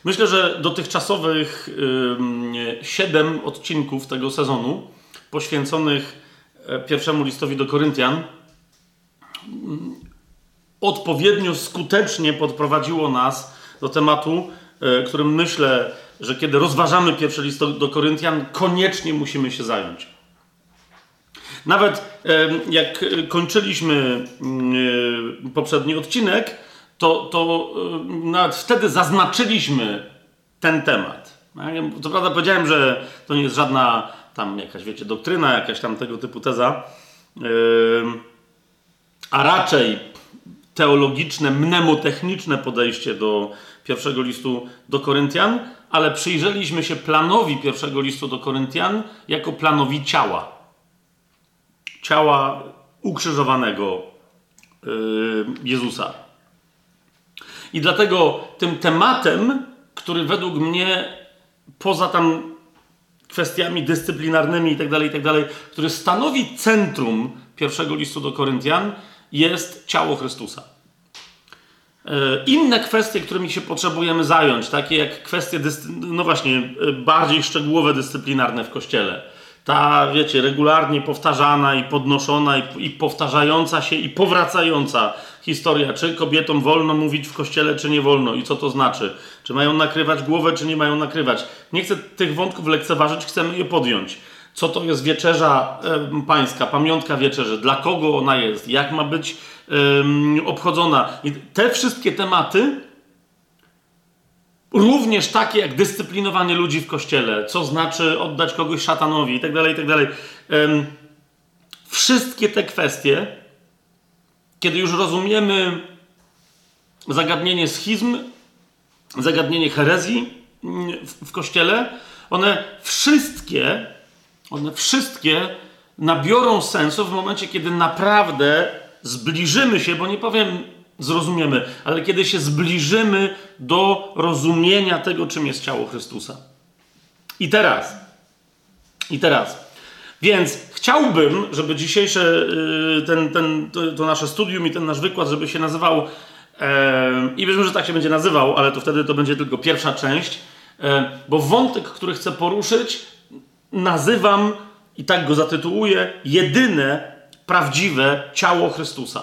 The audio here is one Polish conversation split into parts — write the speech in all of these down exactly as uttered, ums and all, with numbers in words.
Myślę, że dotychczasowych yy, siedem odcinków tego sezonu poświęconych pierwszemu listowi do Koryntian yy, odpowiednio skutecznie podprowadziło nas do tematu, yy, którym myślę, że kiedy rozważamy pierwszy list do, do Koryntian, koniecznie musimy się zająć. Nawet yy, jak kończyliśmy yy, poprzedni odcinek, to, to yy, nawet wtedy zaznaczyliśmy ten temat. Co prawda powiedziałem, że to nie jest żadna tam jakaś, wiecie, doktryna, jakaś tam tego typu teza, yy, a raczej teologiczne, mnemotechniczne podejście do pierwszego listu do Koryntian, ale przyjrzeliśmy się planowi pierwszego listu do Koryntian jako planowi ciała. Ciała ukrzyżowanego yy, Jezusa. I dlatego tym tematem, który według mnie poza tam kwestiami dyscyplinarnymi i tak dalej, i tak dalej, który stanowi centrum pierwszego listu do Koryntian, jest ciało Chrystusa. Inne kwestie, którymi się potrzebujemy zająć, takie jak kwestie, no właśnie, bardziej szczegółowe, dyscyplinarne w Kościele. Ta, wiecie, regularnie powtarzana i podnoszona i, i powtarzająca się i powracająca historia, czy kobietom wolno mówić w Kościele, czy nie wolno i co to znaczy. Czy mają nakrywać głowę, czy nie mają nakrywać. Nie chcę tych wątków lekceważyć, chcemy je podjąć. Co to jest wieczerza e, pańska, pamiątka wieczerzy, dla kogo ona jest, jak ma być e, obchodzona. I te wszystkie tematy, również takie jak dyscyplinowanie ludzi w Kościele, co znaczy oddać kogoś szatanowi i tak dalej, i tak dalej. Wszystkie te kwestie, kiedy już rozumiemy zagadnienie schizm, zagadnienie herezji w, w Kościele, one wszystkie, one wszystkie nabiorą sensu w momencie, kiedy naprawdę zbliżymy się, bo nie powiem zrozumiemy, ale kiedy się zbliżymy do rozumienia tego, czym jest ciało Chrystusa. I teraz, i teraz, więc chciałbym, żeby dzisiejsze ten, ten, to, to nasze studium i ten nasz wykład, żeby się nazywał, e, i wierzę, że tak się będzie nazywał, ale to wtedy to będzie tylko pierwsza część, e, bo wątek, który chcę poruszyć, nazywam i tak go zatytułuję, jedyne prawdziwe ciało Chrystusa.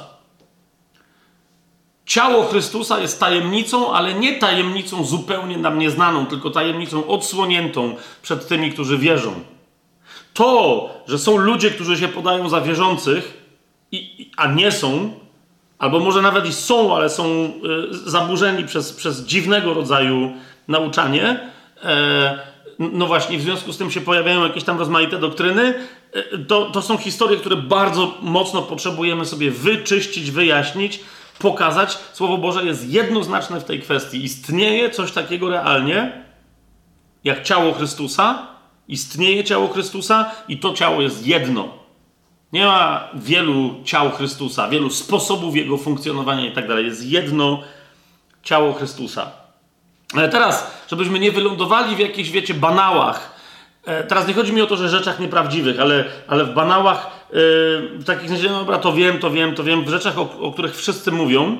Ciało Chrystusa jest tajemnicą, ale nie tajemnicą zupełnie nam nieznaną, tylko tajemnicą odsłoniętą przed tymi, którzy wierzą. To, że są ludzie, którzy się podają za wierzących, i, a nie są, albo może nawet i są, ale są y, zaburzeni przez, przez dziwnego rodzaju nauczanie, e, no właśnie, w związku z tym się pojawiają jakieś tam rozmaite doktryny, e, to, to są historie, które bardzo mocno potrzebujemy sobie wyczyścić, wyjaśnić, pokazać. Słowo Boże jest jednoznaczne w tej kwestii. Istnieje coś takiego realnie, jak ciało Chrystusa. Istnieje ciało Chrystusa i to ciało jest jedno. Nie ma wielu ciał Chrystusa, wielu sposobów jego funkcjonowania i tak dalej. Jest jedno ciało Chrystusa. Ale teraz, żebyśmy nie wylądowali w jakichś, wiecie, banałach. Teraz nie chodzi mi o to, że rzeczach nieprawdziwych, ale, ale w banałach, yy, w takich sensie, no dobra, to wiem, to wiem, to wiem, w rzeczach, o, o których wszyscy mówią,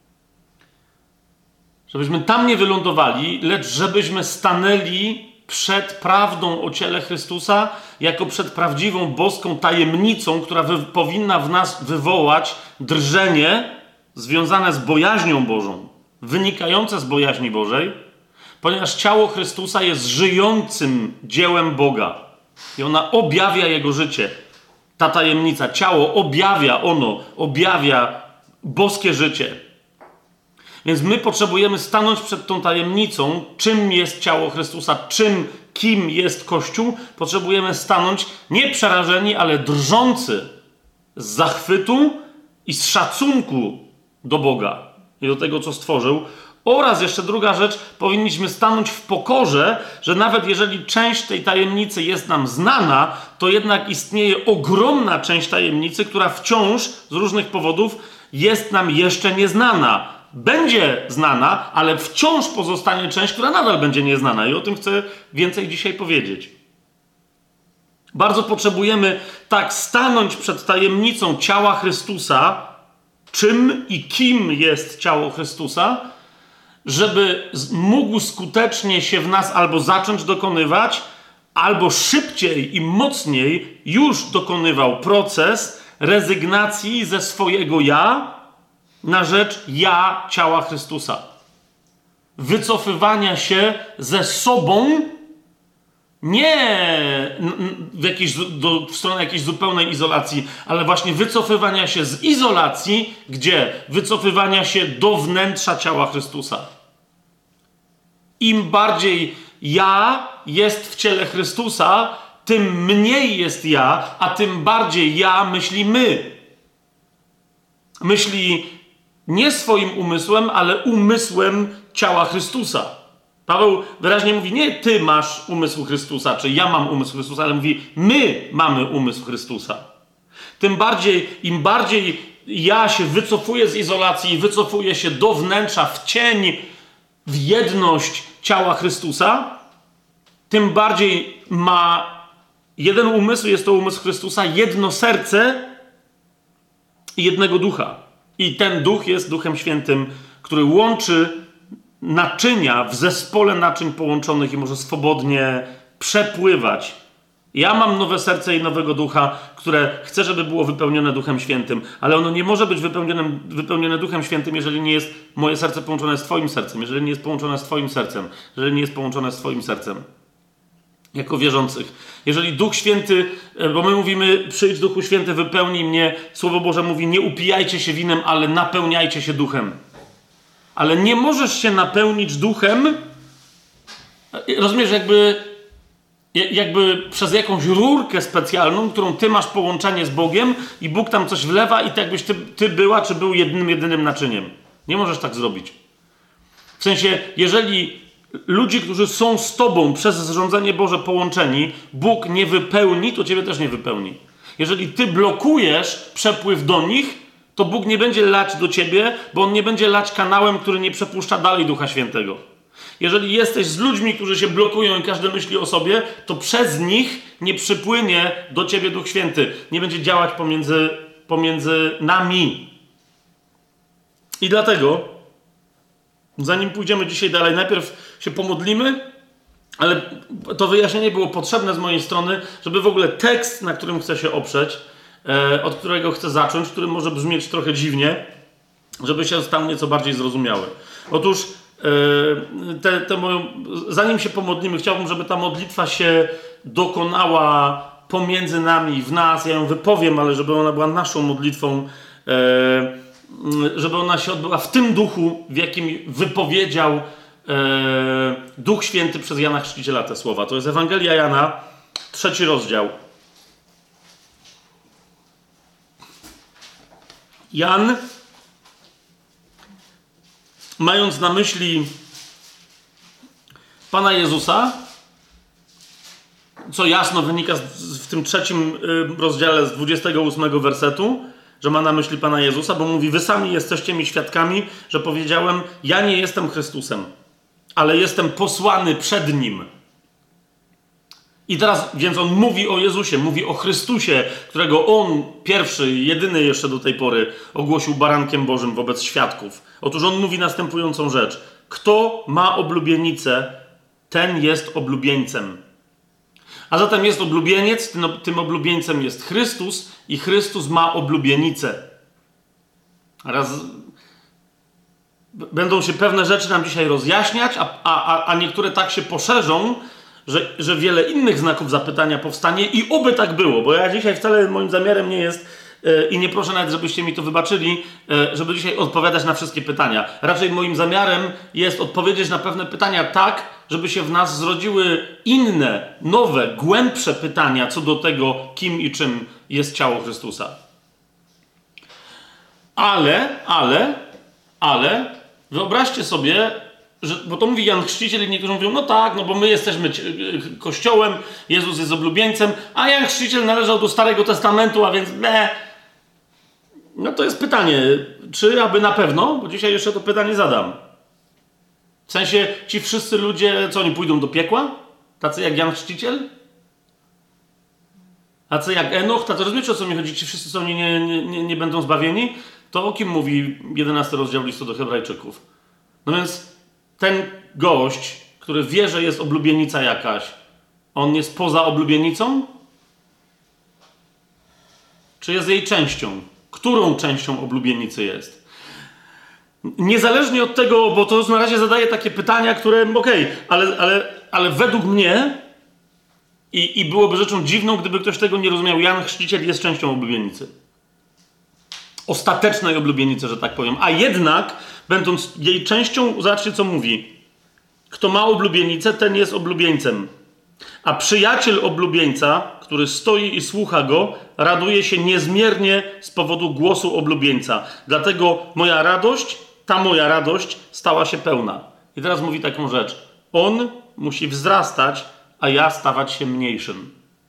żebyśmy tam nie wylądowali, lecz żebyśmy stanęli przed prawdą o ciele Chrystusa, jako przed prawdziwą boską tajemnicą, która wy, powinna w nas wywołać drżenie związane z bojaźnią Bożą, wynikające z bojaźni Bożej, ponieważ ciało Chrystusa jest żyjącym dziełem Boga i ona objawia Jego życie. Ta tajemnica, ciało objawia ono, objawia boskie życie. Więc my potrzebujemy stanąć przed tą tajemnicą, czym jest ciało Chrystusa, czym, kim jest Kościół. Potrzebujemy stanąć nie przerażeni, ale drżący z zachwytu i z szacunku do Boga i do tego, co stworzył. Oraz jeszcze druga rzecz, powinniśmy stanąć w pokorze, że nawet jeżeli część tej tajemnicy jest nam znana, to jednak istnieje ogromna część tajemnicy, która wciąż z różnych powodów jest nam jeszcze nieznana. Będzie znana, ale wciąż pozostanie część, która nadal będzie nieznana. I o tym chcę więcej dzisiaj powiedzieć. Bardzo potrzebujemy tak stanąć przed tajemnicą ciała Chrystusa, czym i kim jest ciało Chrystusa, żeby mógł skutecznie się w nas albo zacząć dokonywać, albo szybciej i mocniej już dokonywał proces rezygnacji ze swojego ja na rzecz ja ciała Chrystusa. Wycofywania się ze sobą, nie w, jakiejś, do, w stronę jakiejś zupełnej izolacji, ale właśnie wycofywania się z izolacji, gdzie? Wycofywania się do wnętrza ciała Chrystusa. Im bardziej ja jest w ciele Chrystusa, tym mniej jest ja, a tym bardziej ja myśli my. Myśli nie swoim umysłem, ale umysłem ciała Chrystusa. Paweł wyraźnie mówi, nie ty masz umysł Chrystusa, czy ja mam umysł Chrystusa, ale mówi, my mamy umysł Chrystusa. Tym bardziej, im bardziej ja się wycofuję z izolacji i wycofuję się do wnętrza, w cień, w jedność ciała Chrystusa, tym bardziej ma jeden umysł, jest to umysł Chrystusa, jedno serce i jednego ducha. I ten duch jest Duchem Świętym, który łączy naczynia w zespole naczyń połączonych i może swobodnie przepływać. Ja mam nowe serce i nowego ducha, które chcę, żeby było wypełnione Duchem Świętym, ale ono nie może być wypełnione, wypełnione Duchem Świętym, jeżeli nie jest moje serce połączone z Twoim sercem, jeżeli nie jest połączone z Twoim sercem, jeżeli nie jest połączone z Twoim sercem. Jako wierzących. Jeżeli Duch Święty, bo my mówimy, przyjdź Duchu Święty, wypełnij mnie, Słowo Boże mówi, nie upijajcie się winem, ale napełniajcie się duchem. Ale nie możesz się napełnić duchem, rozumiesz, jakby, jakby przez jakąś rurkę specjalną, którą ty masz połączenie z Bogiem i Bóg tam coś wlewa i tak jakbyś ty, ty była, czy był jednym, jedynym naczyniem. Nie możesz tak zrobić. W sensie, jeżeli ludzi, którzy są z tobą przez zrządzenie Boże połączeni, Bóg nie wypełni, to ciebie też nie wypełni. Jeżeli ty blokujesz przepływ do nich, to Bóg nie będzie lać do ciebie, bo On nie będzie lać kanałem, który nie przepuszcza dalej Ducha Świętego. Jeżeli jesteś z ludźmi, którzy się blokują i każdy myśli o sobie, to przez nich nie przypłynie do ciebie Duch Święty. Nie będzie działać pomiędzy, pomiędzy nami. I dlatego, zanim pójdziemy dzisiaj dalej, najpierw się pomodlimy, ale to wyjaśnienie było potrzebne z mojej strony, żeby w ogóle tekst, na którym chcę się oprzeć, od którego chcę zacząć, który może brzmieć trochę dziwnie, żeby się stał nieco bardziej zrozumiały. Otóż, te, te moją, zanim się pomodlimy, chciałbym, żeby ta modlitwa się dokonała pomiędzy nami, w nas. Ja ją wypowiem, ale żeby ona była naszą modlitwą, żeby ona się odbyła w tym duchu, w jakim wypowiedział Duch Święty przez Jana Chrzciciela te słowa. To jest Ewangelia Jana, trzeci rozdział. Jan, mając na myśli Pana Jezusa, co jasno wynika z, w tym trzecim rozdziale z dwudziestego ósmego wersetu, że ma na myśli Pana Jezusa, bo mówi, wy sami jesteście mi świadkami, że powiedziałem, ja nie jestem Chrystusem, ale jestem posłany przed Nim. I teraz, więc on mówi o Jezusie, mówi o Chrystusie, którego on, pierwszy, jedyny jeszcze do tej pory, ogłosił barankiem Bożym wobec świadków. Otóż on mówi następującą rzecz. Kto ma oblubienicę, ten jest oblubieńcem. A zatem jest oblubieniec, tym, tym oblubieńcem jest Chrystus i Chrystus ma oblubienicę. Raz będą się pewne rzeczy nam dzisiaj rozjaśniać, a, a, a niektóre tak się poszerzą, Że, że wiele innych znaków zapytania powstanie i oby tak było, bo ja dzisiaj wcale moim zamiarem nie jest yy, i nie proszę nawet, żebyście mi to wybaczyli, yy, żeby dzisiaj odpowiadać na wszystkie pytania. Raczej moim zamiarem jest odpowiedzieć na pewne pytania tak, żeby się w nas zrodziły inne, nowe, głębsze pytania co do tego, kim i czym jest ciało Chrystusa. Ale, ale, ale, wyobraźcie sobie, że, bo to mówi Jan Chrzciciel i niektórzy mówią, no tak, no bo my jesteśmy Kościołem, Jezus jest oblubieńcem, a Jan Chrzciciel należał do Starego Testamentu, a więc be. No to jest pytanie, czy aby na pewno, bo dzisiaj jeszcze to pytanie zadam. W sensie, ci wszyscy ludzie, co oni pójdą do piekła? Tacy jak Jan Chrzciciel? Tacy jak Enoch? Tacy, rozumiecie, o co mi chodzi? Ci wszyscy, co oni nie, nie, nie, nie będą zbawieni? To o kim mówi jedenasty rozdział listu do Hebrajczyków? No więc ten gość, który wie, że jest oblubienica jakaś, on jest poza oblubienicą? Czy jest jej częścią? Którą częścią oblubienicy jest? Niezależnie od tego, bo to na razie zadaje takie pytania, które okej, okay, ale, ale, ale według mnie i, i byłoby rzeczą dziwną, gdyby ktoś tego nie rozumiał, Jan Chrzciciel jest częścią oblubienicy. Ostatecznej oblubienicy, że tak powiem. A jednak, będąc jej częścią, zobaczcie co mówi. Kto ma oblubienicę, ten jest oblubieńcem. A przyjaciel oblubieńca, który stoi i słucha go, raduje się niezmiernie z powodu głosu oblubieńca. Dlatego moja radość, ta moja radość stała się pełna. I teraz mówi taką rzecz. On musi wzrastać, a ja stawać się mniejszym.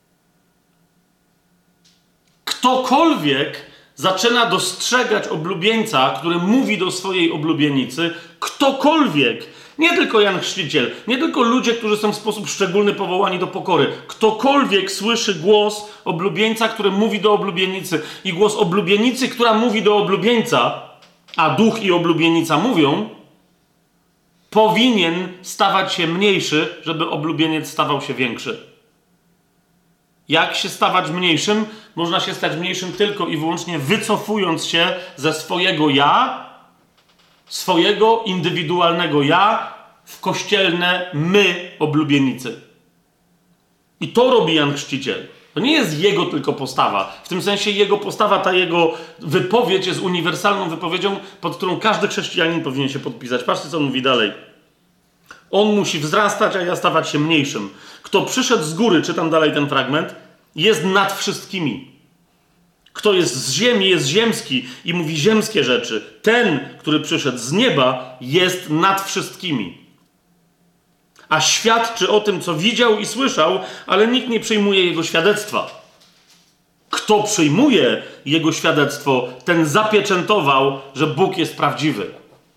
Ktokolwiek zaczyna dostrzegać oblubieńca, który mówi do swojej oblubienicy, ktokolwiek, nie tylko Jan Chrzciciel, nie tylko ludzie, którzy są w sposób szczególny powołani do pokory, ktokolwiek słyszy głos oblubieńca, który mówi do oblubienicy i głos oblubienicy, która mówi do oblubieńca, a duch i oblubienica mówią, powinien stawać się mniejszy, żeby oblubieniec stawał się większy. Jak się stawać mniejszym? Można się stać mniejszym tylko i wyłącznie wycofując się ze swojego ja, swojego indywidualnego ja w kościelne my oblubienicy. I to robi Jan Chrzciciel. To nie jest jego tylko postawa. W tym sensie jego postawa, ta jego wypowiedź jest uniwersalną wypowiedzią, pod którą każdy chrześcijanin powinien się podpisać. Patrzcie, co on mówi dalej. On musi wzrastać, a ja stawać się mniejszym. Kto przyszedł z góry, czytam dalej ten fragment, jest nad wszystkimi. Kto jest z ziemi, jest ziemski i mówi ziemskie rzeczy. Ten, który przyszedł z nieba, jest nad wszystkimi. A świadczy o tym, co widział i słyszał, ale nikt nie przyjmuje jego świadectwa. Kto przyjmuje jego świadectwo, ten zapieczętował, że Bóg jest prawdziwy.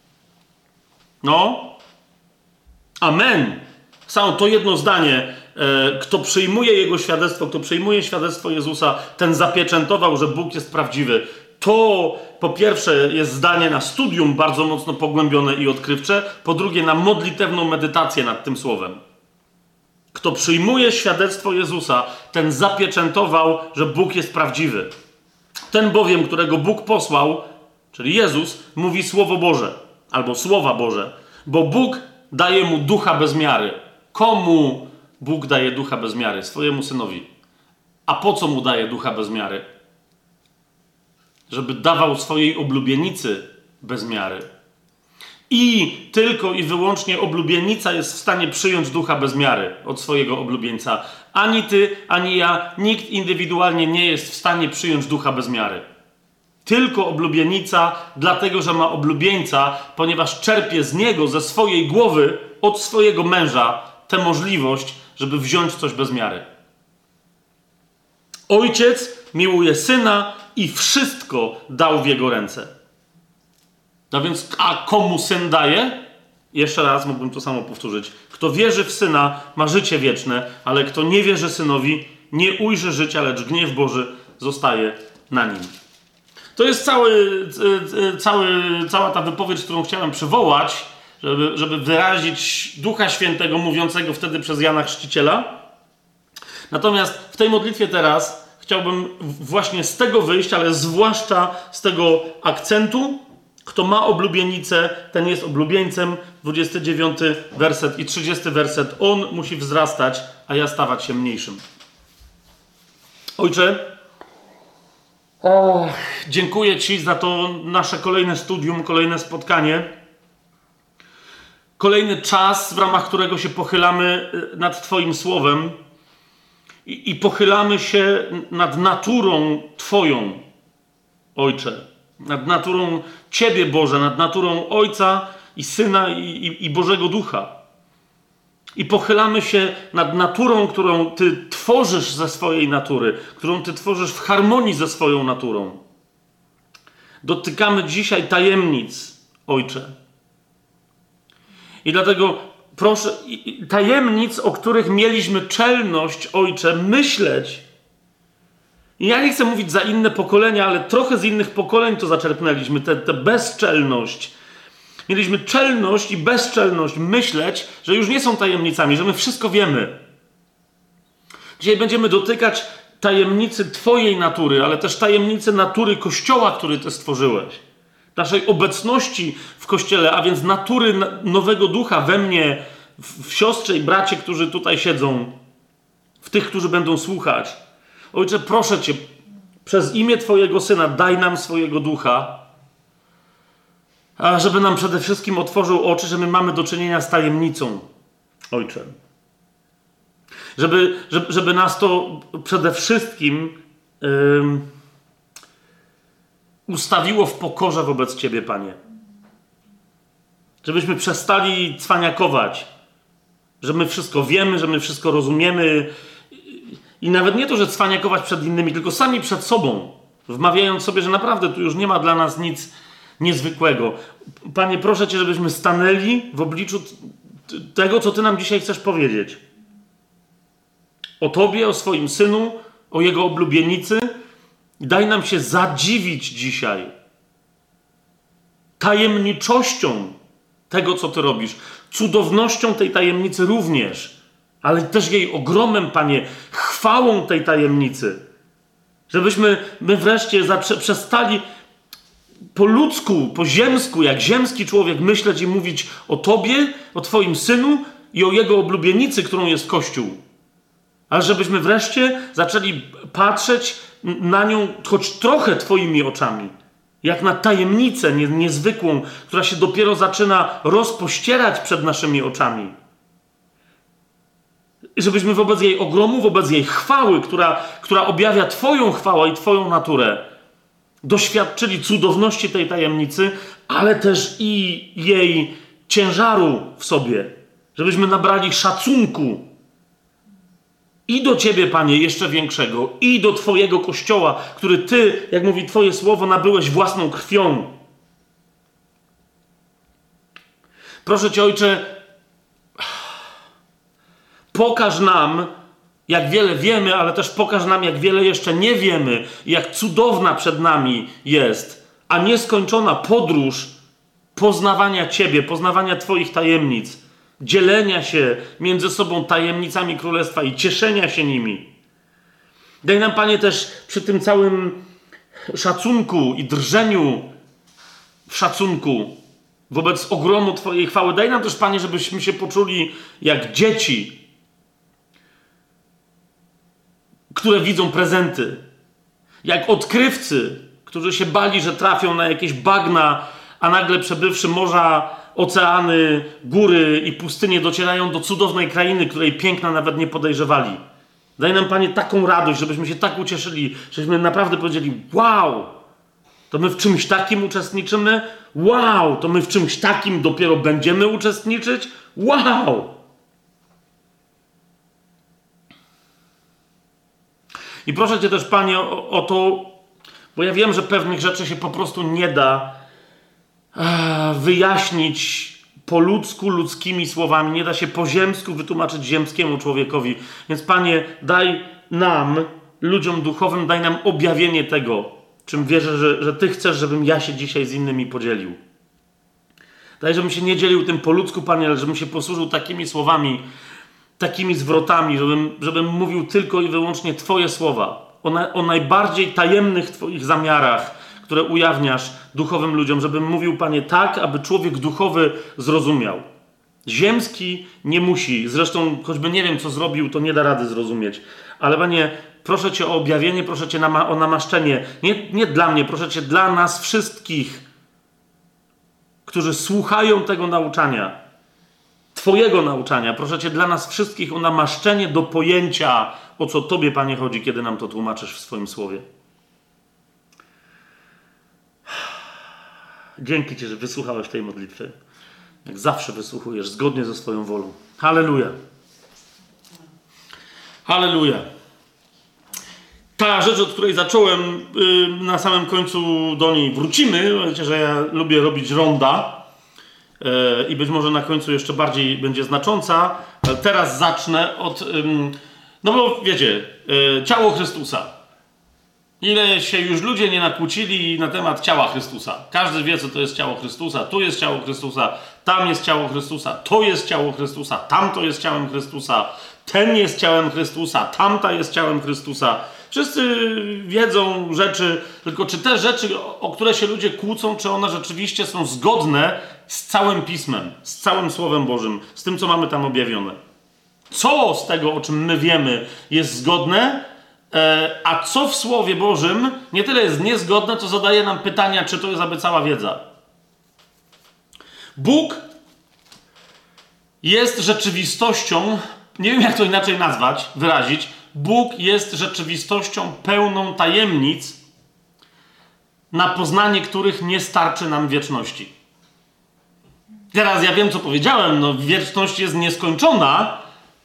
No. Amen. Samo to jedno zdanie. E, kto przyjmuje jego świadectwo, kto przyjmuje świadectwo Jezusa, ten zapieczętował, że Bóg jest prawdziwy. To po pierwsze jest zdanie na studium bardzo mocno pogłębione i odkrywcze, po drugie na modlitewną medytację nad tym słowem. Kto przyjmuje świadectwo Jezusa, ten zapieczętował, że Bóg jest prawdziwy. Ten bowiem, którego Bóg posłał, czyli Jezus, mówi Słowo Boże, albo Słowa Boże, bo Bóg daje mu ducha bez miary. Komu Bóg daje ducha bez miary? Swojemu Synowi. A po co mu daje ducha bez miary? Żeby dawał swojej oblubienica bez miary. I tylko i wyłącznie oblubienica jest w stanie przyjąć ducha bez miary od swojego oblubieńca. Ani ty, ani ja, nikt indywidualnie nie jest w stanie przyjąć ducha bez miary. Tylko oblubienica, dlatego że ma oblubieńca, ponieważ czerpie z niego, ze swojej głowy, od swojego męża, tę możliwość, żeby wziąć coś bez miary. Ojciec miłuje syna i wszystko dał w jego ręce. No więc, a komu syn daje? Jeszcze raz mógłbym to samo powtórzyć. Kto wierzy w syna, ma życie wieczne, ale kto nie wierzy synowi, nie ujrzy życia, lecz gniew Boży zostaje na nim. To jest cały, cały, cała ta wypowiedź, którą chciałem przywołać, żeby, żeby wyrazić Ducha Świętego mówiącego wtedy przez Jana Chrzciciela. Natomiast w tej modlitwie teraz chciałbym właśnie z tego wyjść, ale zwłaszcza z tego akcentu. Kto ma oblubienicę, ten jest oblubieńcem. dwudziesty dziewiąty werset i trzydziesty werset. On musi wzrastać, a ja stawać się mniejszym. Ojcze, o, dziękuję Ci za to nasze kolejne studium, kolejne spotkanie. Kolejny czas, w ramach którego się pochylamy nad Twoim Słowem i, i pochylamy się nad naturą Twoją, Ojcze. Nad naturą Ciebie, Boże, nad naturą Ojca i Syna i, i, i Bożego Ducha. I pochylamy się nad naturą, którą Ty tworzysz ze swojej natury, którą Ty tworzysz w harmonii ze swoją naturą. Dotykamy dzisiaj tajemnic, Ojcze. I dlatego proszę, tajemnic, o których mieliśmy czelność, Ojcze, myśleć. I ja nie chcę mówić za inne pokolenia, ale trochę z innych pokoleń to zaczerpnęliśmy, tę bezczelność. mieliśmy czelność i bezczelność myśleć, że już nie są tajemnicami, że my wszystko wiemy. Dzisiaj będziemy dotykać tajemnicy Twojej natury, ale też tajemnicy natury Kościoła, który Ty stworzyłeś. Naszej obecności w Kościele, a więc natury nowego ducha we mnie, w siostrze i bracie, którzy tutaj siedzą, w tych, którzy będą słuchać. Ojcze, proszę Cię, przez imię Twojego Syna daj nam swojego ducha, a żeby nam przede wszystkim otworzył oczy, że my mamy do czynienia z tajemnicą, Ojcze. Żeby, żeby, żeby nas to przede wszystkim yy, ustawiło w pokorze wobec Ciebie, Panie. Żebyśmy przestali cwaniakować, że my wszystko wiemy, że my wszystko rozumiemy i nawet nie to, że cwaniakować przed innymi, tylko sami przed sobą, wmawiając sobie, że naprawdę tu już nie ma dla nas nic niezwykłego. Panie, proszę Cię, żebyśmy stanęli w obliczu tego, co Ty nam dzisiaj chcesz powiedzieć. O Tobie, o swoim Synu, o Jego oblubienicy. Daj nam się zadziwić dzisiaj tajemniczością tego, co Ty robisz. Cudownością tej tajemnicy również, ale też jej ogromem, Panie, chwałą tej tajemnicy. Żebyśmy my wreszcie zaprze- przestali po ludzku, po ziemsku, jak ziemski człowiek myśleć i mówić o Tobie, o Twoim Synu i o Jego oblubienicy, którą jest Kościół. Ale żebyśmy wreszcie zaczęli patrzeć na nią choć trochę Twoimi oczami. Jak na tajemnicę nie, niezwykłą, która się dopiero zaczyna rozpościerać przed naszymi oczami. I żebyśmy wobec jej ogromu, wobec jej chwały, która, która objawia Twoją chwałę i Twoją naturę, doświadczyli cudowności tej tajemnicy, ale też i jej ciężaru w sobie. Żebyśmy nabrali szacunku i do Ciebie, Panie, jeszcze większego, i do Twojego Kościoła, który Ty, jak mówi Twoje słowo, nabyłeś własną krwią. Proszę Cię, Ojcze, pokaż nam, jak wiele wiemy, ale też pokaż nam, jak wiele jeszcze nie wiemy, jak cudowna przed nami jest, a nieskończona podróż poznawania Ciebie, poznawania Twoich tajemnic, dzielenia się między sobą tajemnicami Królestwa i cieszenia się nimi. Daj nam, Panie, też przy tym całym szacunku i drżeniu w szacunku wobec ogromu Twojej chwały, daj nam też, Panie, żebyśmy się poczuli jak dzieci, które widzą prezenty. Jak odkrywcy, którzy się bali, że trafią na jakieś bagna, a nagle przebywszy morza, oceany, góry i pustynie docierają do cudownej krainy, której piękna nawet nie podejrzewali. Daj nam, Panie, taką radość, żebyśmy się tak ucieszyli, żebyśmy naprawdę powiedzieli: wow, to my w czymś takim uczestniczymy? Wow, to my w czymś takim dopiero będziemy uczestniczyć? Wow! I proszę Cię też, Panie, o, o to, bo ja wiem, że pewnych rzeczy się po prostu nie da e, wyjaśnić po ludzku, ludzkimi słowami. Nie da się po ziemsku wytłumaczyć ziemskiemu człowiekowi. Więc, Panie, daj nam, ludziom duchowym, daj nam objawienie tego, czym wierzę, że, że Ty chcesz, żebym ja się dzisiaj z innymi podzielił. Daj, żebym się nie dzielił tym po ludzku, Panie, ale żebym się posłużył takimi słowami, takimi zwrotami, żebym, żebym mówił tylko i wyłącznie Twoje słowa, o, na, o najbardziej tajemnych Twoich zamiarach, które ujawniasz duchowym ludziom, żebym mówił, Panie, tak, aby człowiek duchowy zrozumiał. Ziemski nie musi, zresztą choćby nie wiem, co zrobił, to nie da rady zrozumieć. Ale, Panie, proszę Cię o objawienie, proszę Cię nama- o namaszczenie. Nie, nie dla mnie, proszę Cię dla nas wszystkich, którzy słuchają tego nauczania, Twojego nauczania. Proszę Cię dla nas wszystkich o namaszczenie do pojęcia, o co Tobie, Panie, chodzi, kiedy nam to tłumaczysz w swoim słowie. Dzięki Ci, że wysłuchałeś tej modlitwy. Jak zawsze wysłuchujesz, zgodnie ze swoją wolą. Halleluja. Halleluja. Ta rzecz, od której zacząłem, yy, na samym końcu do niej wrócimy. Wiecie, że ja lubię robić ronda. I być może na końcu jeszcze bardziej będzie znacząca. Teraz zacznę od... No bo wiecie, ciało Chrystusa. Ile się już ludzie nie nakłócili na temat ciała Chrystusa. Każdy wie, co to jest ciało Chrystusa. Tu jest ciało Chrystusa, tam jest ciało Chrystusa, to jest ciało Chrystusa, tamto jest ciałem Chrystusa, ten jest ciałem Chrystusa, tamta jest ciałem Chrystusa. Wszyscy wiedzą rzeczy, tylko czy te rzeczy, o które się ludzie kłócą, czy one rzeczywiście są zgodne z całym Pismem, z całym Słowem Bożym, z tym, co mamy tam objawione. Co z tego, o czym my wiemy, jest zgodne, a co w Słowie Bożym nie tyle jest niezgodne, co zadaje nam pytania, czy to jest aby cała wiedza. Bóg jest rzeczywistością, nie wiem jak to inaczej nazwać, wyrazić, Bóg jest rzeczywistością pełną tajemnic, na poznanie których nie starczy nam wieczności. Teraz ja wiem, co powiedziałem, no wieczność jest nieskończona,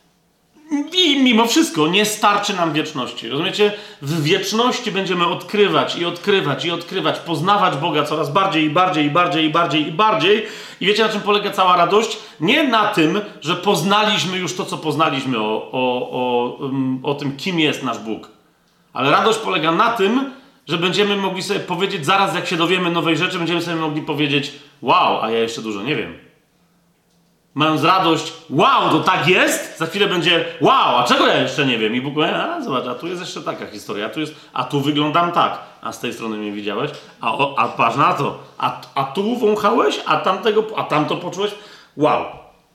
i mimo wszystko nie starczy nam wieczności. Rozumiecie? W wieczności będziemy odkrywać i odkrywać i odkrywać, poznawać Boga coraz bardziej i bardziej i bardziej i bardziej i bardziej. I wiecie, na czym polega cała radość? Nie na tym, że poznaliśmy już to, co poznaliśmy o, o, o, um, o tym, kim jest nasz Bóg. Ale radość polega na tym, że będziemy mogli sobie powiedzieć, zaraz jak się dowiemy nowej rzeczy, będziemy sobie mogli powiedzieć, wow, a ja jeszcze dużo nie wiem. Mając radość, wow, to tak jest, za chwilę będzie, wow, a czego ja jeszcze nie wiem? I Bóg mówi, a zobacz, a tu jest jeszcze taka historia, a tu jest, a tu wyglądam tak, a z tej strony mnie widziałeś, a, o, a patrz na to, a, a tu wąchałeś, a tamtego, a tamto poczułeś, wow.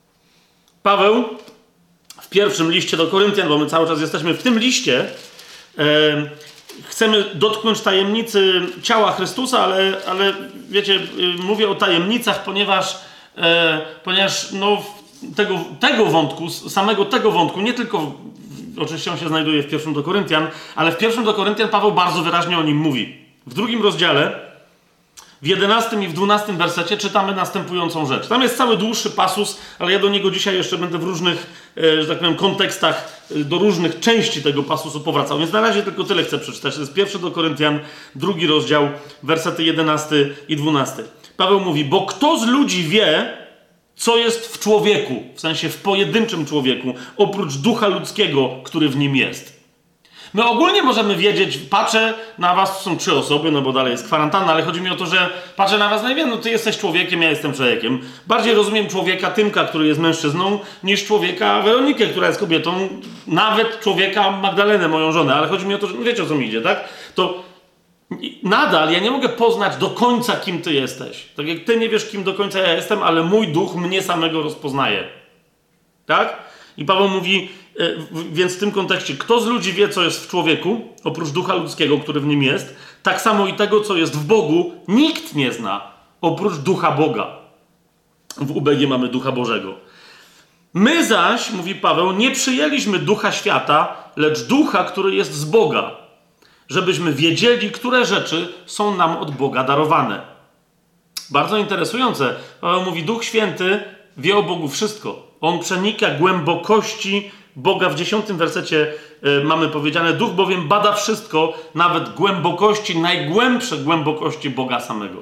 Paweł w pierwszym liście do Koryntian, bo my cały czas jesteśmy w tym liście, e, chcemy dotknąć tajemnicy ciała Chrystusa, ale, ale wiecie, e, mówię o tajemnicach, ponieważ E, ponieważ no, tego, tego wątku, samego tego wątku, nie tylko, oczywiście on się znajduje w pierwszym do Koryntian, ale w pierwszym do Koryntian Paweł bardzo wyraźnie o nim mówi. W drugim rozdziale, w jedenastym i w dwunastym wersecie czytamy następującą rzecz. Tam jest cały dłuższy pasus, ale ja do niego dzisiaj jeszcze będę w różnych, e, że tak powiem, kontekstach, e, do różnych części tego pasusu powracał. Więc na razie tylko tyle chcę przeczytać. To jest pierwszy do Koryntian, drugi rozdział, wersety jedenasty i dwunasty. Paweł mówi, bo kto z ludzi wie, co jest w człowieku, w sensie w pojedynczym człowieku, oprócz ducha ludzkiego, który w nim jest. My ogólnie możemy wiedzieć, patrzę na was, są trzy osoby, no bo dalej jest kwarantanna, ale chodzi mi o to, że patrzę na was, no i wiem, no ty jesteś człowiekiem, ja jestem człowiekiem. Bardziej rozumiem człowieka Tymka, który jest mężczyzną, niż człowieka Weronikę, która jest kobietą, nawet człowieka Magdalenę, moją żonę, ale chodzi mi o to, że no wiecie, o co mi idzie, tak? To nadal ja nie mogę poznać do końca, kim ty jesteś. Tak jak ty nie wiesz, kim do końca ja jestem, ale mój duch mnie samego rozpoznaje. Tak? I Paweł mówi, więc w tym kontekście, kto z ludzi wie, co jest w człowieku, oprócz ducha ludzkiego, który w nim jest, tak samo i tego, co jest w Bogu, nikt nie zna, oprócz ducha Boga. W U B G mamy ducha Bożego. My zaś, mówi Paweł, nie przyjęliśmy ducha świata, lecz ducha, który jest z Boga, żebyśmy wiedzieli, które rzeczy są nam od Boga darowane. Bardzo interesujące. Paweł mówi, Duch Święty wie o Bogu wszystko. On przenika głębokości Boga. W dziesiątym wersecie y, mamy powiedziane, Duch bowiem bada wszystko, nawet głębokości, najgłębsze głębokości Boga samego.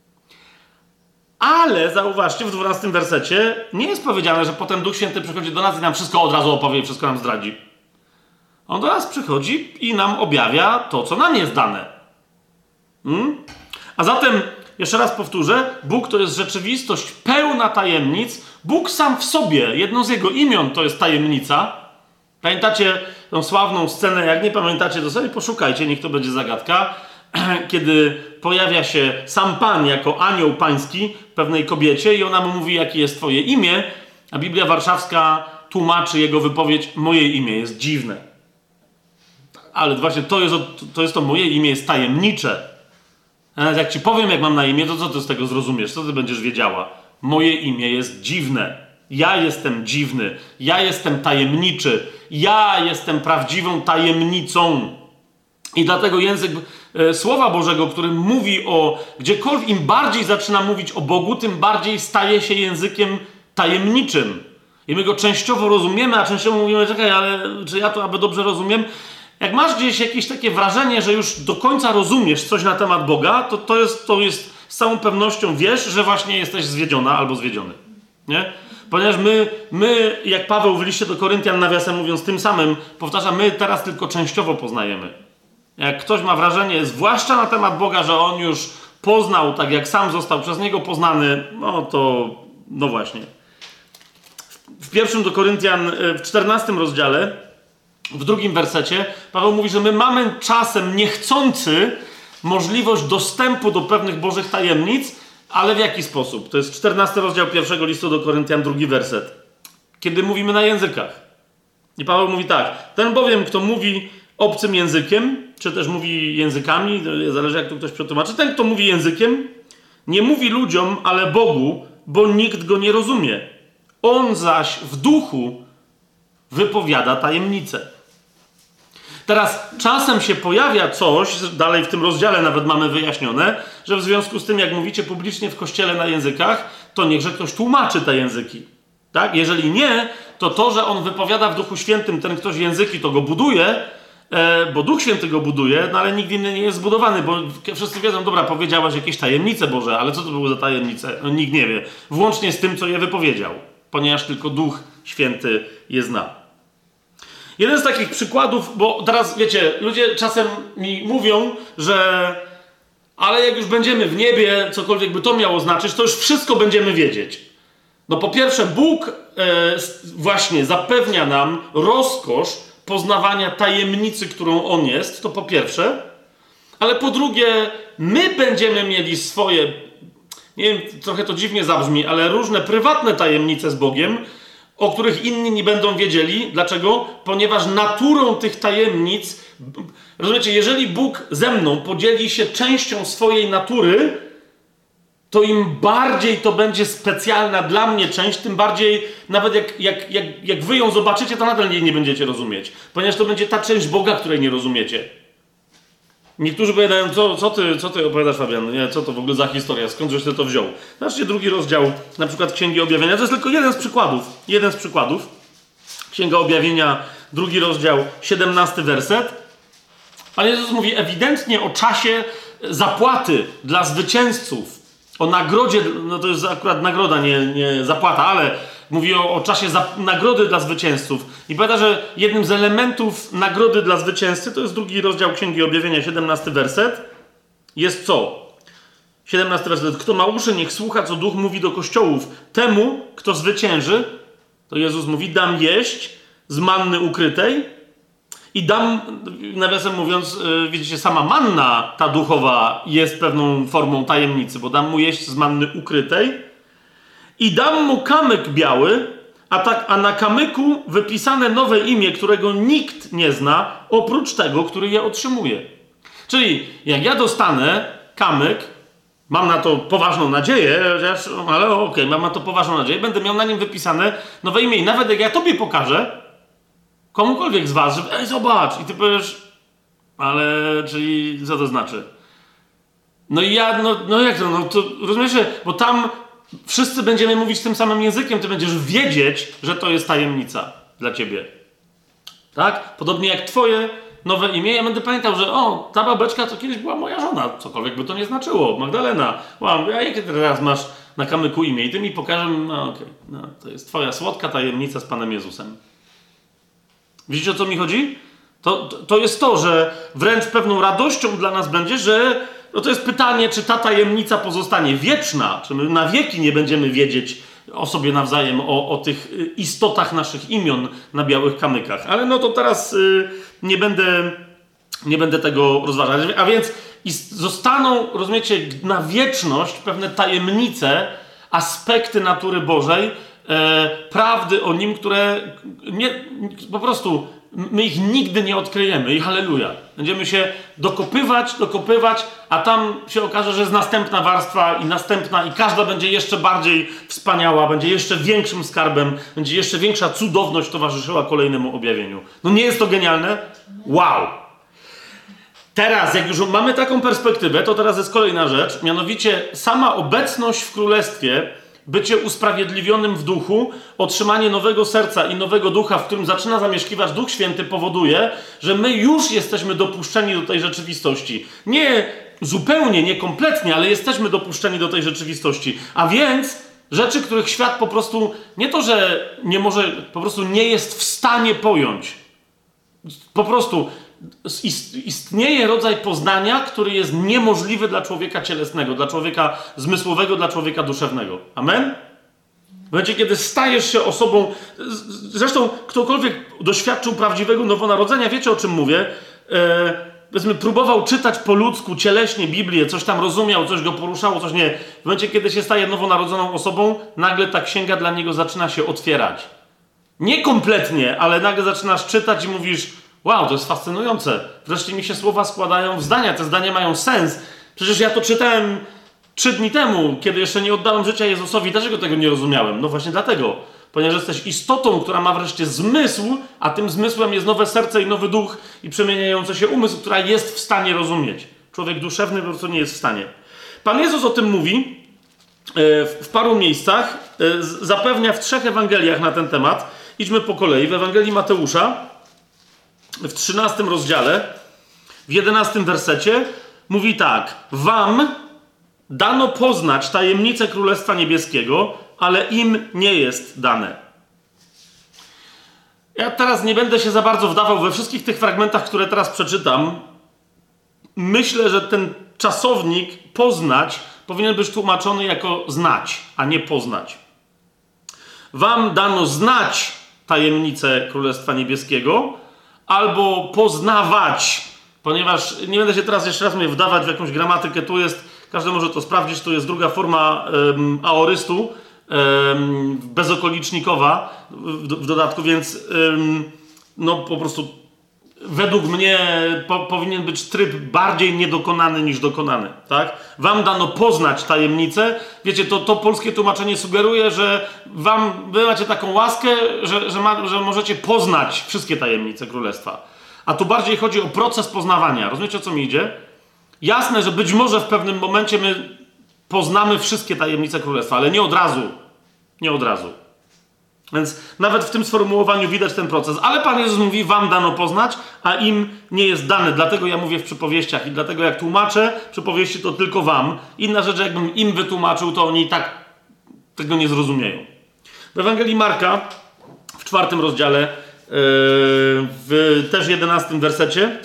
Ale zauważcie, w dwunastym wersecie nie jest powiedziane, że potem Duch Święty przychodzi do nas i nam wszystko od razu opowie i wszystko nam zdradzi. On do nas przychodzi i nam objawia to, co nam jest dane. Hmm? A zatem, jeszcze raz powtórzę, Bóg to jest rzeczywistość pełna tajemnic. Bóg sam w sobie, jedno z jego imion to jest tajemnica. Pamiętacie tą sławną scenę? Jak nie pamiętacie, to sobie poszukajcie, niech to będzie zagadka. Kiedy pojawia się sam Pan jako anioł pański pewnej kobiecie i ona mu mówi, jakie jest twoje imię, a Biblia Warszawska tłumaczy jego wypowiedź, moje imię jest dziwne. Ale właśnie to jest, to jest to moje imię, jest tajemnicze. Nawet jak ci powiem, jak mam na imię, to co ty z tego zrozumiesz? Co ty będziesz wiedziała? Moje imię jest dziwne. Ja jestem dziwny. Ja jestem tajemniczy. Ja jestem prawdziwą tajemnicą. I dlatego język e, Słowa Bożego, który mówi o... Gdziekolwiek im bardziej zaczyna mówić o Bogu, tym bardziej staje się językiem tajemniczym. I my go częściowo rozumiemy, a częściowo mówimy, czekaj, ale czy ja to aby dobrze rozumiem? Jak masz gdzieś jakieś takie wrażenie, że już do końca rozumiesz coś na temat Boga, to to jest, to jest z całą pewnością wiesz, że właśnie jesteś zwiedziona albo zwiedziony. Nie? Ponieważ my, my, jak Paweł w liście do Koryntian, nawiasem mówiąc, tym samym powtarza, my teraz tylko częściowo poznajemy. Jak ktoś ma wrażenie, zwłaszcza na temat Boga, że on już poznał, tak jak sam został przez niego poznany, no to, no właśnie. W pierwszym do Koryntian, w czternastym rozdziale, w drugim wersecie, Paweł mówi, że my mamy czasem niechcący możliwość dostępu do pewnych Bożych tajemnic, ale w jaki sposób? To jest czternasty rozdział pierwszego listu do Koryntian, drugi werset. Kiedy mówimy na językach. I Paweł mówi tak, ten bowiem, kto mówi obcym językiem, czy też mówi językami, zależy jak to ktoś przetłumaczy, ten, kto mówi językiem, nie mówi ludziom, ale Bogu, bo nikt go nie rozumie. On zaś w duchu wypowiada tajemnice. Teraz czasem się pojawia coś, dalej w tym rozdziale nawet mamy wyjaśnione, że w związku z tym, jak mówicie publicznie w kościele na językach, to niechże ktoś tłumaczy te języki. Tak? Jeżeli nie, to to, że on wypowiada w Duchu Świętym, ten ktoś języki, to go buduje, e, bo Duch Święty go buduje, no ale nikt inny nie jest zbudowany, bo wszyscy wiedzą, dobra, powiedziałaś jakieś tajemnice Boże, ale co to były za tajemnice? No, nikt nie wie. Włącznie z tym, co je wypowiedział, ponieważ tylko Duch Święty je zna. Jeden z takich przykładów, bo teraz, wiecie, ludzie czasem mi mówią, że ale jak już będziemy w niebie, cokolwiek by to miało znaczyć, to już wszystko będziemy wiedzieć. No po pierwsze, Bóg e, właśnie zapewnia nam rozkosz poznawania tajemnicy, którą On jest, to po pierwsze, ale po drugie, my będziemy mieli swoje, nie wiem, trochę to dziwnie zabrzmi, ale różne prywatne tajemnice z Bogiem, o których inni nie będą wiedzieli. Dlaczego? Ponieważ naturą tych tajemnic, rozumiecie, jeżeli Bóg ze mną podzieli się częścią swojej natury, to im bardziej to będzie specjalna dla mnie część, tym bardziej, nawet jak, jak, jak, jak wy ją zobaczycie, to nadal jej nie będziecie rozumieć. Ponieważ to będzie ta część Boga, której nie rozumiecie. Niektórzy powiadają, co, co, ty, co ty opowiadasz, Fabian? Nie, co to w ogóle za historia? Skąd żeś ty to wziął? Zobaczcie drugi rozdział, na przykład Księgi Objawienia. To jest tylko jeden z przykładów. Jeden z przykładów. Księga Objawienia, drugi rozdział, siedemnasty werset. Pan Jezus mówi ewidentnie o czasie zapłaty dla zwycięzców. O nagrodzie, no to jest akurat nagroda, nie, nie zapłata, ale mówi o, o czasie za, nagrody dla zwycięzców. I powiada, że jednym z elementów nagrody dla zwycięzcy, to jest drugi rozdział Księgi Objawienia, siedemnasty werset, jest co? siedemnasty werset. Kto ma uszy, niech słucha, co Duch mówi do kościołów. Temu, kto zwycięży, to Jezus mówi, dam jeść z manny ukrytej i dam, nawiasem mówiąc, yy, widzicie, sama manna ta duchowa jest pewną formą tajemnicy, bo dam mu jeść z manny ukrytej i dam mu kamyk biały, a, tak, a na kamyku wypisane nowe imię, którego nikt nie zna, oprócz tego, który je otrzymuje. Czyli jak ja dostanę kamyk, mam na to poważną nadzieję, ale okej, okay, mam na to poważną nadzieję, będę miał na nim wypisane nowe imię i nawet jak ja tobie pokażę, komukolwiek z was, że ej, zobacz, i ty powiesz, ale, czyli co to znaczy? No i ja, no, no jak to, no to, rozumiesz, bo tam wszyscy będziemy mówić tym samym językiem, ty będziesz wiedzieć, że to jest tajemnica dla ciebie. Tak? Podobnie jak twoje nowe imię, ja będę pamiętał, że o, ta babeczka to kiedyś była moja żona, cokolwiek by to nie znaczyło, Magdalena. Wow, a jakie ty teraz masz na kamyku imię? I ty mi pokażesz, no okej, okay, no, to jest twoja słodka tajemnica z Panem Jezusem. Widzicie, o co mi chodzi? To, to, to jest to, że wręcz pewną radością dla nas będzie, że no to jest pytanie, czy ta tajemnica pozostanie wieczna, czy my na wieki nie będziemy wiedzieć o sobie nawzajem, o, o tych istotach naszych imion na białych kamykach. Ale no to teraz y, nie będę, nie będę tego rozważać. A więc zostaną, rozumiecie, na wieczność pewne tajemnice, aspekty natury Bożej, E, prawdy o Nim, które nie, po prostu my ich nigdy nie odkryjemy i halleluja. Będziemy się dokopywać, dokopywać, a tam się okaże, że jest następna warstwa i następna i każda będzie jeszcze bardziej wspaniała, będzie jeszcze większym skarbem, będzie jeszcze większa cudowność towarzyszyła kolejnemu objawieniu. No nie jest to genialne? Wow! Teraz, jak już mamy taką perspektywę, to teraz jest kolejna rzecz, mianowicie sama obecność w Królestwie, bycie usprawiedliwionym w duchu, otrzymanie nowego serca i nowego ducha, w którym zaczyna zamieszkiwać Duch Święty, powoduje, że my już jesteśmy dopuszczeni do tej rzeczywistości. Nie zupełnie, nie kompletnie, ale jesteśmy dopuszczeni do tej rzeczywistości. A więc rzeczy, których świat po prostu, nie to, że nie może, po prostu nie jest w stanie pojąć. Po prostu istnieje rodzaj poznania, który jest niemożliwy dla człowieka cielesnego, dla człowieka zmysłowego, dla człowieka duszewnego. Amen? W momencie, kiedy stajesz się osobą... Zresztą ktokolwiek doświadczył prawdziwego nowonarodzenia, wiecie, o czym mówię. E, powiedzmy, próbował czytać po ludzku, cieleśnie Biblię, coś tam rozumiał, coś go poruszało, coś nie. W momencie, kiedy się staje nowonarodzoną osobą, nagle ta księga dla niego zaczyna się otwierać. Nie kompletnie, ale nagle zaczynasz czytać i mówisz: wow, to jest fascynujące. Wreszcie mi się słowa składają w zdania, te zdania mają sens. Przecież ja to czytałem trzy dni temu, kiedy jeszcze nie oddałem życia Jezusowi. Dlaczego tego nie rozumiałem? No właśnie dlatego. Ponieważ jesteś istotą, która ma wreszcie zmysł, a tym zmysłem jest nowe serce i nowy duch i przemieniający się umysł, która jest w stanie rozumieć. Człowiek duszewny po prostu nie jest w stanie. Pan Jezus o tym mówi w paru miejscach, zapewnia w trzech Ewangeliach na ten temat. Idźmy po kolei. W Ewangelii Mateusza, w trzynastym rozdziale, w jedenastym wersecie mówi tak: wam dano poznać tajemnicę Królestwa Niebieskiego, ale im nie jest dane. Ja teraz nie będę się za bardzo wdawał we wszystkich tych fragmentach, które teraz przeczytam. Myślę, że ten czasownik poznać powinien być tłumaczony jako znać, a nie poznać. Wam dano znać tajemnicę Królestwa Niebieskiego, albo poznawać, ponieważ nie będę się teraz jeszcze raz mnie wdawać w jakąś gramatykę. Tu jest, każdy może to sprawdzić, tu jest druga forma um, aorystu, um, bezokolicznikowa w, w dodatku, więc um, no po prostu według mnie po, powinien być tryb bardziej niedokonany niż dokonany, tak? Wam dano poznać tajemnicę. Wiecie, to, to polskie tłumaczenie sugeruje, że wam, wy macie taką łaskę, że, że, ma, że możecie poznać wszystkie tajemnice Królestwa. A tu bardziej chodzi o proces poznawania. Rozumiecie, o co mi idzie? Jasne, że być może w pewnym momencie my poznamy wszystkie tajemnice Królestwa, ale nie od razu. Nie od razu. Więc nawet w tym sformułowaniu widać ten proces. Ale Pan Jezus mówi, wam dano poznać, a im nie jest dane. Dlatego ja mówię w przypowieściach i dlatego jak tłumaczę przypowieści, to tylko wam. Inna rzecz, jakbym im wytłumaczył, to oni i tak tego nie zrozumieją. W Ewangelii Marka, w czwartym rozdziale, yy, w też jedenastym wersecie,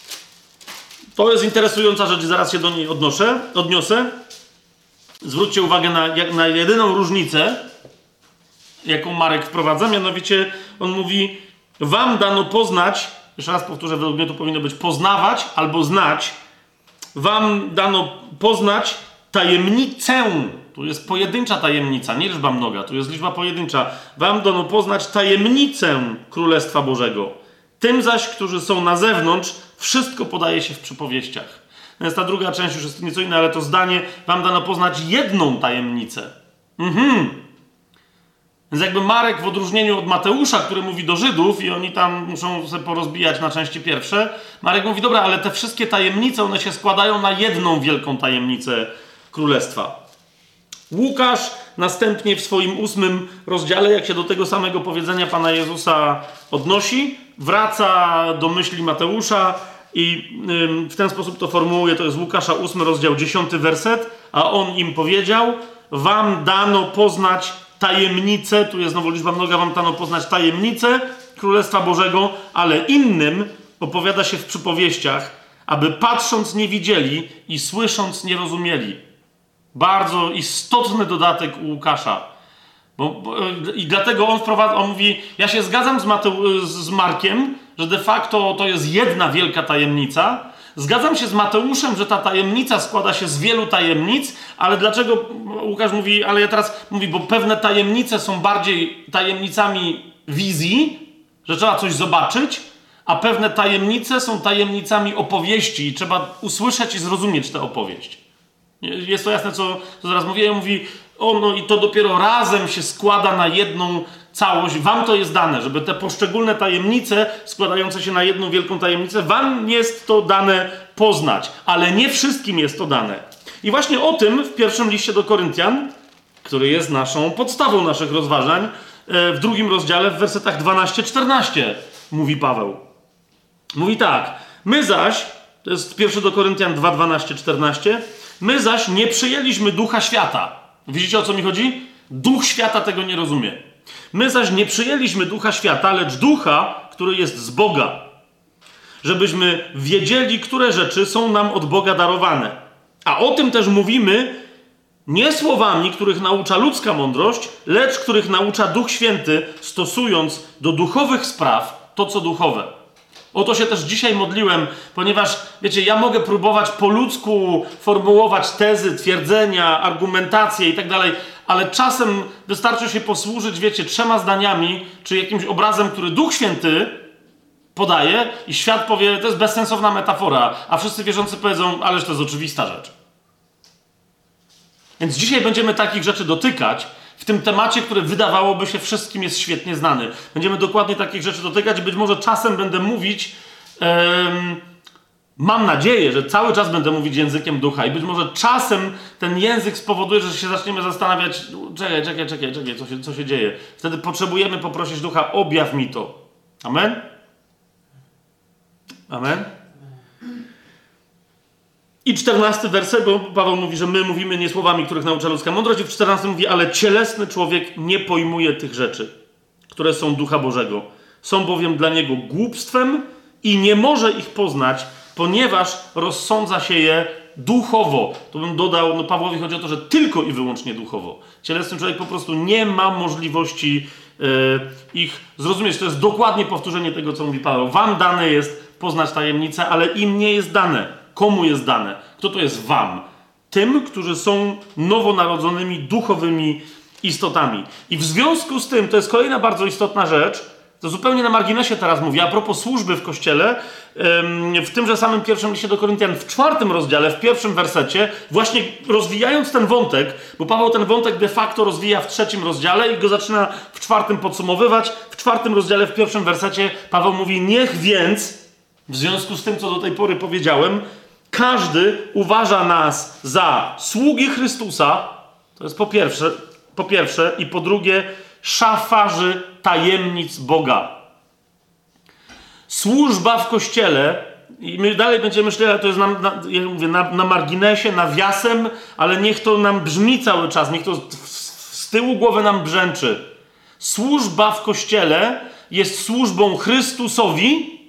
to jest interesująca rzecz i zaraz się do niej odnoszę, odniosę. Zwróćcie uwagę na, na jedyną różnicę, jaką Marek wprowadza, mianowicie on mówi, wam dano poznać, jeszcze raz powtórzę, według mnie to powinno być poznawać albo znać, wam dano poznać tajemnicę, tu jest pojedyncza tajemnica, nie liczba mnoga, tu jest liczba pojedyncza, wam dano poznać tajemnicę Królestwa Bożego. Tym zaś, którzy są na zewnątrz, wszystko podaje się w przypowieściach. Więc ta druga część już jest nieco inna, ale to zdanie, wam dano poznać jedną tajemnicę. Mhm. Więc jakby Marek w odróżnieniu od Mateusza, który mówi do Żydów i oni tam muszą sobie porozbijać na części pierwsze, Marek mówi, dobra, ale te wszystkie tajemnice, one się składają na jedną wielką tajemnicę Królestwa. Łukasz następnie w swoim ósmym rozdziale, jak się do tego samego powiedzenia Pana Jezusa odnosi, wraca do myśli Mateusza i ym, w ten sposób to formułuje, to jest Łukasza ósmy rozdział, dziesiąty werset, a on im powiedział, wam dano poznać tajemnicę, tu jest znowu liczba mnoga, wam dano poznać tajemnicę Królestwa Bożego, ale innym opowiada się w przypowieściach, aby patrząc nie widzieli i słysząc nie rozumieli. Bardzo istotny dodatek u Łukasza. Bo, bo, i dlatego on wprowadza, on mówi, ja się zgadzam z, Mateu, z Markiem, że de facto to jest jedna wielka tajemnica. Zgadzam się z Mateuszem, że ta tajemnica składa się z wielu tajemnic, ale dlaczego Łukasz mówi, ale ja teraz mówi, bo pewne tajemnice są bardziej tajemnicami wizji, że trzeba coś zobaczyć, a pewne tajemnice są tajemnicami opowieści i trzeba usłyszeć i zrozumieć tę opowieść. Jest to jasne, co, co zaraz mówię. Ja mówi, o, no i to dopiero razem się składa na jedną całość. Wam to jest dane, żeby te poszczególne tajemnice składające się na jedną wielką tajemnicę, wam jest to dane poznać, ale nie wszystkim jest to dane. I właśnie o tym w pierwszym liście do Koryntian, który jest naszą podstawą naszych rozważań, w drugim rozdziale, w wersetach dwanaście czternaście mówi Paweł. Mówi tak, my zaś, to jest pierwszy do Koryntian dwa, dwanaście czternaście, my zaś nie przyjęliśmy ducha świata. Widzicie, o co mi chodzi? Duch świata tego nie rozumie. My zaś nie przyjęliśmy ducha świata, lecz ducha, który jest z Boga. żebyśmy wiedzieli, które rzeczy są nam od Boga darowane. A o tym też mówimy nie słowami, których naucza ludzka mądrość, lecz których naucza Duch Święty, stosując do duchowych spraw to, co duchowe. O to się też dzisiaj modliłem, ponieważ, wiecie, ja mogę próbować po ludzku formułować tezy, twierdzenia, argumentacje i tak dalej, ale czasem wystarczy się posłużyć, wiecie, trzema zdaniami, czy jakimś obrazem, który Duch Święty podaje i świat powie, to jest bezsensowna metafora, a wszyscy wierzący powiedzą, ależ to jest oczywista rzecz. Więc dzisiaj będziemy takich rzeczy dotykać w tym temacie, który wydawałoby się wszystkim jest świetnie znany. Będziemy dokładnie takich rzeczy dotykać i być może czasem będę mówić, um, mam nadzieję, że cały czas będę mówić językiem ducha i być może czasem ten język spowoduje, że się zaczniemy zastanawiać, czekaj, czekaj, czekaj, czekaj, co się, co się dzieje. Wtedy potrzebujemy poprosić ducha, objaw mi to. Amen? Amen? I czternasty werset, bo Paweł mówi, że my mówimy nie słowami, których naucza ludzka mądrość, i w czternastym mówi, ale cielesny człowiek nie pojmuje tych rzeczy, które są Ducha Bożego. Są bowiem dla niego głupstwem i nie może ich poznać, ponieważ rozsądza się je duchowo. To bym dodał, no Pawłowi chodzi o to, że tylko i wyłącznie duchowo. Cielesny człowiek po prostu nie ma możliwości yy, ich zrozumieć. To jest dokładnie powtórzenie tego, co mówi Paweł. Wam dane jest poznać tajemnicę, ale im nie jest dane. Komu jest dane? Kto to jest wam? Tym, którzy są nowonarodzonymi, duchowymi istotami. I w związku z tym, to jest kolejna bardzo istotna rzecz, to zupełnie na marginesie teraz mówię, a propos służby w Kościele, w tymże samym pierwszym liście do Koryntian, w czwartym rozdziale, w pierwszym wersecie, właśnie rozwijając ten wątek, bo Paweł ten wątek de facto rozwija w trzecim rozdziale i go zaczyna w czwartym podsumowywać. W czwartym rozdziale, w pierwszym wersecie Paweł mówi, niech więc, w związku z tym, co do tej pory powiedziałem, każdy uważa nas za sługi Chrystusa, to jest po pierwsze, po pierwsze, i po drugie, szafarzy tajemnic Boga. Służba w Kościele, i my dalej będziemy myśleli, ale to jest na, na, ja mówię, na, na marginesie, nawiasem, ale niech to nam brzmi cały czas, niech to z tyłu głowy nam brzęczy. Służba w Kościele jest służbą Chrystusowi,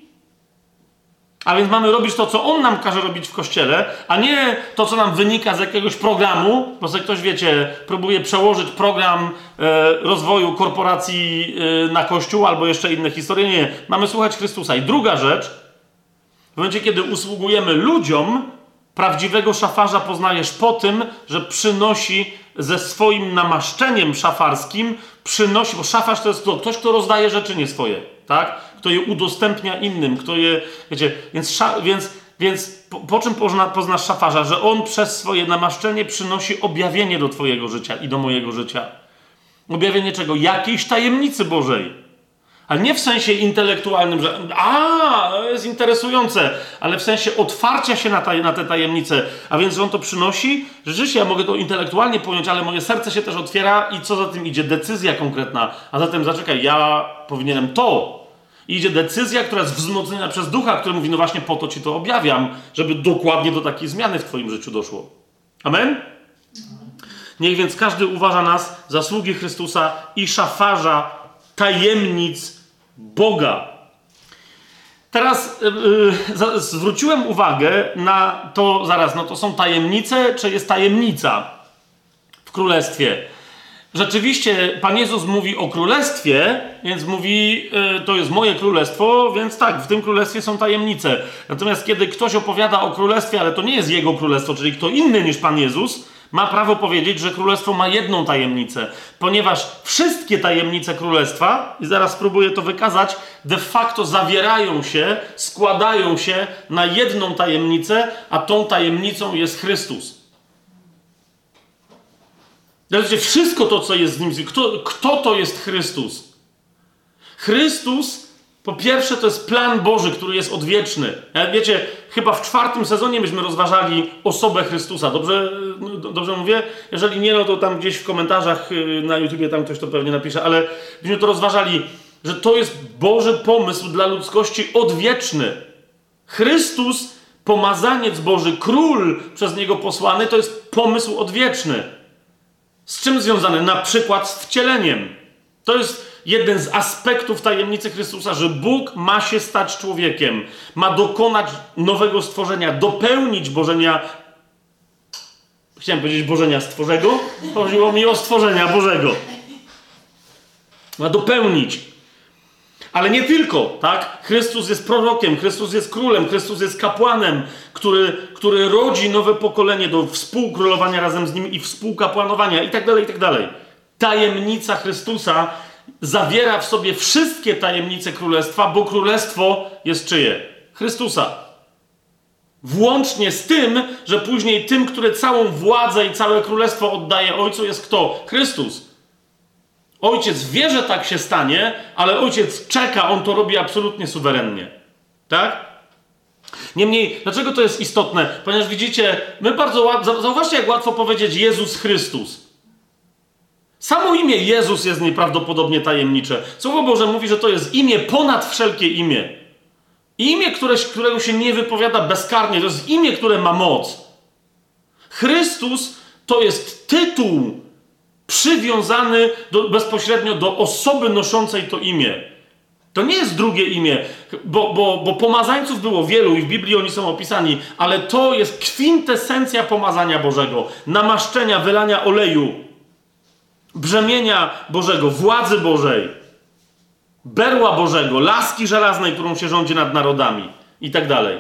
a więc mamy robić to, co On nam każe robić w Kościele, a nie to, co nam wynika z jakiegoś programu, bo sobie ktoś, wiecie, próbuje przełożyć program e, rozwoju korporacji e, na Kościół albo jeszcze inne historie. Nie, mamy słuchać Chrystusa. I druga rzecz, w momencie, kiedy usługujemy ludziom, prawdziwego szafarza poznajesz po tym, że przynosi ze swoim namaszczeniem szafarskim, przynosi, bo szafarz to jest kto? Ktoś, kto rozdaje rzeczy nie swoje, tak? Kto je udostępnia innym, kto je, wiecie, więc, sza, więc, więc po, po czym pozna, poznasz szafarza? Że on przez swoje namaszczenie przynosi objawienie do twojego życia i do mojego życia. Objawienie czego? Jakiejś tajemnicy Bożej. Ale nie w sensie intelektualnym, że a, to jest interesujące, ale w sensie otwarcia się na, taj, na te tajemnice. A więc, że on to przynosi, rzeczywiście ja mogę to intelektualnie pojąć, ale moje serce się też otwiera i co za tym idzie? Decyzja konkretna. A zatem zaczekaj, ja powinienem to. I idzie decyzja, która jest wzmocniona przez Ducha, który mówi, no właśnie po to ci to objawiam, żeby dokładnie do takiej zmiany w twoim życiu doszło. Amen? Niech więc każdy uważa nas za sługi Chrystusa i szafarza tajemnic Boga. Teraz yy, zwróciłem uwagę na to, zaraz, no to są tajemnice, czy jest tajemnica w Królestwie? Rzeczywiście Pan Jezus mówi o Królestwie, więc mówi, yy, to jest moje Królestwo, więc tak, w tym Królestwie są tajemnice. Natomiast kiedy ktoś opowiada o Królestwie, ale to nie jest jego Królestwo, czyli kto inny niż Pan Jezus, ma prawo powiedzieć, że Królestwo ma jedną tajemnicę, ponieważ wszystkie tajemnice Królestwa, i zaraz spróbuję to wykazać, de facto zawierają się, składają się na jedną tajemnicę, a tą tajemnicą jest Chrystus. Zobaczcie, wszystko to, co jest z Nim, kto, kto to jest Chrystus? Chrystus, po pierwsze, to jest plan Boży, który jest odwieczny. Jak wiecie, chyba w czwartym sezonie myśmy rozważali osobę Chrystusa. Dobrze, dobrze mówię? Jeżeli nie, no to tam gdzieś w komentarzach na YouTubie tam ktoś to pewnie napisze, ale myśmy to rozważali, że to jest Boży pomysł dla ludzkości odwieczny. Chrystus, pomazaniec Boży, król przez Niego posłany, to jest pomysł odwieczny. Z czym związany? Na przykład z wcieleniem. To jest jeden z aspektów tajemnicy Chrystusa, że Bóg ma się stać człowiekiem, ma dokonać nowego stworzenia, dopełnić Bożenia. Chciałem powiedzieć Bożenia stworzego, chodziło mi o stworzenia Bożego. Ma dopełnić. Ale nie tylko, tak? Chrystus jest prorokiem, Chrystus jest królem, Chrystus jest kapłanem, który, który rodzi nowe pokolenie do współkrólowania razem z nim i współkapłanowania i tak dalej, i tak dalej. Tajemnica Chrystusa zawiera w sobie wszystkie tajemnice królestwa, bo królestwo jest czyje? Chrystusa. Włącznie z tym, że później tym, który całą władzę i całe królestwo oddaje Ojcu, jest kto? Chrystus. Ojciec wie, że tak się stanie, ale ojciec czeka, on to robi absolutnie suwerennie. Tak? Niemniej, dlaczego to jest istotne? Ponieważ widzicie, my bardzo łatwo, zauważcie, jak łatwo powiedzieć Jezus Chrystus. Samo imię Jezus jest nieprawdopodobnie tajemnicze. Słowo Boże mówi, że to jest imię ponad wszelkie imię. Imię, które, którego się nie wypowiada bezkarnie, to jest imię, które ma moc. Chrystus to jest tytuł przywiązany do, bezpośrednio do osoby noszącej to imię. To nie jest drugie imię, bo, bo, bo pomazańców było wielu i w Biblii oni są opisani, ale to jest kwintesencja pomazania Bożego, namaszczenia, wylania oleju, brzemienia Bożego, władzy Bożej, berła Bożego, laski żelaznej, którą się rządzi nad narodami i tak dalej.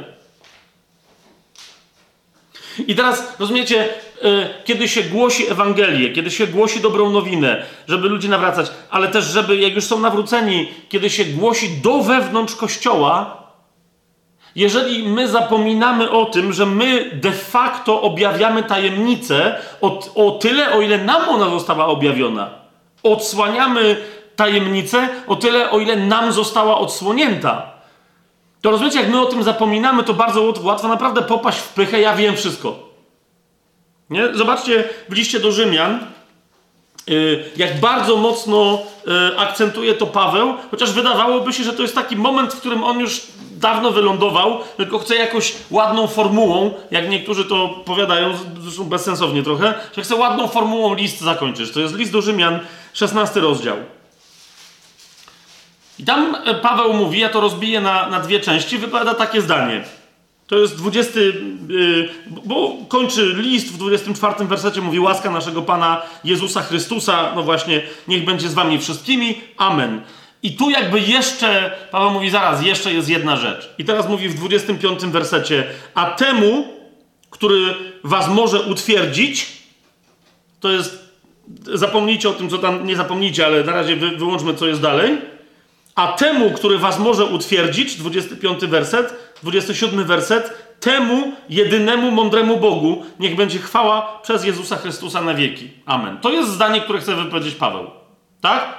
I teraz, rozumiecie, yy, kiedy się głosi Ewangelię, kiedy się głosi dobrą nowinę, żeby ludzie nawracać, ale też, żeby, jak już są nawróceni, kiedy się głosi do wewnątrz Kościoła, jeżeli my zapominamy o tym, że my de facto objawiamy tajemnicę o, o tyle, o ile nam ona została objawiona. Odsłaniamy tajemnicę o tyle, o ile nam została odsłonięta. To rozumiecie, jak my o tym zapominamy, to bardzo łatwo naprawdę popaść w pychę, ja wiem wszystko. Nie? Zobaczcie w liście do Rzymian, yy, jak bardzo mocno yy, akcentuje to Paweł, chociaż wydawałoby się, że to jest taki moment, w którym on już dawno wylądował, tylko chce jakoś ładną formułą, jak niektórzy to powiadają, zresztą bezsensownie trochę, że chce ładną formułą list zakończyć. To jest list do Rzymian, szesnasty rozdział. I tam Paweł mówi, ja to rozbiję na, na dwie części, wypowiada takie zdanie. To jest dwudziesty, yy, bo kończy list w dwudziestym czwartym wersecie, mówi łaska naszego Pana Jezusa Chrystusa, no właśnie, niech będzie z wami wszystkimi, amen. I tu jakby jeszcze, Paweł mówi zaraz, jeszcze jest jedna rzecz. I teraz mówi w dwudziestym piątym wersecie, a temu, który was może utwierdzić, to jest, zapomnijcie o tym, co tam, nie zapomnijcie, ale na razie wy, wyłączmy, co jest dalej. A temu, który was może utwierdzić, dwudziesty piąty werset, dwudziesty siódmy werset, temu jedynemu mądremu Bogu niech będzie chwała przez Jezusa Chrystusa na wieki. Amen. To jest zdanie, które chce wypowiedzieć Paweł. Tak?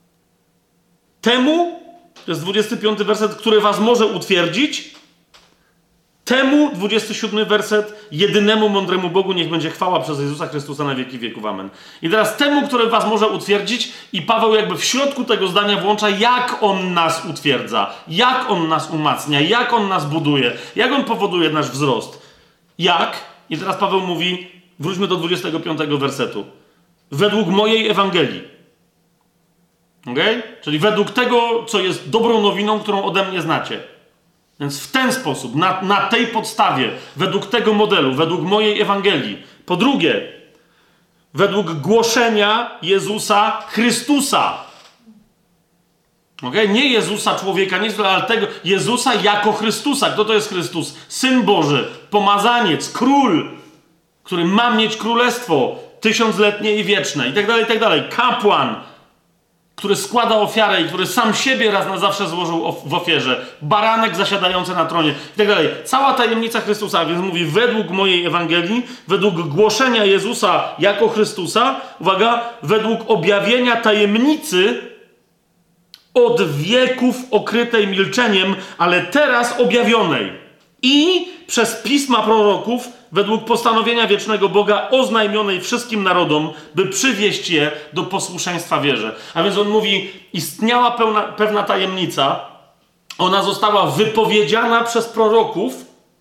Temu, to jest dwudziesty piąty werset, który was może utwierdzić, temu, dwudziesty siódmy werset, jedynemu mądremu Bogu niech będzie chwała przez Jezusa Chrystusa na wieki wieków. Amen. I teraz temu, który was może utwierdzić, i Paweł jakby w środku tego zdania włącza, jak on nas utwierdza, jak on nas umacnia, jak on nas buduje, jak on powoduje nasz wzrost. Jak? I teraz Paweł mówi, wróćmy do dwudziestego piątego wersetu. Według mojej Ewangelii. Okej? Okay? Czyli według tego, co jest dobrą nowiną, którą ode mnie znacie. Więc w ten sposób, na, na tej podstawie, według tego modelu, według mojej Ewangelii. Po drugie, według głoszenia Jezusa Chrystusa. Okay? Nie Jezusa człowieka, nie ale tego Jezusa jako Chrystusa. Kto to jest Chrystus? Syn Boży, pomazaniec, król, który ma mieć królestwo tysiącletnie i wieczne i tak dalej, i tak dalej. Kapłan, który składa ofiarę i który sam siebie raz na zawsze złożył w ofierze. Baranek zasiadający na tronie i tak dalej. Cała tajemnica Chrystusa, więc mówi według mojej Ewangelii, według głoszenia Jezusa jako Chrystusa, uwaga, według objawienia tajemnicy od wieków okrytej milczeniem, ale teraz objawionej. I przez pisma proroków, według postanowienia wiecznego Boga, oznajmionej wszystkim narodom, by przywieść je do posłuszeństwa wierze. A więc on mówi, istniała pełna, pewna tajemnica, ona została wypowiedziana przez proroków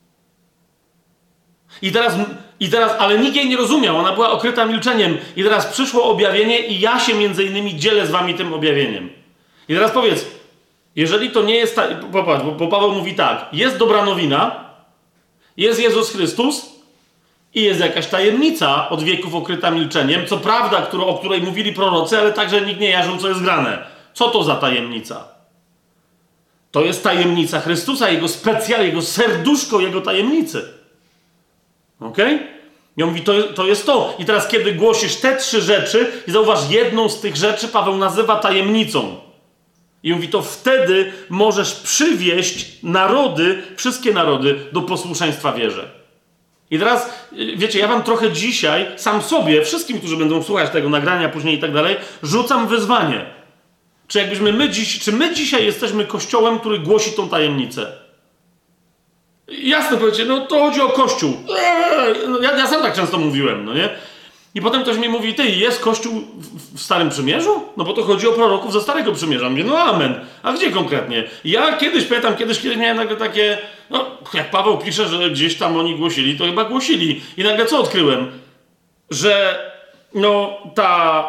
i teraz, i teraz, ale nikt jej nie rozumiał, ona była okryta milczeniem i teraz przyszło objawienie i ja się między innymi dzielę z wami tym objawieniem. I teraz powiedz, jeżeli to nie jest... Ta... Popatrz, bo Paweł mówi tak, jest dobra nowina, jest Jezus Chrystus i jest jakaś tajemnica od wieków okryta milczeniem, co prawda, którą, o której mówili prorocy, ale także nikt nie jarzył, co jest grane. Co to za tajemnica? To jest tajemnica Chrystusa, jego specjal, jego serduszko, jego tajemnicy. Okej? Okay? I on mówi, to, to jest to. I teraz, kiedy głosisz te trzy rzeczy, i zauważ, jedną z tych rzeczy Paweł nazywa tajemnicą. I mówi, to wtedy możesz przywieść narody, wszystkie narody, do posłuszeństwa wierze. I teraz, wiecie, ja wam trochę dzisiaj, sam sobie, wszystkim, którzy będą słuchać tego nagrania później i tak dalej, rzucam wyzwanie. Czy jakbyśmy my dziś, czy my dzisiaj jesteśmy kościołem, który głosi tą tajemnicę? Jasne, powiecie, no to chodzi o Kościół. Eee, no ja, ja sam tak często mówiłem, no nie? I potem ktoś mi mówi, ty, jest Kościół w, w Starym Przymierzu? No bo to chodzi o proroków ze Starego Przymierza. Mówię, no amen. A gdzie konkretnie? Ja kiedyś, pamiętam, kiedyś, kiedyś miałem nagle takie, no jak Paweł pisze, że gdzieś tam oni głosili, to chyba głosili. I nagle co odkryłem? Że no ta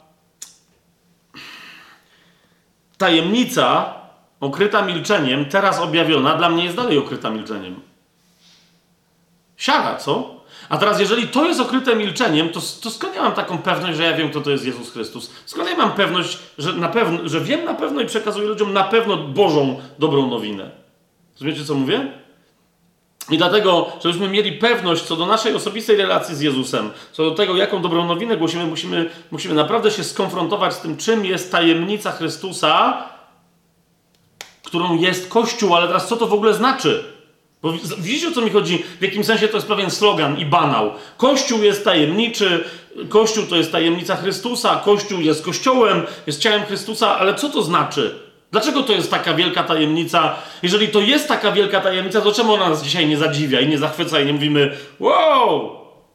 tajemnica okryta milczeniem, teraz objawiona, dla mnie jest dalej okryta milczeniem. Siara, co? A teraz, jeżeli to jest okryte milczeniem, to, to skąd ja mam taką pewność, że ja wiem, kto to jest Jezus Chrystus? Skąd ja mam pewność, że, na pewno, że wiem na pewno i przekazuję ludziom na pewno Bożą, dobrą nowinę? Rozumiecie, co mówię? I dlatego, żebyśmy mieli pewność co do naszej osobistej relacji z Jezusem, co do tego, jaką dobrą nowinę głosimy, musimy, musimy naprawdę się skonfrontować z tym, czym jest tajemnica Chrystusa, którą jest Kościół, ale teraz co to w ogóle znaczy? Bo widzicie, o co mi chodzi? W jakim sensie to jest pewien slogan i banał. Kościół jest tajemniczy, Kościół to jest tajemnica Chrystusa, Kościół jest Kościołem, jest ciałem Chrystusa, ale co to znaczy? Dlaczego to jest taka wielka tajemnica? Jeżeli to jest taka wielka tajemnica, to czemu ona nas dzisiaj nie zadziwia i nie zachwyca i nie mówimy wow!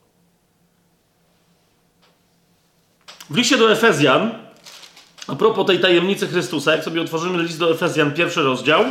W liście do Efezjan, a propos tej tajemnicy Chrystusa, jak sobie otworzymy list do Efezjan, pierwszy rozdział,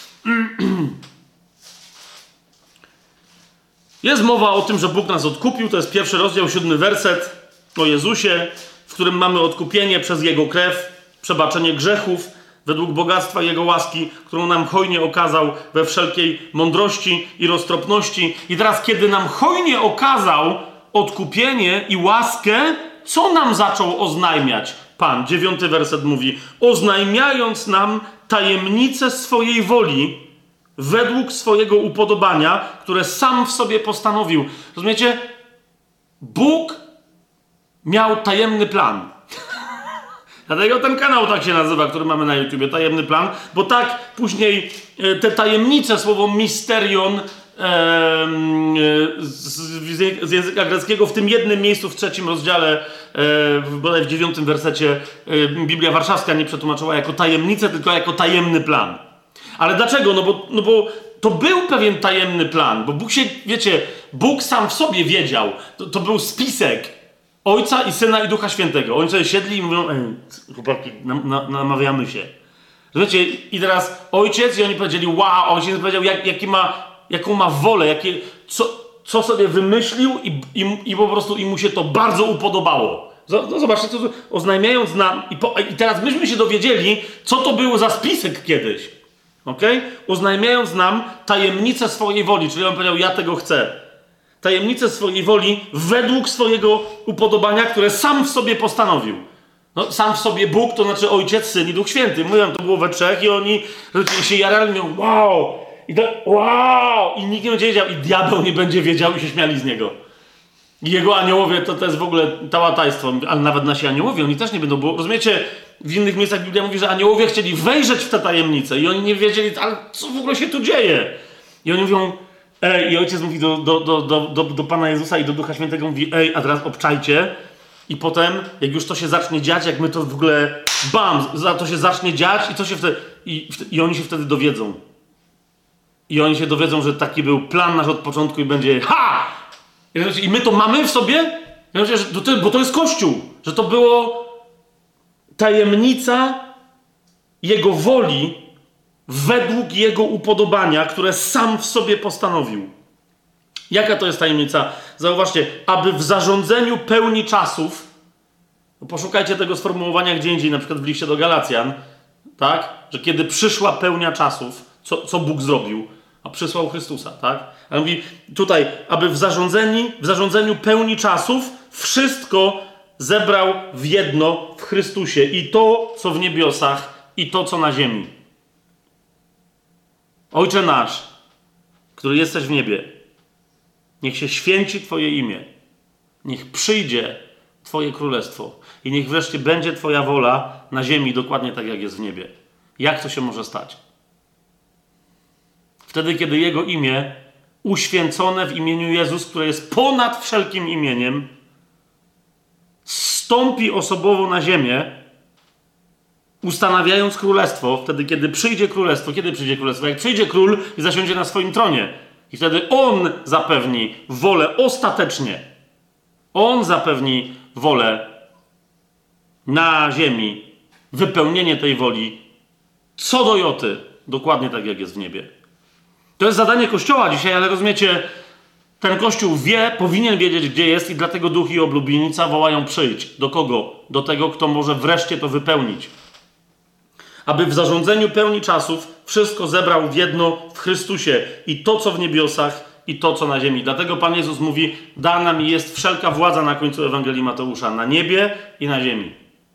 jest mowa o tym, że Bóg nas odkupił, to jest pierwszy rozdział, siódmy werset o Jezusie, w którym mamy odkupienie przez Jego krew, przebaczenie grzechów, według bogactwa Jego łaski, którą nam hojnie okazał we wszelkiej mądrości i roztropności. I teraz, kiedy nam hojnie okazał odkupienie i łaskę, co nam zaczął oznajmiać Pan? Dziewiąty werset mówi, oznajmiając nam tajemnicę swojej woli, według swojego upodobania, które sam w sobie postanowił. Rozumiecie? Bóg miał tajemny plan. Dlatego ten kanał tak się nazywa, który mamy na YouTubie, tajemny plan, bo tak później te tajemnice, słowo misterion e, z, z języka greckiego w tym jednym miejscu, w trzecim rozdziale, e, bodaj w dziewiątym wersecie e, Biblia Warszawska nie przetłumaczyła jako tajemnicę, tylko jako tajemny plan. Ale dlaczego? No bo, no bo to był pewien tajemny plan, bo Bóg się, wiecie, Bóg sam w sobie wiedział. To, to był spisek Ojca i Syna i Ducha Świętego. Oni sobie siedli i mówią, ej, chłopaki, nam, na, namawiamy się. Rozumiecie? I teraz ojciec i oni powiedzieli, wow, ojciec powiedział, jak, jaki ma, jaką ma wolę, jakie, co, co sobie wymyślił i, i, i po prostu i mu się to bardzo upodobało. No zobaczcie, co, oznajmiając nam, i, po, i teraz myśmy się dowiedzieli, co to było za spisek kiedyś. Okay? Oznajmiając nam tajemnicę swojej woli, czyli on powiedział, ja tego chcę. Tajemnicę swojej woli według swojego upodobania, które sam w sobie postanowił. No, sam w sobie Bóg, to znaczy Ojciec, Syn i Duch Święty. Mówią, to było we trzech i oni się jarali, mówią, wow! I to, wow! I nikt nie będzie wiedział, i diabeł nie będzie wiedział i się śmiali z niego. I jego aniołowie, to, to jest w ogóle tałatajstwo, ale nawet nasi aniołowie, oni też nie będą, bo rozumiecie, w innych miejscach Biblia mówi, że aniołowie chcieli wejrzeć w tę tajemnicę i oni nie wiedzieli, ale co w ogóle się tu dzieje? I oni mówią, ej, i ojciec mówi do, do, do, do, do, do Pana Jezusa i do Ducha Świętego, mówi, ej, a teraz obczajcie. I potem, jak już to się zacznie dziać, jak my to w ogóle, bam, to się zacznie dziać i co się wtedy, i, i oni się wtedy dowiedzą. I oni się dowiedzą, że taki był plan nasz od początku i będzie, ha! I my to mamy w sobie, bo to jest Kościół, że to było tajemnica Jego woli według Jego upodobania, które sam w sobie postanowił. Jaka to jest tajemnica? Zauważcie, aby w zarządzeniu pełni czasów, poszukajcie tego sformułowania gdzie indziej, na przykład w liście do Galacjan, tak? Że kiedy przyszła pełnia czasów, co, co Bóg zrobił? A przysłał Chrystusa, tak? A mówi tutaj, aby w, zarządzeni, w zarządzeniu pełni czasów wszystko zebrał w jedno w Chrystusie. I to, co w niebiosach, i to, co na ziemi. Ojcze nasz, który jesteś w niebie, niech się święci Twoje imię. Niech przyjdzie Twoje królestwo. I niech wreszcie będzie Twoja wola na ziemi, dokładnie tak, jak jest w niebie. Jak to się może stać? Wtedy, kiedy Jego imię, uświęcone w imieniu Jezus, które jest ponad wszelkim imieniem, zstąpi osobowo na ziemię, ustanawiając królestwo, wtedy, kiedy przyjdzie królestwo. Kiedy przyjdzie królestwo? Jak przyjdzie król i zasiądzie na swoim tronie. I wtedy On zapewni wolę ostatecznie. On zapewni wolę na ziemi, wypełnienie tej woli co do joty, dokładnie tak, jak jest w niebie. To jest zadanie Kościoła dzisiaj, ale rozumiecie, ten Kościół wie, powinien wiedzieć, gdzie jest i dlatego duch i oblubienica wołają przyjdź. Do kogo? Do tego, kto może wreszcie to wypełnić. Aby w zarządzeniu pełni czasów wszystko zebrał w jedno w Chrystusie. I to, co w niebiosach, i to, co na ziemi. Dlatego Pan Jezus mówi, dana mi jest wszelka władza na końcu Ewangelii Mateusza, na niebie i na ziemi.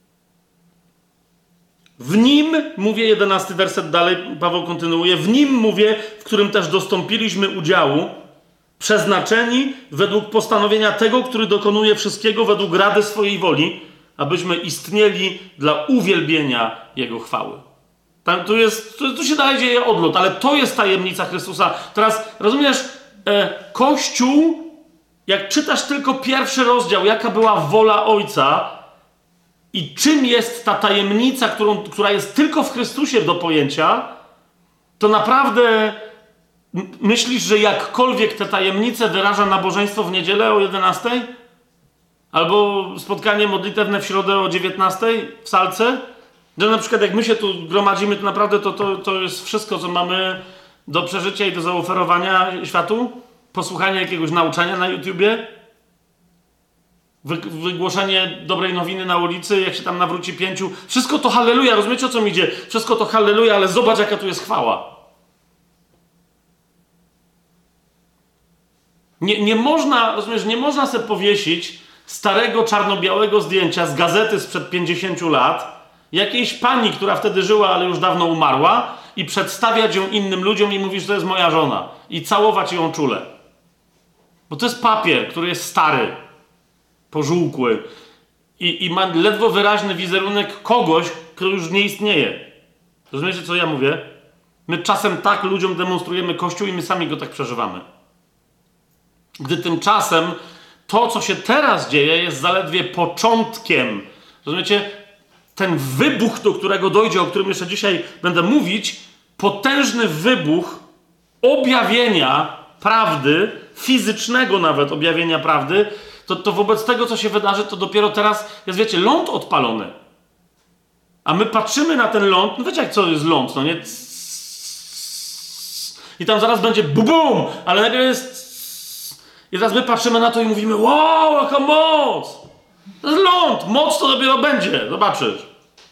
W Nim, mówię, jedenasty werset dalej, Paweł kontynuuje, w Nim mówię, w którym też dostąpiliśmy udziału, przeznaczeni według postanowienia tego, który dokonuje wszystkiego według rady swojej woli, abyśmy istnieli dla uwielbienia Jego chwały. Tam, tu, jest, tu, tu się dalej dzieje odlot, ale to jest tajemnica Chrystusa. Teraz, rozumiesz, e, Kościół, jak czytasz tylko pierwszy rozdział, jaka była wola Ojca i czym jest ta tajemnica, którą, która jest tylko w Chrystusie do pojęcia, to naprawdę myślisz, że jakkolwiek te tajemnice wyraża nabożeństwo w niedzielę o jedenastej? Albo spotkanie modlitewne w środę o dziewiętnastej w salce? Że na przykład jak my się tu gromadzimy, to naprawdę to, to, to jest wszystko, co mamy do przeżycia i do zaoferowania światu? Posłuchanie jakiegoś nauczania na YouTubie? Wy, wygłoszenie dobrej nowiny na ulicy, jak się tam nawróci pięciu? Wszystko to halleluja, rozumiecie, o co mi idzie? Wszystko to halleluja, ale zobacz, jaka tu jest chwała. Nie, nie można, rozumiesz, nie można sobie powiesić starego czarno-białego zdjęcia z gazety sprzed pięćdziesięciu lat jakiejś pani, która wtedy żyła, ale już dawno umarła, i przedstawiać ją innym ludziom i mówisz, że to jest moja żona, i całować ją czule. Bo to jest papier, który jest stary, pożółkły i, i ma ledwo wyraźny wizerunek kogoś, kto już nie istnieje. Rozumiecie, co ja mówię? My czasem tak ludziom demonstrujemy Kościół i my sami go tak przeżywamy. Gdy tymczasem to, co się teraz dzieje, jest zaledwie początkiem. Rozumiecie? Ten wybuch, do którego dojdzie, o którym jeszcze dzisiaj będę mówić, potężny wybuch objawienia prawdy, fizycznego nawet objawienia prawdy, to, to wobec tego, co się wydarzy, to dopiero teraz jest, wiecie, ląd odpalony. A my patrzymy na ten ląd, no wiecie, jak co jest ląd, no nie? I tam zaraz będzie bum, ale najpierw jest... I teraz my patrzymy na to i mówimy, wow, jaka moc! To jest ląd, moc to dopiero będzie, zobaczysz.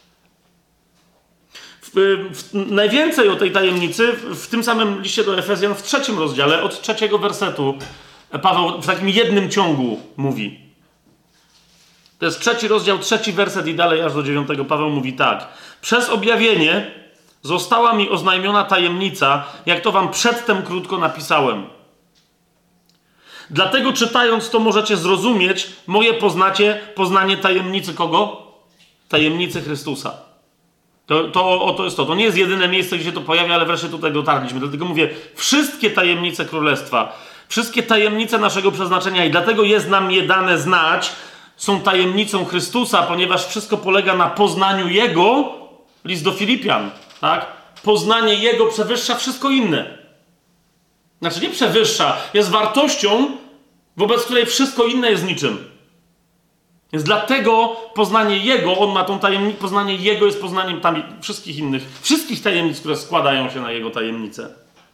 W, w, najwięcej o tej tajemnicy w, w tym samym liście do Efezjan, w trzecim rozdziale, od trzeciego wersetu, Paweł w takim jednym ciągu mówi. To jest trzeci rozdział, trzeci werset i dalej aż do dziewiątego. Paweł mówi tak. Przez objawienie została mi oznajmiona tajemnica, jak to wam przedtem krótko napisałem. Dlatego czytając to możecie zrozumieć moje poznacie, poznanie tajemnicy kogo? Tajemnicy Chrystusa. To, to, o, to jest to. To nie jest jedyne miejsce, gdzie się to pojawia, ale wreszcie tutaj dotarliśmy. Dlatego mówię, wszystkie tajemnice Królestwa, wszystkie tajemnice naszego przeznaczenia i dlatego jest nam je dane znać, są tajemnicą Chrystusa, ponieważ wszystko polega na poznaniu Jego, list do Filipian, tak? Poznanie Jego przewyższa wszystko inne. Znaczy nie przewyższa, jest wartością, wobec której wszystko inne jest niczym. Więc dlatego poznanie Jego, on ma tą tajemnicę, poznanie Jego jest poznaniem tam wszystkich innych, wszystkich tajemnic, które składają się na Jego tajemnicę.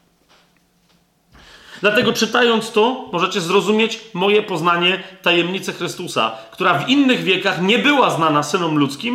Dlatego czytając to, możecie zrozumieć moje poznanie tajemnicy Chrystusa, która w innych wiekach nie była znana synom ludzkim,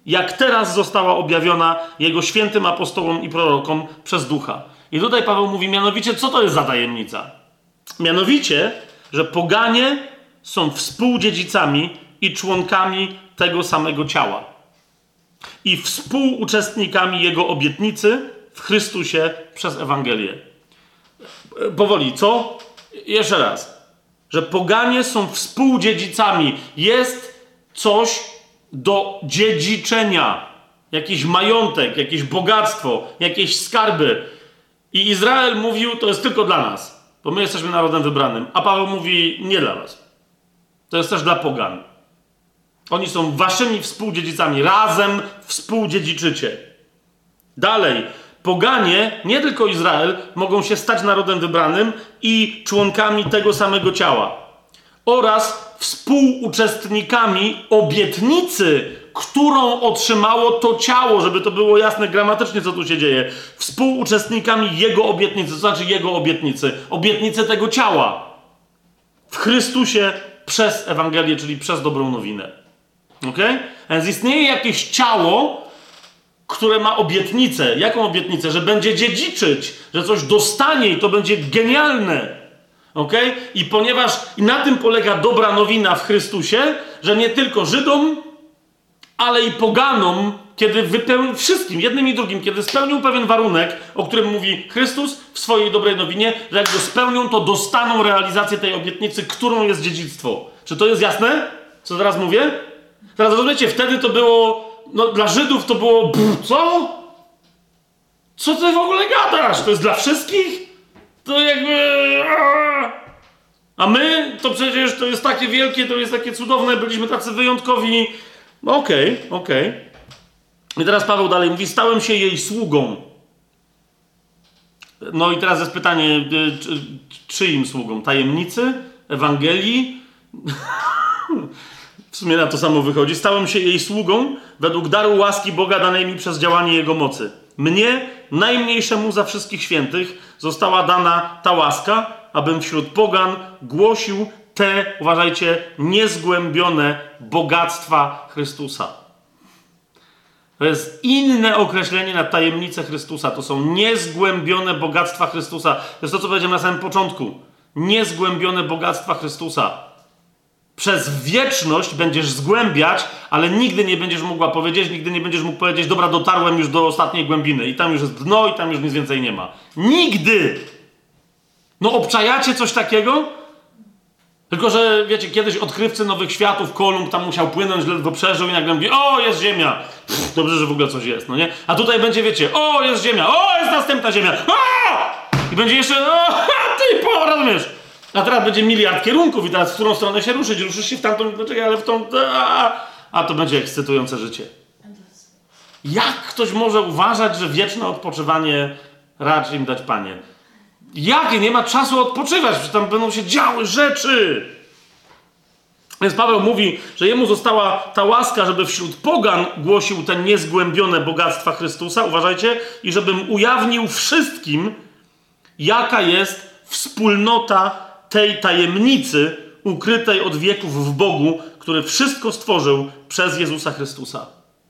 jak teraz została objawiona Jego świętym apostołom i prorokom przez Ducha. I tutaj Paweł mówi mianowicie, co to jest za tajemnica? Mianowicie, że poganie są współdziedzicami i członkami tego samego ciała. I współuczestnikami Jego obietnicy w Chrystusie przez Ewangelię. Powoli, co? Jeszcze raz. Że poganie są współdziedzicami. Jest coś do dziedziczenia. Jakiś majątek, jakieś bogactwo, jakieś skarby. I Izrael mówił, to jest tylko dla nas, bo my jesteśmy narodem wybranym. A Paweł mówi, nie dla was. To jest też dla pogan. Oni są waszymi współdziedzicami. Razem współdziedziczycie. Dalej. Poganie, nie tylko Izrael, mogą się stać narodem wybranym i członkami tego samego ciała. Oraz współuczestnikami obietnicy, którą otrzymało to ciało, żeby to było jasne gramatycznie, co tu się dzieje. Współuczestnikami Jego obietnicy, to znaczy Jego obietnicy. Obietnicy tego ciała. W Chrystusie przez Ewangelię, czyli przez dobrą nowinę. Okej? A więc istnieje jakieś ciało, które ma obietnicę. Jaką obietnicę? Że będzie dziedziczyć, że coś dostanie i to będzie genialne. Okej? I ponieważ i na tym polega dobra nowina w Chrystusie, że nie tylko Żydom, ale i poganom, kiedy wypełnią, wszystkim, jednym i drugim, kiedy spełnią pewien warunek, o którym mówi Chrystus w swojej dobrej nowinie, że jak go spełnią, to dostaną realizację tej obietnicy, którą jest dziedzictwo. Czy to jest jasne? Co teraz mówię? Teraz rozumiecie, wtedy to było, no dla Żydów to było, pff, co? Co ty w ogóle gadasz? To jest dla wszystkich? To jakby... A my, to przecież to jest takie wielkie, to jest takie cudowne, byliśmy tacy wyjątkowi. No okej, okay, okej. Okay. I teraz Paweł dalej mówi, stałem się jej sługą. No i teraz jest pytanie, czy, czyim sługą? Tajemnicy? Ewangelii? W sumie na to samo wychodzi. Stałem się jej sługą według daru łaski Boga danej mi przez działanie Jego mocy. Mnie, najmniejszemu za wszystkich świętych, została dana ta łaska, abym wśród pogan głosił te, uważajcie, niezgłębione bogactwa Chrystusa. To jest inne określenie na tajemnicę Chrystusa. To są niezgłębione bogactwa Chrystusa. To jest to, co powiedziałem na samym początku. Niezgłębione bogactwa Chrystusa. Przez wieczność będziesz zgłębiać, ale nigdy nie będziesz mogła powiedzieć, nigdy nie będziesz mógł powiedzieć, dobra, dotarłem już do ostatniej głębiny i tam już jest dno i tam już nic więcej nie ma. Nigdy! No obczajacie coś takiego? Tylko, że wiecie, kiedyś odkrywcy nowych światów, Kolumb tam musiał płynąć, ledwo przeżył i nagle mówi, o, jest Ziemia! Pff, dobrze, że w ogóle coś jest, no nie? A tutaj będzie, wiecie, o, jest Ziemia! O, jest następna Ziemia! O! I będzie jeszcze, o, ty, po, rozumiesz? A teraz będzie miliard kierunków i teraz w którą stronę się ruszyć? Ruszysz się w tamtą, poczekaj, ale w tą... A, a to będzie ekscytujące życie. Jak ktoś może uważać, że wieczne odpoczywanie racz im dać Panie? Jakie? Nie ma czasu odpoczywać, że tam będą się działy rzeczy. Więc Paweł mówi, że jemu została ta łaska, żeby wśród pogan głosił te niezgłębione bogactwa Chrystusa, uważajcie, i żebym ujawnił wszystkim, jaka jest wspólnota tej tajemnicy ukrytej od wieków w Bogu, który wszystko stworzył przez Jezusa Chrystusa.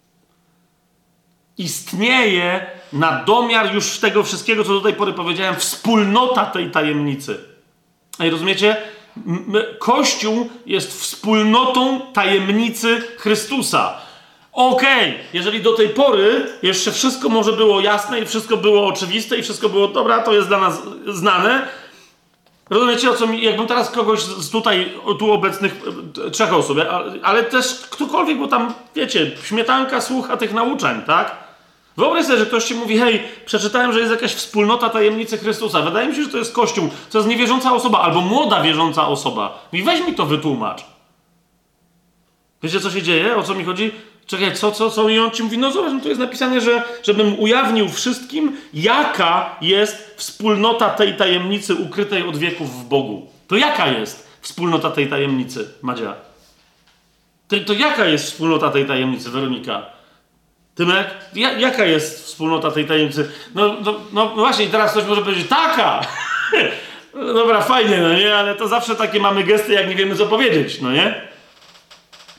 Istnieje na domiar już tego wszystkiego, co do tej pory powiedziałem, wspólnota tej tajemnicy. I rozumiecie? Kościół jest wspólnotą tajemnicy Chrystusa. Okej, okay. Jeżeli do tej pory jeszcze wszystko może było jasne i wszystko było oczywiste i wszystko było, dobra, to jest dla nas znane. Rozumiecie, o co mi, jakbym teraz kogoś z tutaj, tu obecnych trzech osób, ale też ktokolwiek, bo tam, wiecie, śmietanka słucha tych nauczań, tak? Wyobraź sobie, że ktoś ci mówi, hej, przeczytałem, że jest jakaś wspólnota tajemnicy Chrystusa. Wydaje mi się, że to jest Kościół. To jest niewierząca osoba, albo młoda wierząca osoba. I weź mi to wytłumacz. Wiecie, co się dzieje? O co mi chodzi? Czekaj, co, co, co? I on ci mówi, no zobacz, no tu jest napisane, że żebym ujawnił wszystkim, jaka jest wspólnota tej tajemnicy ukrytej od wieków w Bogu. To jaka jest wspólnota tej tajemnicy, Madzia? To, to jaka jest wspólnota tej tajemnicy, Weronika? Tymek? Ja, jaka jest wspólnota tej tajemnicy? No, no, no właśnie, teraz ktoś może powiedzieć, taka! No dobra, fajnie, no nie? Ale to zawsze takie mamy gesty, jak nie wiemy, co powiedzieć, no nie?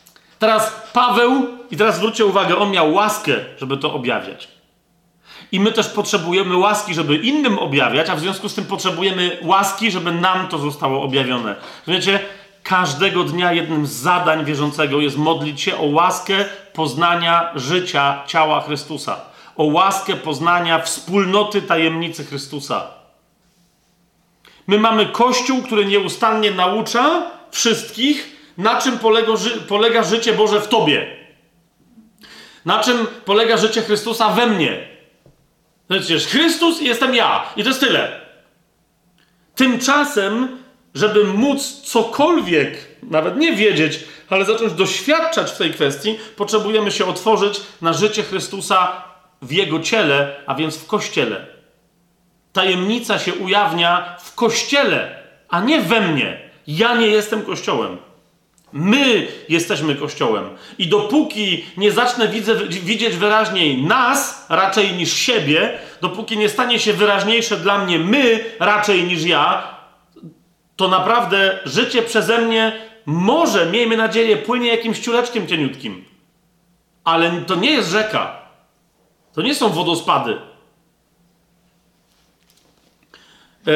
Teraz Paweł, i teraz zwróćcie uwagę, on miał łaskę, żeby to objawiać. I my też potrzebujemy łaski, żeby innym objawiać, a w związku z tym potrzebujemy łaski, żeby nam to zostało objawione. Wiecie, każdego dnia jednym z zadań wierzącego jest modlić się o łaskę poznania życia ciała Chrystusa. O łaskę poznania wspólnoty tajemnicy Chrystusa. My mamy Kościół, który nieustannie naucza wszystkich, na czym polega, ży- polega życie Boże w tobie. Na czym polega życie Chrystusa we mnie. Przecież Chrystus i jestem ja. I to jest tyle. Tymczasem, żeby móc cokolwiek, nawet nie wiedzieć, ale zacząć doświadczać w tej kwestii, potrzebujemy się otworzyć na życie Chrystusa w Jego ciele, a więc w Kościele. Tajemnica się ujawnia w Kościele, a nie we mnie. Ja nie jestem Kościołem. My jesteśmy Kościołem. I dopóki nie zacznę widzę, widzieć wyraźniej nas raczej niż siebie, dopóki nie stanie się wyraźniejsze dla mnie my raczej niż ja, to naprawdę życie przeze mnie może, miejmy nadzieję, płynie jakimś ciureczkiem cieniutkim. Ale to nie jest rzeka. To nie są wodospady. Yy,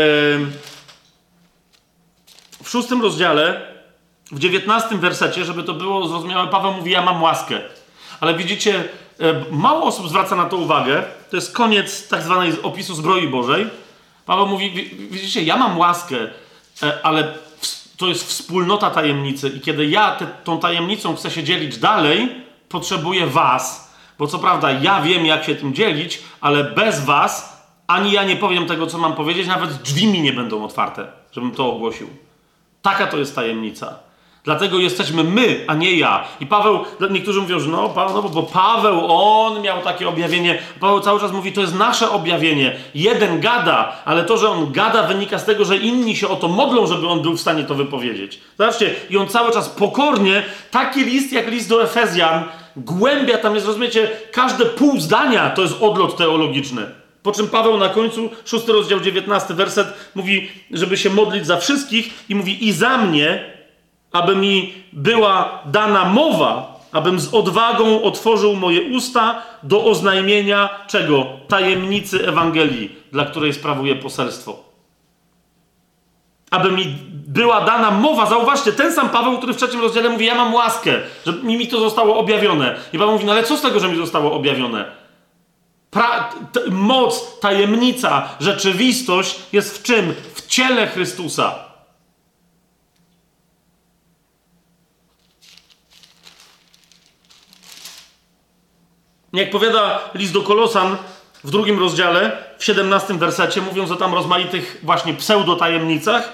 w szóstym rozdziale, w dziewiętnastym wersecie, żeby to było zrozumiałe, Paweł mówi, ja mam łaskę. Ale widzicie, mało osób zwraca na to uwagę. To jest koniec tak zwanej opisu zbroi Bożej. Paweł mówi, widzicie, ja mam łaskę, ale to jest wspólnota tajemnicy i kiedy ja te, tą tajemnicą chcę się dzielić dalej, potrzebuję was. Bo co prawda ja wiem, jak się tym dzielić, ale bez was ani ja nie powiem tego, co mam powiedzieć, nawet drzwi mi nie będą otwarte, żebym to ogłosił. Taka to jest tajemnica. Dlatego jesteśmy my, a nie ja. I Paweł, niektórzy mówią, że no, Paweł, no bo Paweł, on miał takie objawienie. Paweł cały czas mówi, to jest nasze objawienie. Jeden gada, ale to, że on gada, wynika z tego, że inni się o to modlą, żeby on był w stanie to wypowiedzieć. Zobaczcie, i on cały czas pokornie, taki list jak list do Efezjan, głębia tam jest, rozumiecie, każde pół zdania to jest odlot teologiczny. Po czym Paweł na końcu, szósty rozdział, dziewiętnasty werset, mówi, żeby się modlić za wszystkich i mówi, i za mnie, aby mi była dana mowa, abym z odwagą otworzył moje usta do oznajmienia czego? Tajemnicy Ewangelii, dla której sprawuję poselstwo. Aby mi była dana mowa, zauważcie, ten sam Paweł, który w trzecim rozdziale mówi, ja mam łaskę, że mi, mi to zostało objawione. I Paweł mówi, no ale co z tego, że mi zostało objawione? Pra, t, moc, tajemnica, rzeczywistość jest w czym? W ciele Chrystusa. Jak powiada list do Kolosan w drugim rozdziale, w siedemnastym wersecie, mówiąc o tam rozmaitych właśnie pseudotajemnicach,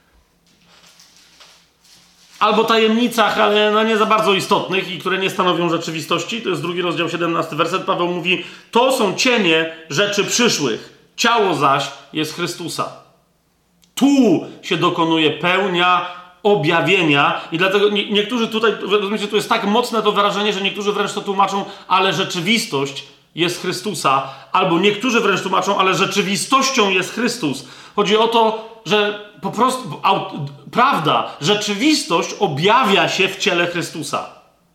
albo tajemnicach, ale no nie za bardzo istotnych i które nie stanowią rzeczywistości, to jest drugi rozdział, siedemnasty werset, Paweł mówi, to są cienie rzeczy przyszłych, ciało zaś jest Chrystusa. Tu się dokonuje pełnia objawienia i dlatego nie, niektórzy tutaj, rozumiecie, to jest tak mocne to wyrażenie, że niektórzy wręcz to tłumaczą, ale rzeczywistość jest Chrystusa, albo niektórzy wręcz tłumaczą, ale rzeczywistością jest Chrystus. Chodzi o to, że po prostu aut, prawda, rzeczywistość objawia się w ciele Chrystusa.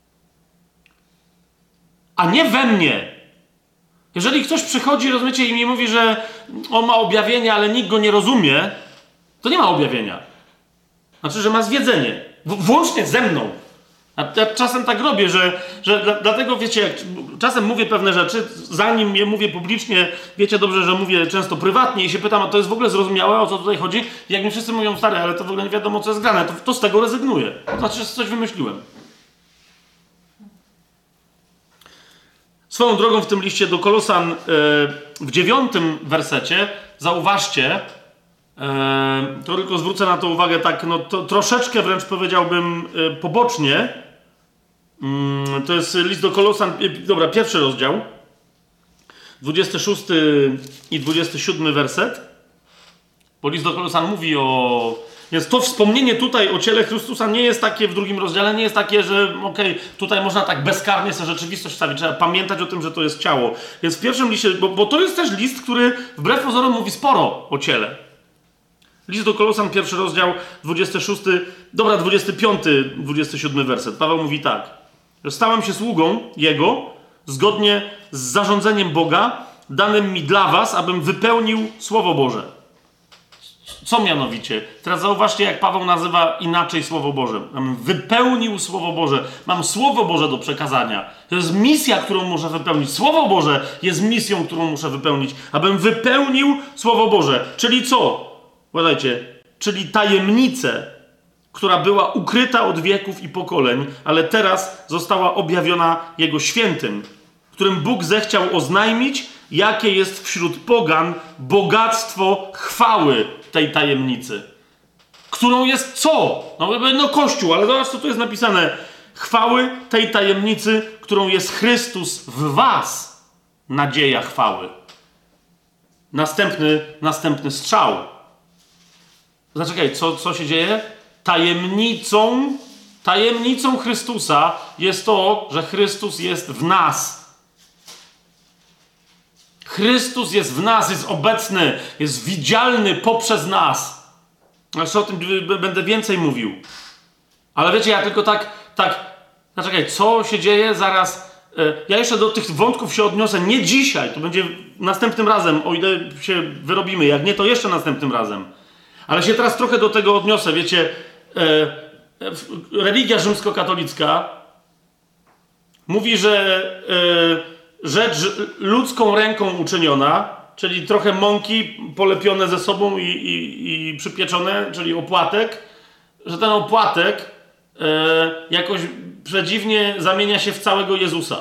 A nie we mnie. Jeżeli ktoś przychodzi, rozumiecie, i mi mówi, że on ma objawienie, ale nikt go nie rozumie, to nie ma objawienia. Znaczy, że ma zwiedzenie. W- włącznie ze mną. A ja czasem tak robię, że, że dla, dlatego, wiecie, jak czasem mówię pewne rzeczy, zanim je mówię publicznie, wiecie dobrze, że mówię często prywatnie i się pytam, a to jest w ogóle zrozumiałe, o co tutaj chodzi? I jak mi wszyscy mówią, stary, ale to w ogóle nie wiadomo, co jest grane, to, to z tego rezygnuję. To znaczy, że coś wymyśliłem. Swoją drogą w tym liście do Kolosan yy, w dziewiątym wersecie, zauważcie, Eee, to tylko zwrócę na to uwagę tak, no to troszeczkę wręcz powiedziałbym e, pobocznie. Mm, to jest list do Kolosan, e, dobra, pierwszy rozdział, dwudziesty szósty i dwudziesty siódmy werset. Bo list do Kolosan mówi o... Więc to wspomnienie tutaj o ciele Chrystusa nie jest takie w drugim rozdziale, nie jest takie, że okej, okay, tutaj można tak bezkarnie sobie rzeczywistość wstawić. Trzeba pamiętać o tym, że to jest ciało. Więc w pierwszym liście, bo, bo to jest też list, który wbrew pozorom mówi sporo o ciele. List do Kolosan, pierwszy rozdział, dwudziesty szósty, dobra, dwudziesty piąty, dwudziesty siódmy werset. Paweł mówi tak. Stałem się sługą Jego, zgodnie z zarządzeniem Boga, danym mi dla was, abym wypełnił Słowo Boże. Co mianowicie? Teraz zauważcie, jak Paweł nazywa inaczej Słowo Boże. Abym wypełnił Słowo Boże. Mam Słowo Boże do przekazania. To jest misja, którą muszę wypełnić. Słowo Boże jest misją, którą muszę wypełnić. Abym wypełnił Słowo Boże. Czyli co? Uważajcie. Czyli tajemnicę, która była ukryta od wieków i pokoleń, ale teraz została objawiona Jego świętym, którym Bóg zechciał oznajmić, jakie jest wśród pogan bogactwo chwały tej tajemnicy. Którą jest co? No, no Kościół, ale zobacz, co tu jest napisane. Chwały tej tajemnicy, którą jest Chrystus w was. Nadzieja chwały. Następny, następny strzał. Zaczekaj, co, co się dzieje? Tajemnicą, tajemnicą Chrystusa jest to, że Chrystus jest w nas. Chrystus jest w nas, jest obecny, jest widzialny poprzez nas. Jeszcze o tym będę więcej mówił. Ale wiecie, ja tylko tak, tak, zaczekaj, co się dzieje? Zaraz, ja jeszcze do tych wątków się odniosę, nie dzisiaj, to będzie następnym razem, o ile się wyrobimy, jak nie, to jeszcze następnym razem. Ale się teraz trochę do tego odniosę, wiecie, e, e, religia rzymskokatolicka mówi, że e, rzecz ludzką ręką uczyniona, czyli trochę mąki polepione ze sobą i, i, i przypieczone, czyli opłatek, że ten opłatek e, jakoś przedziwnie zamienia się w całego Jezusa.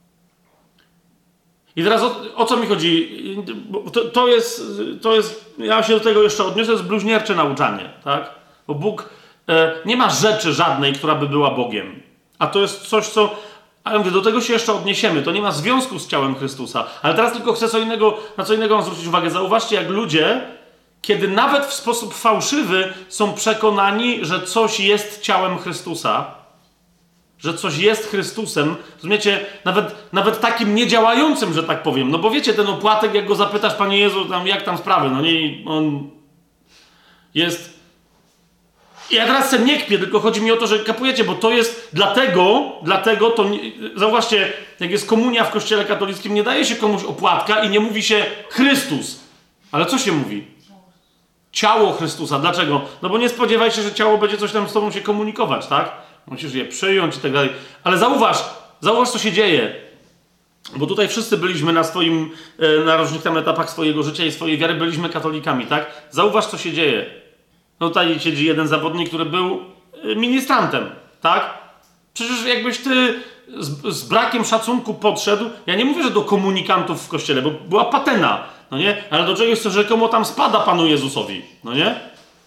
I teraz o, o co mi chodzi? To, to, jest, to jest, ja się do tego jeszcze odniosę, to jest bluźniercze nauczanie, tak? Bo Bóg e, nie ma rzeczy żadnej, która by była Bogiem. A to jest coś, co, a ja mówię, do tego się jeszcze odniesiemy, to nie ma związku z ciałem Chrystusa. Ale teraz tylko chcę co innego, na co innego mam zwrócić uwagę. Zauważcie, jak ludzie, kiedy nawet w sposób fałszywy są przekonani, że coś jest ciałem Chrystusa, że coś jest Chrystusem, rozumiecie, nawet, nawet takim niedziałającym, że tak powiem. No bo wiecie, ten opłatek, jak go zapytasz, Panie Jezu, tam, jak tam sprawy, no nie, on jest... Ja teraz się nie kpię, tylko chodzi mi o to, że kapujecie, bo to jest dlatego, dlatego to, nie, zauważcie, jak jest komunia w Kościele katolickim, nie daje się komuś opłatka i nie mówi się Chrystus. Ale co się mówi? Ciało Chrystusa. Dlaczego? No bo nie spodziewaj się, że ciało będzie coś tam z tobą się komunikować, tak? Musisz je przyjąć i tak dalej. Ale zauważ, zauważ, co się dzieje. Bo tutaj wszyscy byliśmy na swoim, na różnych tam etapach swojego życia i swojej wiary, byliśmy katolikami, tak? Zauważ, co się dzieje. No tutaj siedzi jeden zawodnik, który był ministrantem, tak? Przecież jakbyś ty z, z brakiem szacunku podszedł, ja nie mówię, że do komunikantów w kościele, bo była patena, no nie? Ale do czegoś, co rzekomo tam spada Panu Jezusowi, no nie?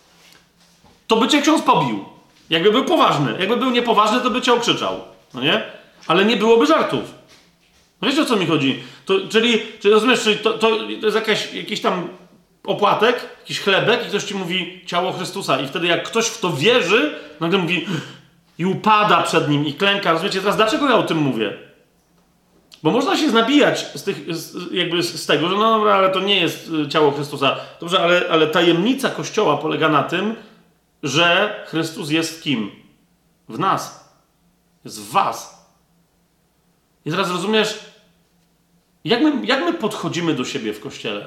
To by cię ksiądz pobił. Jakby był poważny. Jakby był niepoważny, to by cię okrzyczał, no nie? Ale nie byłoby żartów. No wiecie, o co mi chodzi? To, czyli, czyli rozumiesz, czyli to, to, to jest jakaś, jakiś tam opłatek, jakiś chlebek i ktoś ci mówi ciało Chrystusa i wtedy jak ktoś w to wierzy, nagle mówi i upada przed nim i klęka. Rozumiecie, teraz dlaczego ja o tym mówię? Bo można się znabijać z, tych, z, jakby z, z tego, że no dobra, ale to nie jest ciało Chrystusa. Dobrze, ale, ale tajemnica Kościoła polega na tym, że Chrystus jest w kim? W nas. Jest w was. I teraz rozumiesz, jak my, jak my podchodzimy do siebie w Kościele?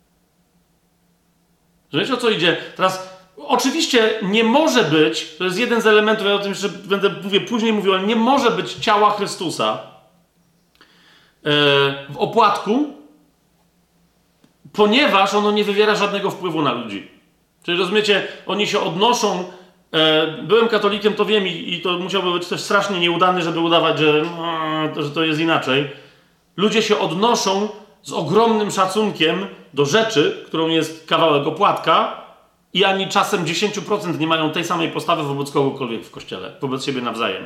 Że wiecie, o co idzie? Teraz oczywiście nie może być, to jest jeden z elementów, ja o tym jeszcze będę mówię, później mówił, ale nie może być ciała Chrystusa yy, w opłatku, ponieważ ono nie wywiera żadnego wpływu na ludzi. Czyli rozumiecie, oni się odnoszą, e, byłem katolikiem, to wiem i, i to musiałby być też strasznie nieudany, żeby udawać, że, no, że to jest inaczej. Ludzie się odnoszą z ogromnym szacunkiem do rzeczy, którą jest kawałek opłatka i ani czasem dziesięć procent nie mają tej samej postawy wobec kogokolwiek w Kościele, wobec siebie nawzajem.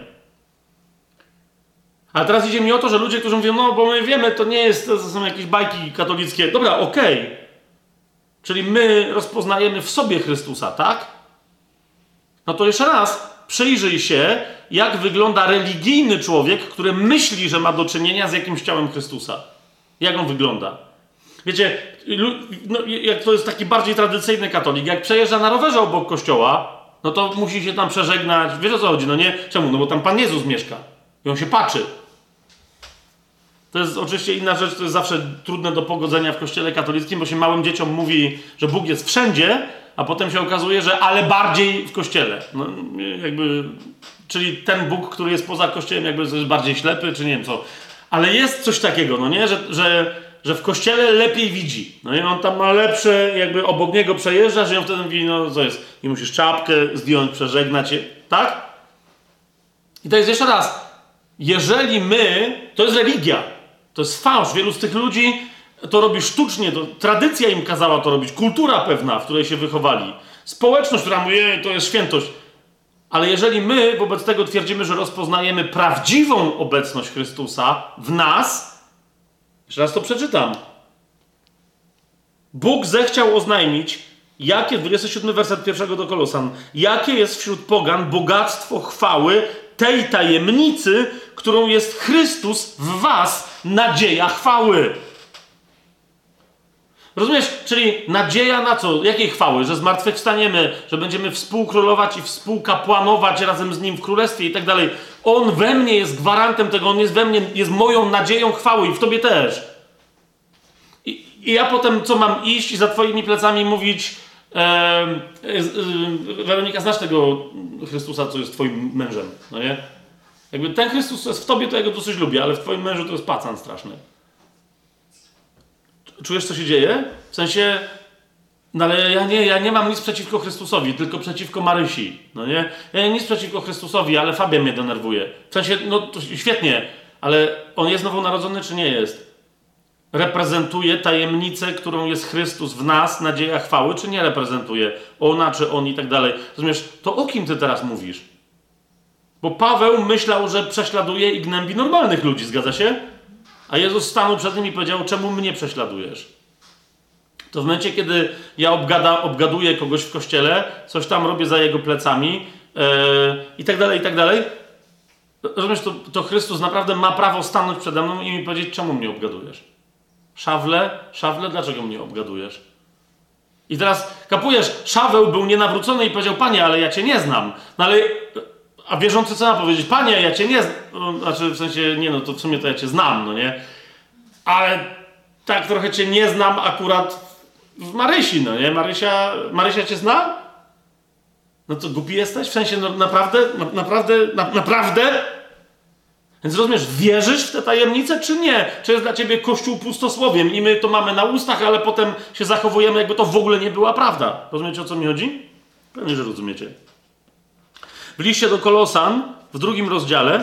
A teraz idzie mi o to, że ludzie, którzy mówią, no bo my wiemy, to nie jest, to są jakieś bajki katolickie. Dobra, okej. Okay. Czyli my rozpoznajemy w sobie Chrystusa, tak? No to jeszcze raz, przyjrzyj się, jak wygląda religijny człowiek, który myśli, że ma do czynienia z jakimś ciałem Chrystusa. Jak on wygląda? Wiecie, no, jak to jest taki bardziej tradycyjny katolik, jak przejeżdża na rowerze obok kościoła, no to musi się tam przeżegnać. Wiesz, o co chodzi, no nie? Czemu? No bo tam Pan Jezus mieszka. I on się patrzy. To jest oczywiście inna rzecz, to jest zawsze trudne do pogodzenia w kościele katolickim, bo się małym dzieciom mówi, że Bóg jest wszędzie, a potem się okazuje, że ale bardziej w kościele. No, jakby, czyli ten Bóg, który jest poza kościołem, jakby jest bardziej ślepy, czy nie wiem co. Ale jest coś takiego, no nie, że, że, że w kościele lepiej widzi. No i on tam ma lepsze, jakby obok niego przejeżdża, że on wtedy mówi, no co jest, i musisz czapkę zdjąć, przeżegnać się, tak? I to jest jeszcze raz, jeżeli my, to jest religia, to jest fałsz, wielu z tych ludzi to robi sztucznie, to tradycja im kazała to robić, kultura pewna, w której się wychowali, społeczność, która mówi, to jest świętość. Ale jeżeli my wobec tego twierdzimy, że rozpoznajemy prawdziwą obecność Chrystusa w nas, jeszcze raz to przeczytam. Bóg zechciał oznajmić, jakie, dwudziesty siódmy werset pierwszego do Kolosan, jakie jest wśród pogan bogactwo chwały tej tajemnicy, którą jest Chrystus w was, nadzieja chwały. Rozumiesz? Czyli nadzieja na co? Jakiej chwały? Że zmartwychwstaniemy, że będziemy współkrólować i współkapłanować razem z Nim w królestwie i tak dalej. On we mnie jest gwarantem tego, On jest we mnie, jest moją nadzieją chwały i w tobie też. I, i ja potem co mam iść i za twoimi plecami mówić e, e, e, Weronika, znasz tego Chrystusa, co jest twoim mężem, no nie? Jakby ten Chrystus, co jest w tobie, to ja go dosyć lubię, ale w twoim mężu to jest pacan straszny. Czujesz, co się dzieje? W sensie, no ale ja nie, ja nie mam nic przeciwko Chrystusowi, tylko przeciwko Marysi, no nie? Ja nie mam nic przeciwko Chrystusowi, ale Fabian mnie denerwuje. W sensie, no to świetnie, ale on jest nowonarodzony, czy nie jest? Reprezentuje tajemnicę, którą jest Chrystus w nas, nadzieja chwały, czy nie reprezentuje? Ona, czy on i tak dalej. Rozumiesz, to o kim ty teraz mówisz? Bo Paweł myślał, że prześladuje i gnębi normalnych ludzi, zgadza się? A Jezus stanął przed nim i powiedział, czemu mnie prześladujesz? To w momencie, kiedy ja obgada, obgaduję kogoś w kościele, coś tam robię za jego plecami yy, i tak dalej, i tak dalej, rozumiesz, to, to Chrystus naprawdę ma prawo stanąć przede mną i mi powiedzieć, czemu mnie obgadujesz? Szawle, szawle, dlaczego mnie obgadujesz? I teraz kapujesz, Szaweł był nienawrócony i powiedział, panie, ale ja cię nie znam. No ale... A wierzący co ma powiedzieć? Panie, ja cię nie znam. No, znaczy, w sensie, nie no, to w sumie to ja cię znam, no nie? Ale tak trochę cię nie znam akurat w Marysi, no nie? Marysia, Marysia cię zna? No to głupi jesteś? W sensie, no naprawdę? Na, naprawdę? Na, naprawdę? Więc rozumiesz, wierzysz w te tajemnice, czy nie? Czy jest dla ciebie Kościół pustosłowiem i my to mamy na ustach, ale potem się zachowujemy, jakby to w ogóle nie była prawda. Rozumiecie, o co mi chodzi? Pewnie, że rozumiecie. W liście do Kolosan, w drugim rozdziale,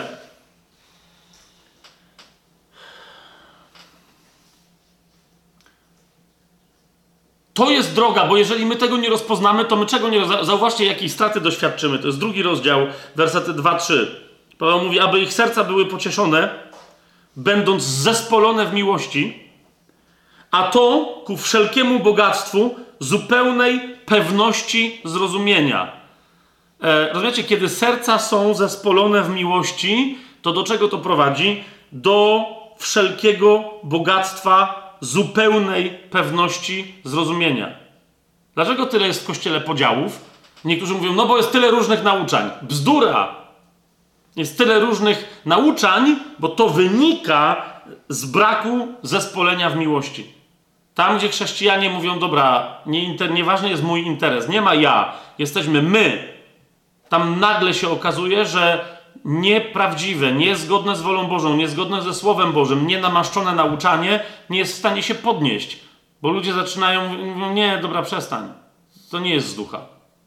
to jest droga, bo jeżeli my tego nie rozpoznamy, to my czego nie rozpoznamy? Zauważcie, jakiej straty doświadczymy. To jest drugi rozdział, wersety dwa trzy. Paweł mówi, aby ich serca były pocieszone, będąc zespolone w miłości, a to ku wszelkiemu bogactwu zupełnej pewności zrozumienia. E, rozumiecie, kiedy serca są zespolone w miłości, to do czego to prowadzi? Do wszelkiego bogactwa, zupełnej pewności zrozumienia. Dlaczego tyle jest w Kościele podziałów? Niektórzy mówią, no bo jest tyle różnych nauczań. Bzdura! Jest tyle różnych nauczań, bo to wynika z braku zespolenia w miłości. Tam, gdzie chrześcijanie mówią, dobra, nie inter, nieważny jest mój interes, nie ma ja, jesteśmy my. Tam nagle się okazuje, że nieprawdziwe, niezgodne z wolą Bożą, niezgodne ze Słowem Bożym, nienamaszczone nauczanie nie jest w stanie się podnieść. Bo ludzie zaczynają, mówią, nie, dobra, przestań. To nie jest z ducha.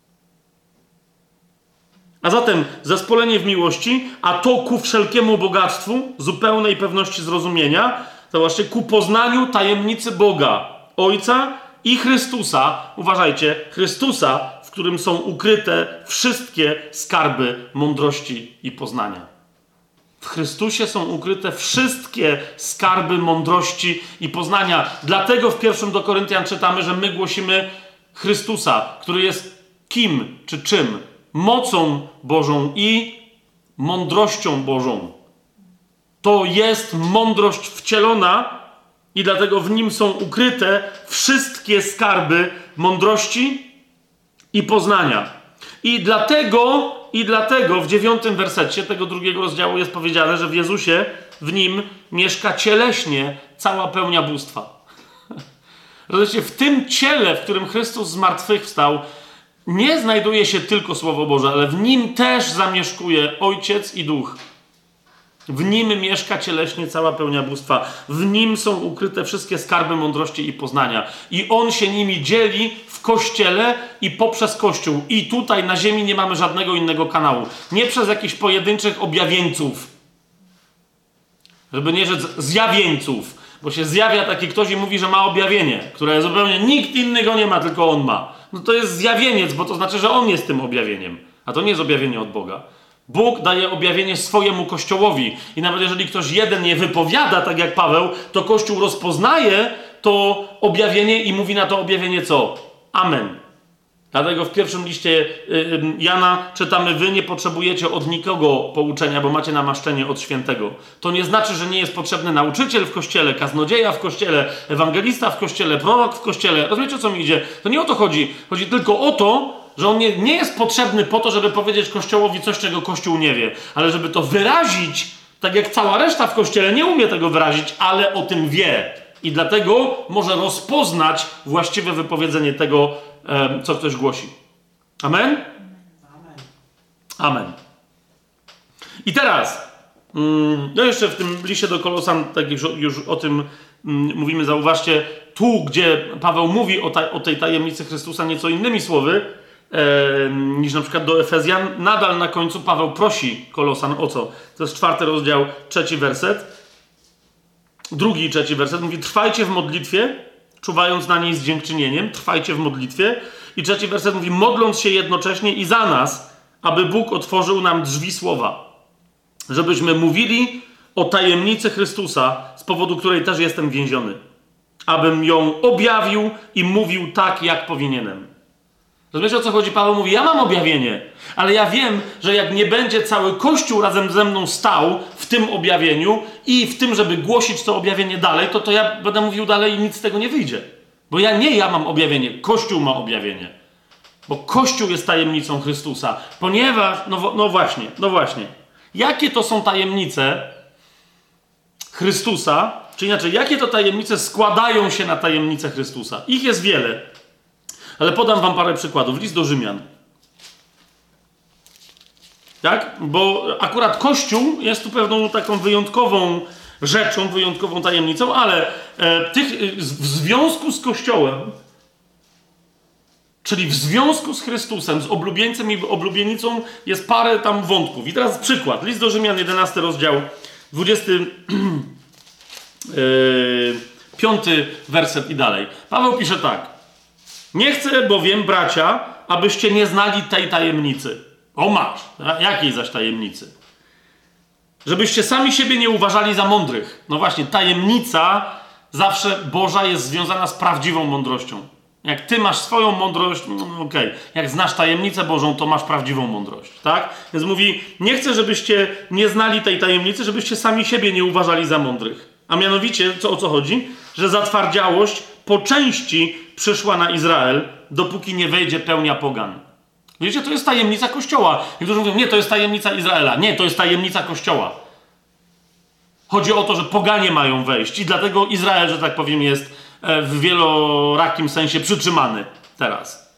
A zatem zespolenie w miłości, a to ku wszelkiemu bogactwu, zupełnej pewności zrozumienia, to właśnie ku poznaniu tajemnicy Boga, Ojca i Chrystusa. Uważajcie, Chrystusa, w którym są ukryte wszystkie skarby mądrości i poznania. W Chrystusie są ukryte wszystkie skarby mądrości i poznania. Dlatego w pierwszym do Koryntian czytamy, że my głosimy Chrystusa, który jest kim czy czym? Mocą Bożą i mądrością Bożą. To jest mądrość wcielona i dlatego w nim są ukryte wszystkie skarby mądrości i poznania. I dlatego i dlatego w dziewiątym wersecie tego drugiego rozdziału jest powiedziane, że w Jezusie, w Nim mieszka cieleśnie cała pełnia bóstwa. Rozumiecie, w tym ciele, w którym Chrystus zmartwychwstał, nie znajduje się tylko Słowo Boże, ale w Nim też zamieszkuje Ojciec i Duch. W Nim mieszka cieleśnie cała pełnia bóstwa. W Nim są ukryte wszystkie skarby mądrości i poznania. I On się nimi dzieli w Kościele i poprzez Kościół. I tutaj na ziemi nie mamy żadnego innego kanału. Nie przez jakichś pojedynczych objawieńców. Żeby nie rzec zjawieńców. Bo się zjawia taki ktoś i mówi, że ma objawienie, które zupełnie nikt inny go nie ma, tylko on ma. No to jest zjawieniec, bo to znaczy, że on jest tym objawieniem. A to nie jest objawienie od Boga. Bóg daje objawienie swojemu Kościołowi. I nawet jeżeli ktoś jeden je wypowiada, tak jak Paweł, to Kościół rozpoznaje to objawienie i mówi na to objawienie co? Amen. Dlatego w pierwszym liście Jana czytamy: wy nie potrzebujecie od nikogo pouczenia, bo macie namaszczenie od świętego. To nie znaczy, że nie jest potrzebny nauczyciel w Kościele, kaznodzieja w Kościele, ewangelista w Kościele, prorok w Kościele. Rozumiecie, o co mi idzie? To nie o to chodzi. Chodzi tylko o to, że on nie, nie jest potrzebny po to, żeby powiedzieć Kościołowi coś, czego Kościół nie wie, ale żeby to wyrazić, tak jak cała reszta w Kościele nie umie tego wyrazić, ale o tym wie. I dlatego może rozpoznać właściwe wypowiedzenie tego, co ktoś głosi. Amen? Amen. Amen. I teraz, no jeszcze w tym liście do Kolosan, tak już, już o tym mówimy, zauważcie, tu, gdzie Paweł mówi o, ta, o tej tajemnicy Chrystusa nieco innymi słowy, e, niż na przykład do Efezjan, nadal na końcu Paweł prosi Kolosan o co? To jest czwarty rozdział, trzeci werset. Drugi i trzeci werset mówi: trwajcie w modlitwie, czuwając na niej z dziękczynieniem, trwajcie w modlitwie. I trzeci werset mówi: modląc się jednocześnie i za nas, aby Bóg otworzył nam drzwi słowa, żebyśmy mówili o tajemnicy Chrystusa, z powodu której też jestem więziony, abym ją objawił i mówił tak, jak powinienem. Rozumiecie, o co chodzi? Paweł mówi: ja mam objawienie, ale ja wiem, że jak nie będzie cały Kościół razem ze mną stał w tym objawieniu i w tym, żeby głosić to objawienie dalej, to, to ja będę mówił dalej i nic z tego nie wyjdzie. Bo ja nie ja mam objawienie, Kościół ma objawienie. Bo Kościół jest tajemnicą Chrystusa. Ponieważ, no, no właśnie, no właśnie. Jakie to są tajemnice Chrystusa? Czy inaczej, jakie to tajemnice składają się na tajemnicę Chrystusa? Ich jest wiele. Ale podam wam parę przykładów. List do Rzymian. Tak? Bo akurat Kościół jest tu pewną taką wyjątkową rzeczą, wyjątkową tajemnicą, ale e, tych, w związku z Kościołem, czyli w związku z Chrystusem, z oblubieńcem i oblubienicą jest parę tam wątków. I teraz przykład. List do Rzymian, jedenasty rozdział, dwudziesty piąty werset i dalej. Paweł pisze tak: nie chcę bowiem, bracia, abyście nie znali tej tajemnicy. O masz. Jakiej zaś tajemnicy? Żebyście sami siebie nie uważali za mądrych. No właśnie, tajemnica zawsze Boża jest związana z prawdziwą mądrością. Jak ty masz swoją mądrość, no okej. Okay. Jak znasz tajemnicę Bożą, to masz prawdziwą mądrość. Tak? Więc mówi: nie chcę, żebyście nie znali tej tajemnicy, żebyście sami siebie nie uważali za mądrych. A mianowicie, co, o co chodzi? Że zatwardziałość po części przyszła na Izrael, dopóki nie wejdzie pełnia pogan. Wiecie, to jest tajemnica Kościoła. Niektórzy mówią: nie, to jest tajemnica Izraela. Nie, to jest tajemnica Kościoła. Chodzi o to, że poganie mają wejść i dlatego Izrael, że tak powiem, jest w wielorakim sensie przytrzymany teraz.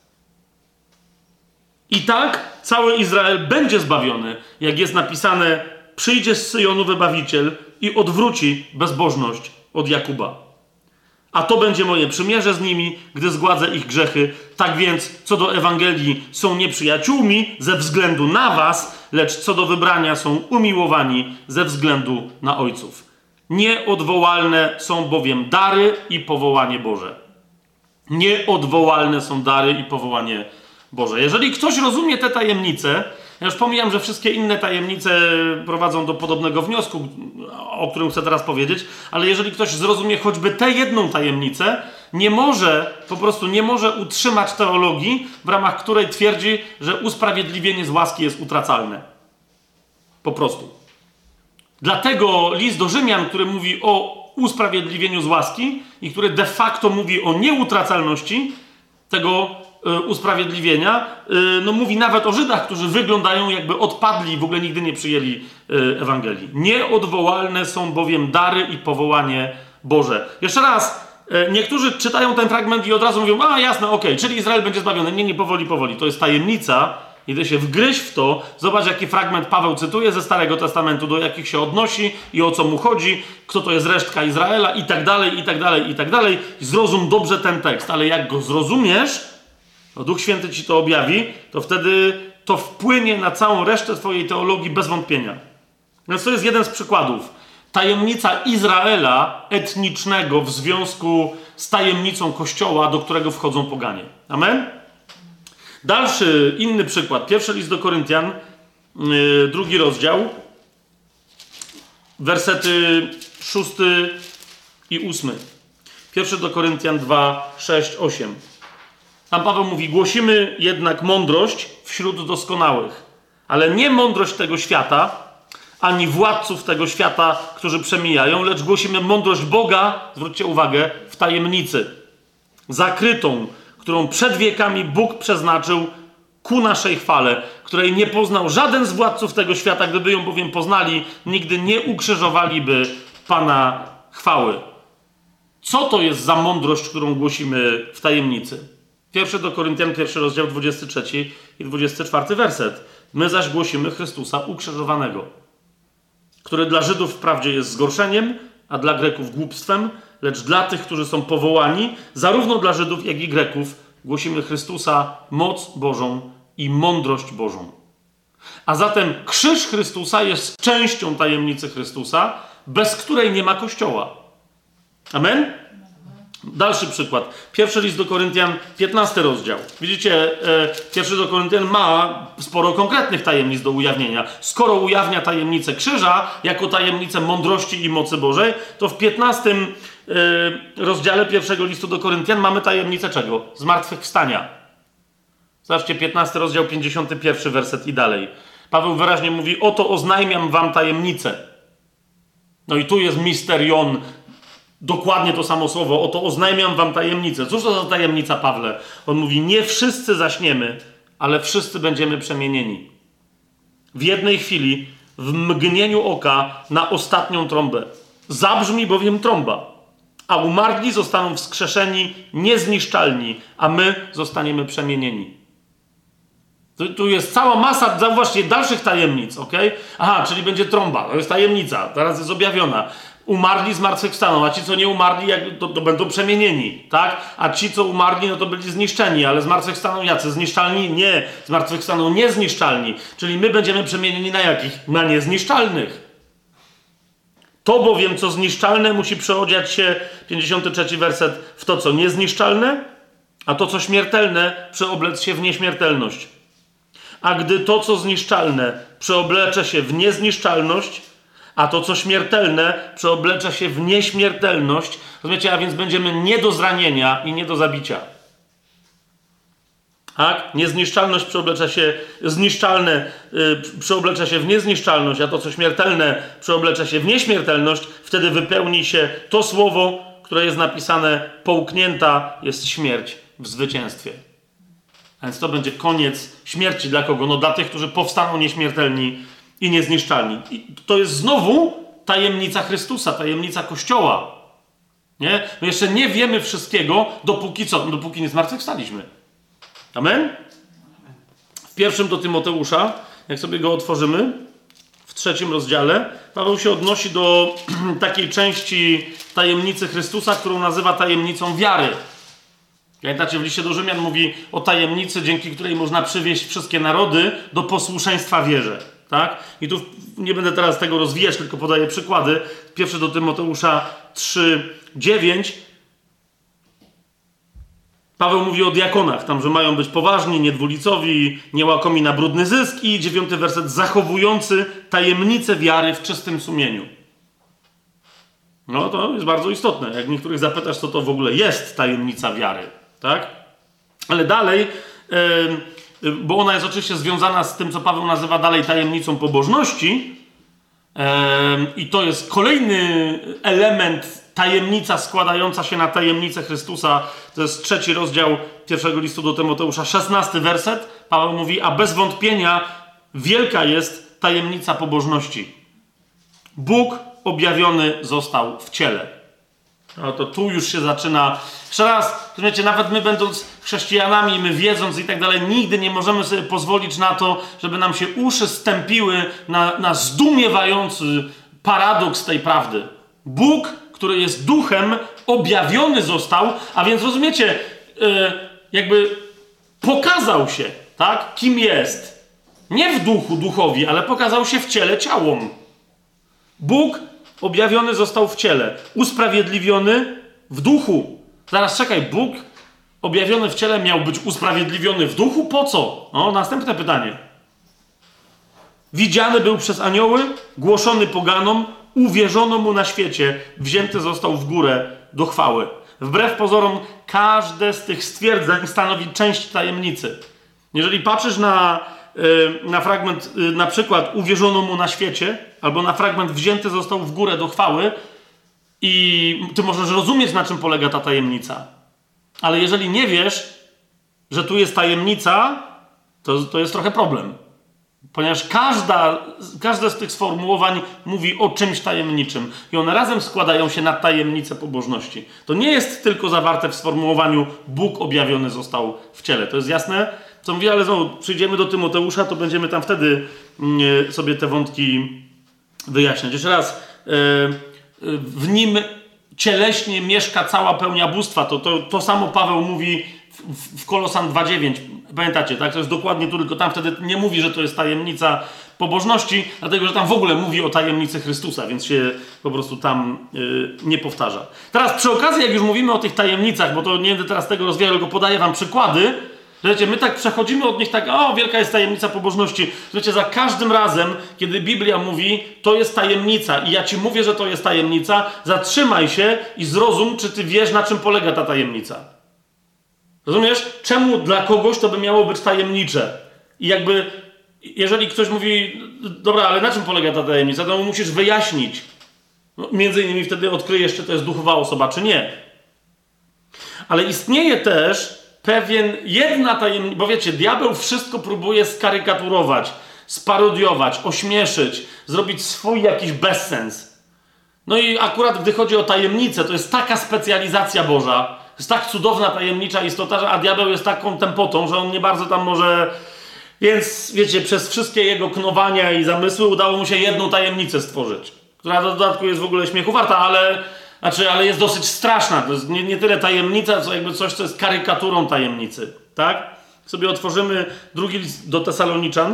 I tak cały Izrael będzie zbawiony, jak jest napisane: przyjdzie z Syjonu wybawiciel i odwróci bezbożność od Jakuba. A to będzie moje przymierze z nimi, gdy zgładzę ich grzechy. Tak więc, co do Ewangelii, są nieprzyjaciółmi ze względu na was, lecz co do wybrania są umiłowani ze względu na ojców. Nieodwołalne są bowiem dary i powołanie Boże. Nieodwołalne są dary i powołanie Boże. Jeżeli ktoś rozumie te tajemnice, ja już pomijam, że wszystkie inne tajemnice prowadzą do podobnego wniosku, o którym chcę teraz powiedzieć, ale jeżeli ktoś zrozumie choćby tę jedną tajemnicę, nie może, po prostu nie może utrzymać teologii, w ramach której twierdzi, że usprawiedliwienie z łaski jest utracalne. Po prostu. Dlatego list do Rzymian, który mówi o usprawiedliwieniu z łaski i który de facto mówi o nieutracalności tego y, usprawiedliwienia, y, no mówi nawet o Żydach, którzy wyglądają jakby odpadli i w ogóle nigdy nie przyjęli y, Ewangelii. Nieodwołalne są bowiem dary i powołanie Boże. Jeszcze raz, y, niektórzy czytają ten fragment i od razu mówią, a jasne, okej, okay, czyli Izrael będzie zbawiony. Nie, nie, powoli, powoli. To jest tajemnica. Idę się wgryźć w to, zobacz jaki fragment Paweł cytuje ze Starego Testamentu, do jakich się odnosi i o co mu chodzi, kto to jest resztka Izraela i tak dalej, i tak dalej, i tak dalej. Zrozum dobrze ten tekst, ale jak go zrozumiesz, to Duch Święty ci to objawi, to wtedy to wpłynie na całą resztę twojej teologii bez wątpienia. Więc to jest jeden z przykładów. Tajemnica Izraela etnicznego w związku z tajemnicą Kościoła, do którego wchodzą poganie. Amen? Dalszy, inny przykład. Pierwszy list do Koryntian, yy, drugi rozdział, wersety szósty i ósmy. Pierwszy do Koryntian dwa, sześć, osiem. Tam Paweł mówi, głosimy jednak mądrość wśród doskonałych, ale nie mądrość tego świata, ani władców tego świata, którzy przemijają, lecz głosimy mądrość Boga, zwróćcie uwagę, w tajemnicy, zakrytą, którą przed wiekami Bóg przeznaczył ku naszej chwale, której nie poznał żaden z władców tego świata, gdyby ją bowiem poznali, nigdy nie ukrzyżowaliby Pana chwały. Co to jest za mądrość, którą głosimy w tajemnicy? Pierwszy do Koryntian, pierwszy rozdział, dwudziesty trzeci i dwudziesty czwarty werset. My zaś głosimy Chrystusa ukrzyżowanego, który dla Żydów wprawdzie jest zgorszeniem, a dla Greków głupstwem, lecz dla tych, którzy są powołani, zarówno dla Żydów, jak i Greków, głosimy Chrystusa, moc Bożą i mądrość Bożą. A zatem krzyż Chrystusa jest częścią tajemnicy Chrystusa, bez której nie ma Kościoła. Amen? Dalszy przykład. Pierwszy list do Koryntian, piętnasty rozdział. Widzicie, e, pierwszy do Koryntian ma sporo konkretnych tajemnic do ujawnienia. Skoro ujawnia tajemnicę krzyża jako tajemnicę mądrości i mocy Bożej, to w piętnastym e, rozdziale pierwszego listu do Koryntian mamy tajemnicę czego? Zmartwychwstania. Zobaczcie, piętnasty rozdział, pięćdziesiąty pierwszy werset i dalej. Paweł wyraźnie mówi, oto oznajmiam wam tajemnicę. No i tu jest misterion. Dokładnie to samo słowo. Oto oznajmiam wam tajemnicę. Cóż to za tajemnica, Pawle? On mówi, nie wszyscy zaśniemy, ale wszyscy będziemy przemienieni. W jednej chwili, w mgnieniu oka, na ostatnią trąbę. Zabrzmi bowiem trąba, a umarli zostaną wskrzeszeni, niezniszczalni, a my zostaniemy przemienieni. Tu, tu jest cała masa, zauważcie, dalszych tajemnic, ok? Aha, czyli będzie trąba, to jest tajemnica, teraz jest objawiona. Umarli zmartwychwstaną, a ci, co nie umarli, jak, to, to będą przemienieni, tak? A ci, co umarli, no to byli zniszczeni, ale zmartwychwstaną jacy? Zniszczalni? Nie. Zmartwychwstaną niezniszczalni. Czyli my będziemy przemienieni na jakich? Na niezniszczalnych. To bowiem, co zniszczalne, musi przeodziać się, pięćdziesiąty trzeci werset, w to, co niezniszczalne, a to, co śmiertelne, przeoblec się w nieśmiertelność. A gdy to, co zniszczalne, przeoblecze się w niezniszczalność, a to, co śmiertelne, przeoblecze się w nieśmiertelność. Rozumiecie? A więc będziemy nie do zranienia i nie do zabicia. Tak? Niezniszczalność przeoblecza się, zniszczalne yy, przeoblecza się w niezniszczalność, a to, co śmiertelne, przeoblecza się w nieśmiertelność. Wtedy wypełni się to słowo, które jest napisane, połknięta jest śmierć w zwycięstwie. A więc to będzie koniec śmierci dla kogo? No dla tych, którzy powstaną nieśmiertelni i niezniszczalni. I to jest znowu tajemnica Chrystusa, tajemnica Kościoła. Nie? My jeszcze nie wiemy wszystkiego, dopóki co? Dopóki nie zmartwychwstaliśmy. Amen? W pierwszym do Tymoteusza, jak sobie go otworzymy, w trzecim rozdziale, Paweł się odnosi do takiej części tajemnicy Chrystusa, którą nazywa tajemnicą wiary. Pamiętacie, w liście do Rzymian mówi o tajemnicy, dzięki której można przywieść wszystkie narody do posłuszeństwa wierze. Tak? I tu nie będę teraz tego rozwijać, tylko podaję przykłady. Pierwszy do Tymoteusza trzy, dziewięć. Paweł mówi o diakonach, tam, że mają być poważni, niedwulicowi, niełakomi na brudny zysk i dziewiąty werset, zachowujący tajemnicę wiary w czystym sumieniu. No to jest bardzo istotne. Jak niektórych zapytasz, co to w ogóle jest tajemnica wiary. Tak? Ale dalej... Yy, bo ona jest oczywiście związana z tym, co Paweł nazywa dalej tajemnicą pobożności. Yy, I to jest kolejny element tajemnica składająca się na tajemnicę Chrystusa. To jest trzeci rozdział pierwszego listu do Tymoteusza, szesnasty werset. Paweł mówi, a bez wątpienia wielka jest tajemnica pobożności. Bóg objawiony został w ciele. No to tu już się zaczyna. Jeszcze raz, wiecie, nawet my będąc chrześcijanami, my wiedząc i tak dalej, nigdy nie możemy sobie pozwolić na to, żeby nam się uszy stępiły na, na zdumiewający paradoks tej prawdy. Bóg, który jest duchem, objawiony został, a więc rozumiecie, yy, jakby pokazał się, tak, kim jest. Nie w duchu, duchowi, ale pokazał się w ciele, ciałom. Bóg objawiony został w ciele, usprawiedliwiony w duchu. Zaraz czekaj, Bóg objawiony w ciele miał być usprawiedliwiony w duchu? Po co? No, następne pytanie. Widziany był przez anioły, głoszony poganom, uwierzono mu na świecie, wzięty został w górę do chwały. Wbrew pozorom, każde z tych stwierdzeń stanowi część tajemnicy. Jeżeli patrzysz na, yy, na fragment, yy, na przykład uwierzono mu na świecie, albo na fragment wzięty został w górę do chwały, i ty możesz rozumieć, na czym polega ta tajemnica. Ale jeżeli nie wiesz, że tu jest tajemnica, to, to jest trochę problem. Ponieważ każda, każde z tych sformułowań mówi o czymś tajemniczym. I one razem składają się na tajemnicę pobożności. To nie jest tylko zawarte w sformułowaniu Bóg objawiony został w ciele. To jest jasne? Co mówię, ale znowu przyjdziemy do Tymoteusza, to będziemy tam wtedy yy, sobie te wątki wyjaśniać. Jeszcze raz, yy, yy, w nim cieleśnie mieszka cała pełnia bóstwa. To, to, to samo Paweł mówi w, w Kolosan dwa dziewięć. Pamiętacie, tak? To jest dokładnie tu, tylko tam wtedy nie mówi, że to jest tajemnica pobożności, dlatego, że tam w ogóle mówi o tajemnicy Chrystusa, więc się po prostu tam yy, nie powtarza. Teraz przy okazji, jak już mówimy o tych tajemnicach, bo to nie będę teraz tego rozwijał, tylko podaję wam przykłady, że wiecie, my tak przechodzimy od nich tak, o, wielka jest tajemnica pobożności. Wiecie, za każdym razem, kiedy Biblia mówi, to jest tajemnica i ja ci mówię, że to jest tajemnica, zatrzymaj się i zrozum, czy ty wiesz, na czym polega ta tajemnica. Rozumiesz? Czemu dla kogoś to by miało być tajemnicze? I jakby, jeżeli ktoś mówi, dobra, ale na czym polega ta tajemnica, to mu musisz wyjaśnić. No, między innymi wtedy odkryjesz, czy to jest duchowa osoba, czy nie. Ale istnieje też pewien, jedna tajemnica, bo wiecie, diabeł wszystko próbuje skarykaturować, sparodiować, ośmieszyć, zrobić swój jakiś bezsens. No i akurat gdy chodzi o tajemnicę, to jest taka specjalizacja Boża, jest tak cudowna, tajemnicza istota, a diabeł jest taką tempotą, że on nie bardzo tam może... Więc, wiecie, przez wszystkie jego knowania i zamysły udało mu się jedną tajemnicę stworzyć, która w dodatku jest w ogóle śmiechu warta, ale, znaczy, ale jest dosyć straszna. To jest nie, nie tyle tajemnica, co jakby coś, co jest karykaturą tajemnicy. Tak? Sobie otworzymy drugi list do Tesaloniczan.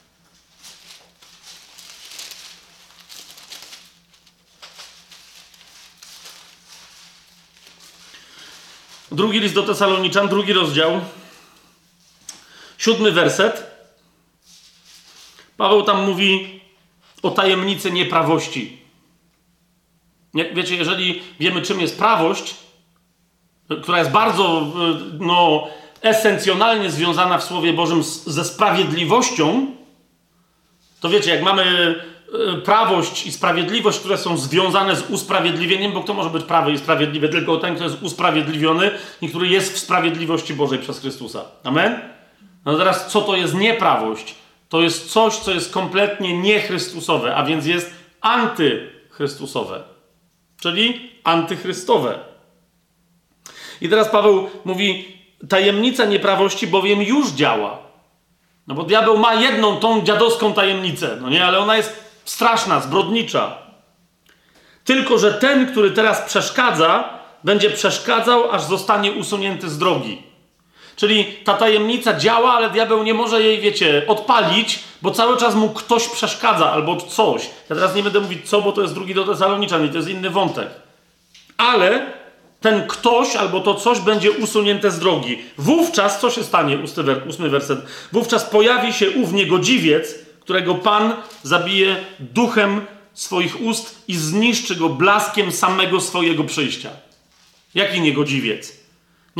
Drugi list do Tesaloniczan, drugi rozdział, siódmy werset. Paweł tam mówi o tajemnicy nieprawości. Nie, wiecie, jeżeli wiemy, czym jest prawość, która jest bardzo no, esencjonalnie związana w Słowie Bożym z, ze sprawiedliwością, to wiecie, jak mamy prawość i sprawiedliwość, które są związane z usprawiedliwieniem, bo kto może być prawy i sprawiedliwy? Tylko ten, kto jest usprawiedliwiony i który jest w sprawiedliwości Bożej przez Chrystusa. Amen? No teraz, co to jest nieprawość? To jest coś, co jest kompletnie niechrystusowe, a więc jest antychrystusowe. Czyli antychrystowe. I teraz Paweł mówi, tajemnica nieprawości bowiem już działa. No bo diabeł ma jedną, tą dziadowską tajemnicę, no nie? Ale ona jest straszna, zbrodnicza. Tylko że ten, który teraz przeszkadza, będzie przeszkadzał, aż zostanie usunięty z drogi. Czyli ta tajemnica działa, ale diabeł nie może jej, wiecie, odpalić, bo cały czas mu ktoś przeszkadza albo coś. Ja teraz nie będę mówić co, bo to jest drugi do Tesaloniczan i to jest inny wątek. Ale ten ktoś albo to coś będzie usunięte z drogi. Wówczas, co się stanie? Ósmy werset. Wówczas pojawi się ów niegodziwiec, którego Pan zabije duchem swoich ust i zniszczy go blaskiem samego swojego przyjścia. Jaki niegodziwiec?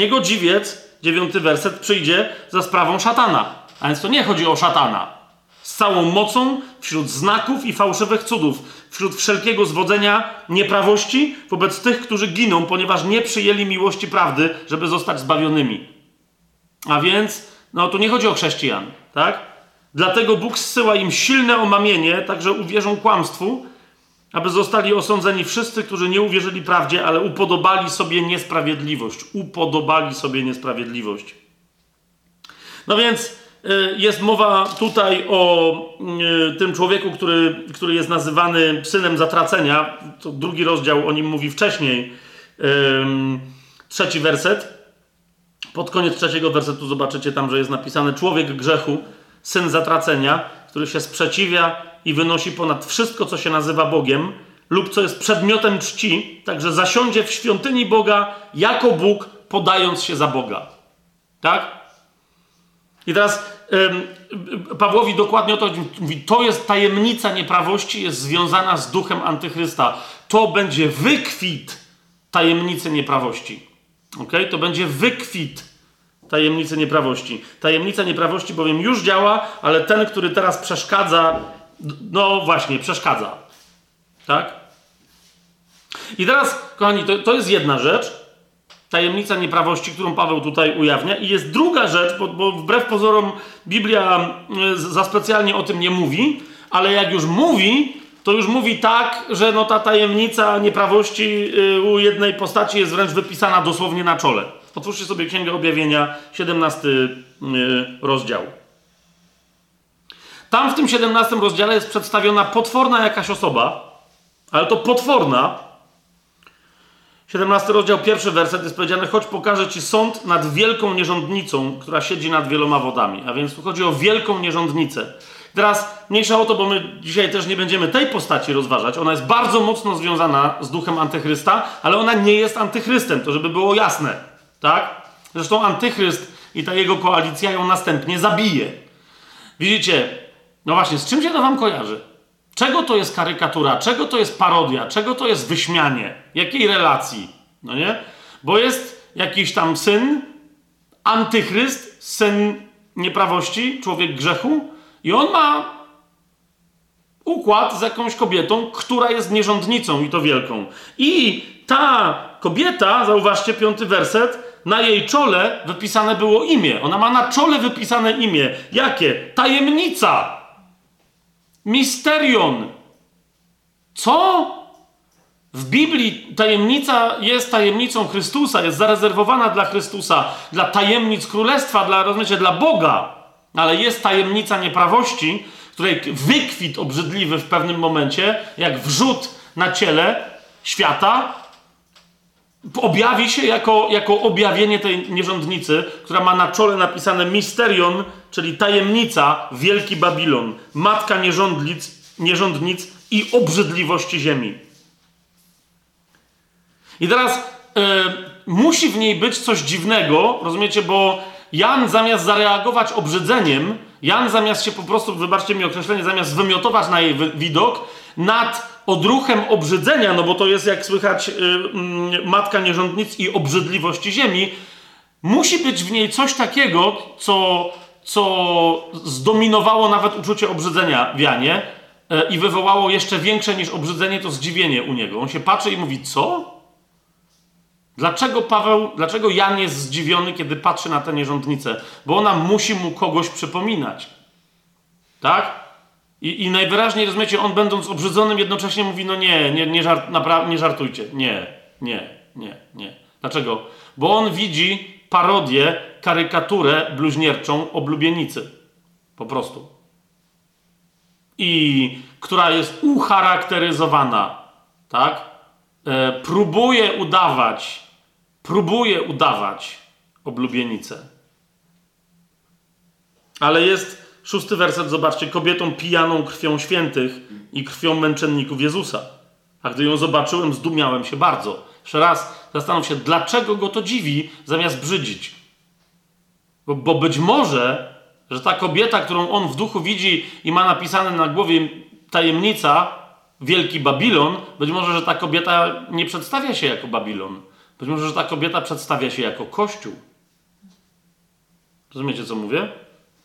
Niegodziwiec, dziewiąty werset, przyjdzie za sprawą szatana. A więc to nie chodzi o szatana. z całą mocą, wśród znaków i fałszywych cudów, wśród wszelkiego zwodzenia nieprawości wobec tych, którzy giną, ponieważ nie przyjęli miłości prawdy, żeby zostać zbawionymi. A więc, no tu nie chodzi o chrześcijan, tak? Dlatego Bóg zsyła im silne omamienie, tak że uwierzą kłamstwu, aby zostali osądzeni wszyscy, którzy nie uwierzyli prawdzie, ale upodobali sobie niesprawiedliwość. Upodobali sobie niesprawiedliwość. No więc jest mowa tutaj o tym człowieku, który, który jest nazywany synem zatracenia. To drugi rozdział o nim mówi wcześniej. Trzeci werset. Pod koniec trzeciego wersetu zobaczycie tam, że jest napisane człowiek grzechu, syn zatracenia, który się sprzeciwia i wynosi ponad wszystko, co się nazywa Bogiem lub co jest przedmiotem czci, także zasiądzie w świątyni Boga jako Bóg, podając się za Boga. Tak? I teraz ym, Pawłowi dokładnie o to mówi, to jest tajemnica nieprawości, jest związana z duchem antychrysta. To będzie wykwit tajemnicy nieprawości. Okay? To będzie wykwit tajemnicy nieprawości. Tajemnica nieprawości bowiem już działa, ale ten, który teraz przeszkadza, no właśnie, przeszkadza. Tak? I teraz, kochani, to, to jest jedna rzecz, tajemnica nieprawości, którą Paweł tutaj ujawnia. I jest druga rzecz, bo, bo wbrew pozorom Biblia za specjalnie o tym nie mówi, ale jak już mówi, to już mówi tak, że no ta tajemnica nieprawości u jednej postaci jest wręcz wypisana dosłownie na czole. Otwórzcie sobie Księgę Objawienia, siedemnasty rozdział. Tam w tym siedemnastym rozdziale jest przedstawiona potworna jakaś osoba, ale to potworna. siedemnasty rozdział, pierwszy werset jest powiedziane, choć pokażę ci sąd nad wielką nierządnicą, która siedzi nad wieloma wodami. A więc tu chodzi o wielką nierządnicę. Teraz mniejsza o to, bo my dzisiaj też nie będziemy tej postaci rozważać. Ona jest bardzo mocno związana z duchem antychrysta, ale ona nie jest antychrystem, to żeby było jasne. Tak? Zresztą antychryst i ta jego koalicja ją następnie zabije. Widzicie? No właśnie, z czym się to wam kojarzy? Czego to jest karykatura? Czego to jest parodia? Czego to jest wyśmianie? Jakiej relacji? No nie? Bo jest jakiś tam syn, antychryst, syn nieprawości, człowiek grzechu i on ma układ z jakąś kobietą, która jest nierządnicą i to wielką. I ta kobieta, zauważcie piąty werset, na jej czole wypisane było imię. Ona ma na czole wypisane imię. Jakie? Tajemnica. Misterion. Co? W Biblii tajemnica jest tajemnicą Chrystusa, jest zarezerwowana dla Chrystusa, dla tajemnic Królestwa, dla, rozumiecie, dla Boga. Ale jest tajemnica nieprawości, której wykwit obrzydliwy w pewnym momencie, jak wrzód na ciele świata, objawi się jako, jako objawienie tej nierządnicy, która ma na czole napisane Misterion, czyli tajemnica, wielki Babilon, matka nierządnic, nierządnic i obrzydliwości ziemi. I teraz yy, musi w niej być coś dziwnego, rozumiecie, bo Jan zamiast zareagować obrzydzeniem, Jan zamiast się po prostu, wybaczcie mi określenie, zamiast wymiotować na jej widok, nad odruchem obrzydzenia, no bo to jest, jak słychać, yy, yy, matka nierządnic i obrzydliwości ziemi, musi być w niej coś takiego, co, co zdominowało nawet uczucie obrzydzenia w Janie yy, i wywołało jeszcze większe niż obrzydzenie to zdziwienie u niego. On się patrzy i mówi, co? Dlaczego Paweł, dlaczego Jan jest zdziwiony, kiedy patrzy na tę nierządnicę? Bo ona musi mu kogoś przypominać. Tak? I, i najwyraźniej, rozumiecie, on będąc obrzydzonym jednocześnie mówi, no nie, nie, nie, żart, napra- nie żartujcie. Nie, nie, nie, nie. Dlaczego? Bo on widzi parodię, karykaturę bluźnierczą oblubienicy. Po prostu. I która jest ucharakteryzowana, tak? E, próbuje udawać, próbuje udawać oblubienicę. Ale jest szósty werset, zobaczcie, kobietą pijaną krwią świętych i krwią męczenników Jezusa. A gdy ją zobaczyłem, zdumiałem się bardzo. Jeszcze raz zastanów się, dlaczego go to dziwi, zamiast brzydzić. Bo, bo być może, że ta kobieta, którą on w duchu widzi i ma napisane na głowie tajemnica, wielki Babilon, być może, że ta kobieta nie przedstawia się jako Babilon. Być może, że ta kobieta przedstawia się jako Kościół. Rozumiecie, co mówię?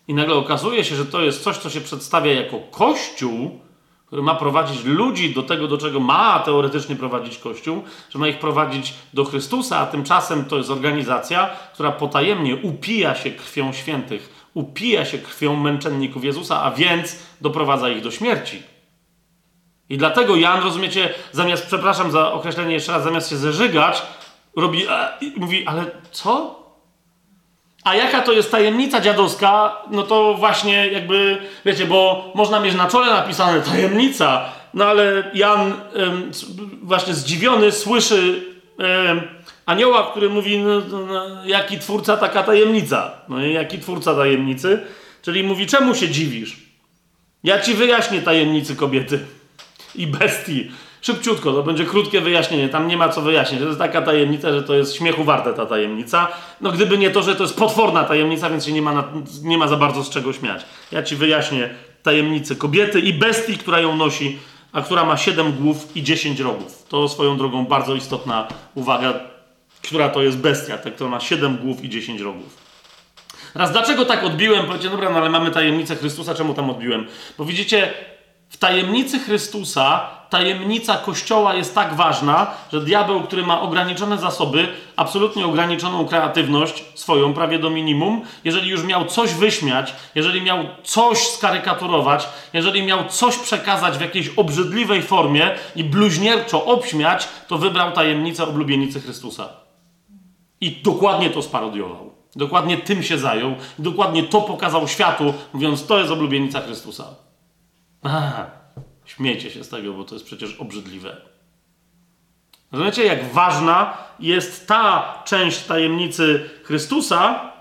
I nagle okazuje się, że to jest coś, co się przedstawia jako Kościół, który ma prowadzić ludzi do tego, do czego ma teoretycznie prowadzić Kościół, że ma ich prowadzić do Chrystusa, a tymczasem to jest organizacja, która potajemnie upija się krwią świętych, upija się krwią męczenników Jezusa, a więc doprowadza ich do śmierci. I dlatego Jan, rozumiecie, zamiast, przepraszam za określenie jeszcze raz, zamiast się zeżygać, robi, e, i mówi, ale co? A jaka to jest tajemnica dziadowska? No to właśnie jakby, wiecie, bo można mieć na czole napisane tajemnica, no ale Jan ym, właśnie zdziwiony słyszy ym, anioła, który mówi, no, no, jaki twórca, taka tajemnica. No i jaki twórca tajemnicy? Czyli mówi, czemu się dziwisz? Ja ci wyjaśnię tajemnicy kobiety i bestii. Szybciutko, to będzie krótkie wyjaśnienie, tam nie ma co wyjaśnić. To jest taka tajemnica, że to jest śmiechu warte ta tajemnica. No gdyby nie to, że to jest potworna tajemnica, więc się nie ma, na, nie ma za bardzo z czego śmiać. Ja ci wyjaśnię tajemnicę kobiety i bestii, która ją nosi, a która ma siedem głów i dziesięć rogów. To swoją drogą bardzo istotna uwaga, która to jest bestia, ta, która ma siedem głów i dziesięć rogów. Teraz dlaczego tak odbiłem? Powiecie, dobra, no ale mamy tajemnicę Chrystusa, czemu tam odbiłem? Bo widzicie, w tajemnicy Chrystusa tajemnica Kościoła jest tak ważna, że diabeł, który ma ograniczone zasoby, absolutnie ograniczoną kreatywność swoją, prawie do minimum, jeżeli już miał coś wyśmiać, jeżeli miał coś skarykaturować, jeżeli miał coś przekazać w jakiejś obrzydliwej formie i bluźnierczo obśmiać, to wybrał tajemnicę oblubienicy Chrystusa. I dokładnie to sparodiował. Dokładnie tym się zajął. I dokładnie to pokazał światu, mówiąc, to jest oblubienica Chrystusa. Aha, śmiejcie się z tego, bo to jest przecież obrzydliwe. Rozumiecie, jak ważna jest ta część tajemnicy Chrystusa,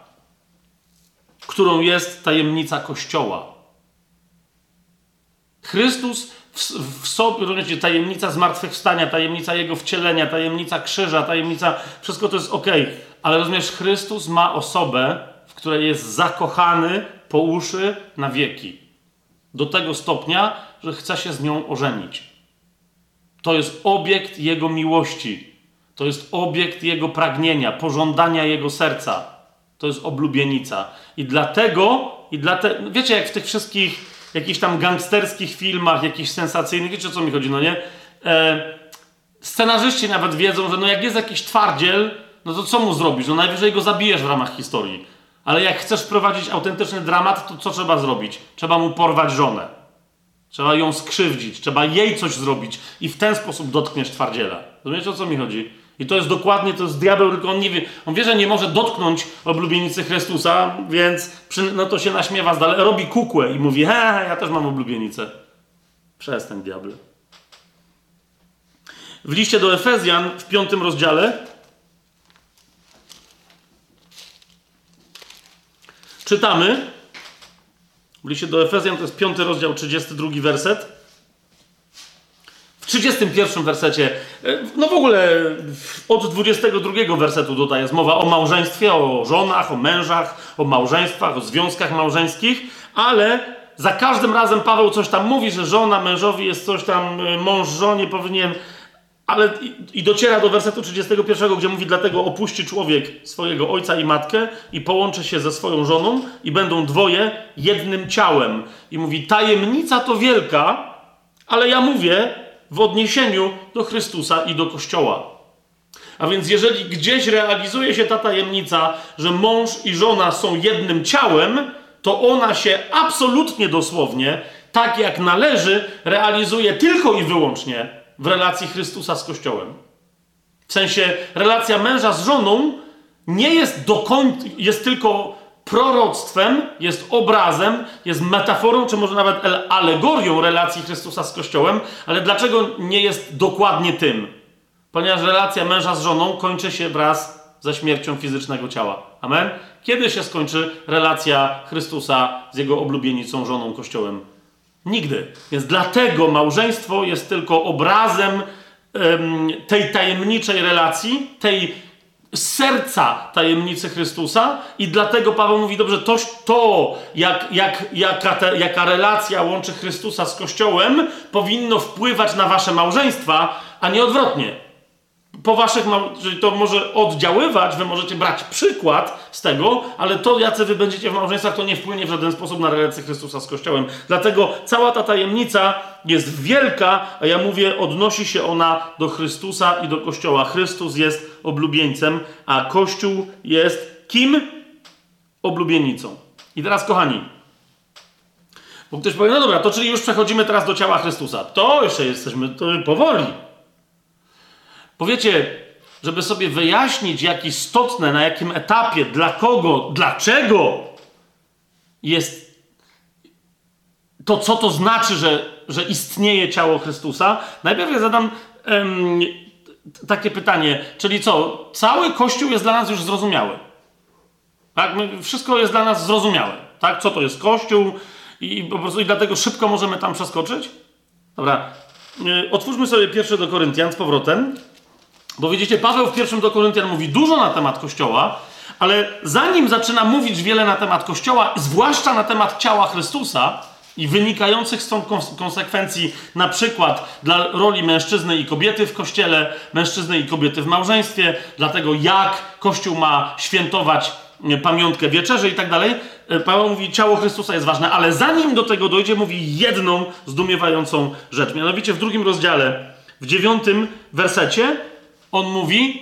którą jest tajemnica Kościoła. Chrystus w, w sobie, rozumiecie, tajemnica zmartwychwstania, tajemnica Jego wcielenia, tajemnica krzyża, tajemnica, wszystko to jest okej. Ale rozumiesz, Chrystus ma osobę, w której jest zakochany po uszy na wieki. Do tego stopnia, że chce się z nią ożenić. To jest obiekt Jego miłości. To jest obiekt Jego pragnienia, pożądania Jego serca. To jest oblubienica. I dlatego, i dlatego, wiecie, jak w tych wszystkich jakichś tam gangsterskich filmach, jakichś sensacyjnych, wiecie, o co mi chodzi, no nie? E, scenarzyści nawet wiedzą, że no jak jest jakiś twardziel, no to co mu zrobisz? No najwyżej go zabijesz w ramach historii. Ale jak chcesz wprowadzić autentyczny dramat, to co trzeba zrobić? Trzeba mu porwać żonę. Trzeba ją skrzywdzić. Trzeba jej coś zrobić. I w ten sposób dotkniesz twardziela. Rozumiecie, o co mi chodzi? I to jest dokładnie, to jest diabeł, tylko on nie wie. On wie, że nie może dotknąć oblubienicy Chrystusa, więc przy, no to się naśmiewa z daleka. Robi kukłę i mówi, he, ja też mam oblubienicę. Przestań, diable. W liście do Efezjan w piątym rozdziale czytamy, w liście do Efezjan, to jest piąty rozdział, trzydziesty drugi werset. W trzydziestym pierwszym wersecie, no w ogóle od dwudziestego drugiego wersetu tutaj jest mowa o małżeństwie, o żonach, o mężach, o małżeństwach, o związkach małżeńskich, ale za każdym razem Paweł coś tam mówi, że żona mężowi jest coś tam, mąż żonie powinien... Ale i, i dociera do wersetu trzydziestego pierwszego, gdzie mówi, dlatego opuści człowiek swojego ojca i matkę i połączy się ze swoją żoną i będą dwoje jednym ciałem. I mówi, tajemnica to wielka, ale ja mówię w odniesieniu do Chrystusa i do Kościoła. A więc jeżeli gdzieś realizuje się ta tajemnica, że mąż i żona są jednym ciałem, to ona się absolutnie dosłownie, tak jak należy, realizuje tylko i wyłącznie w relacji Chrystusa z Kościołem. W sensie relacja męża z żoną nie jest do końca, jest tylko proroctwem, jest obrazem, jest metaforą, czy może nawet alegorią relacji Chrystusa z Kościołem, ale dlaczego nie jest dokładnie tym? Ponieważ relacja męża z żoną kończy się wraz ze śmiercią fizycznego ciała. Amen? Kiedy się skończy relacja Chrystusa z Jego oblubienicą, żoną, Kościołem? Nigdy. Więc dlatego małżeństwo jest tylko obrazem um, tej tajemniczej relacji, tej serca tajemnicy Chrystusa i dlatego Paweł mówi, dobrze, to, to jak, jak, jaka, te, jaka relacja łączy Chrystusa z Kościołem, powinno wpływać na wasze małżeństwa, a nie odwrotnie. po waszych, czyli to może oddziaływać, wy możecie brać przykład z tego, ale to, jacy wy będziecie w małżeństwach, to nie wpłynie w żaden sposób na relację Chrystusa z Kościołem. Dlatego cała ta tajemnica jest wielka, a ja mówię, odnosi się ona do Chrystusa i do Kościoła. Chrystus jest oblubieńcem, a Kościół jest kim? Oblubienicą. I teraz, kochani, bo ktoś powie, no dobra, to czyli już przechodzimy teraz do ciała Chrystusa. To jeszcze jesteśmy, to powoli. Powiecie, żeby sobie wyjaśnić, jak istotne, na jakim etapie, dla kogo, dlaczego jest to, co to znaczy, że, że istnieje ciało Chrystusa, najpierw ja zadam em, takie pytanie, czyli co, cały Kościół jest dla nas już zrozumiały. Tak? My, wszystko jest dla nas zrozumiałe. Tak? Co to jest Kościół i po prostu i dlatego szybko możemy tam przeskoczyć? Dobra, yy, otwórzmy sobie pierwszy do Koryntian z powrotem. Bo widzicie, Paweł w pierwszym do Koryntian mówi dużo na temat Kościoła, ale zanim zaczyna mówić wiele na temat Kościoła, zwłaszcza na temat ciała Chrystusa i wynikających stąd konsekwencji, na przykład dla roli mężczyzny i kobiety w Kościele, mężczyzny i kobiety w małżeństwie, dlatego jak Kościół ma świętować pamiątkę wieczerzy i tak dalej, Paweł mówi, ciało Chrystusa jest ważne, ale zanim do tego dojdzie, mówi jedną zdumiewającą rzecz. Mianowicie w drugim rozdziale, w dziewiątym wersecie, on mówi,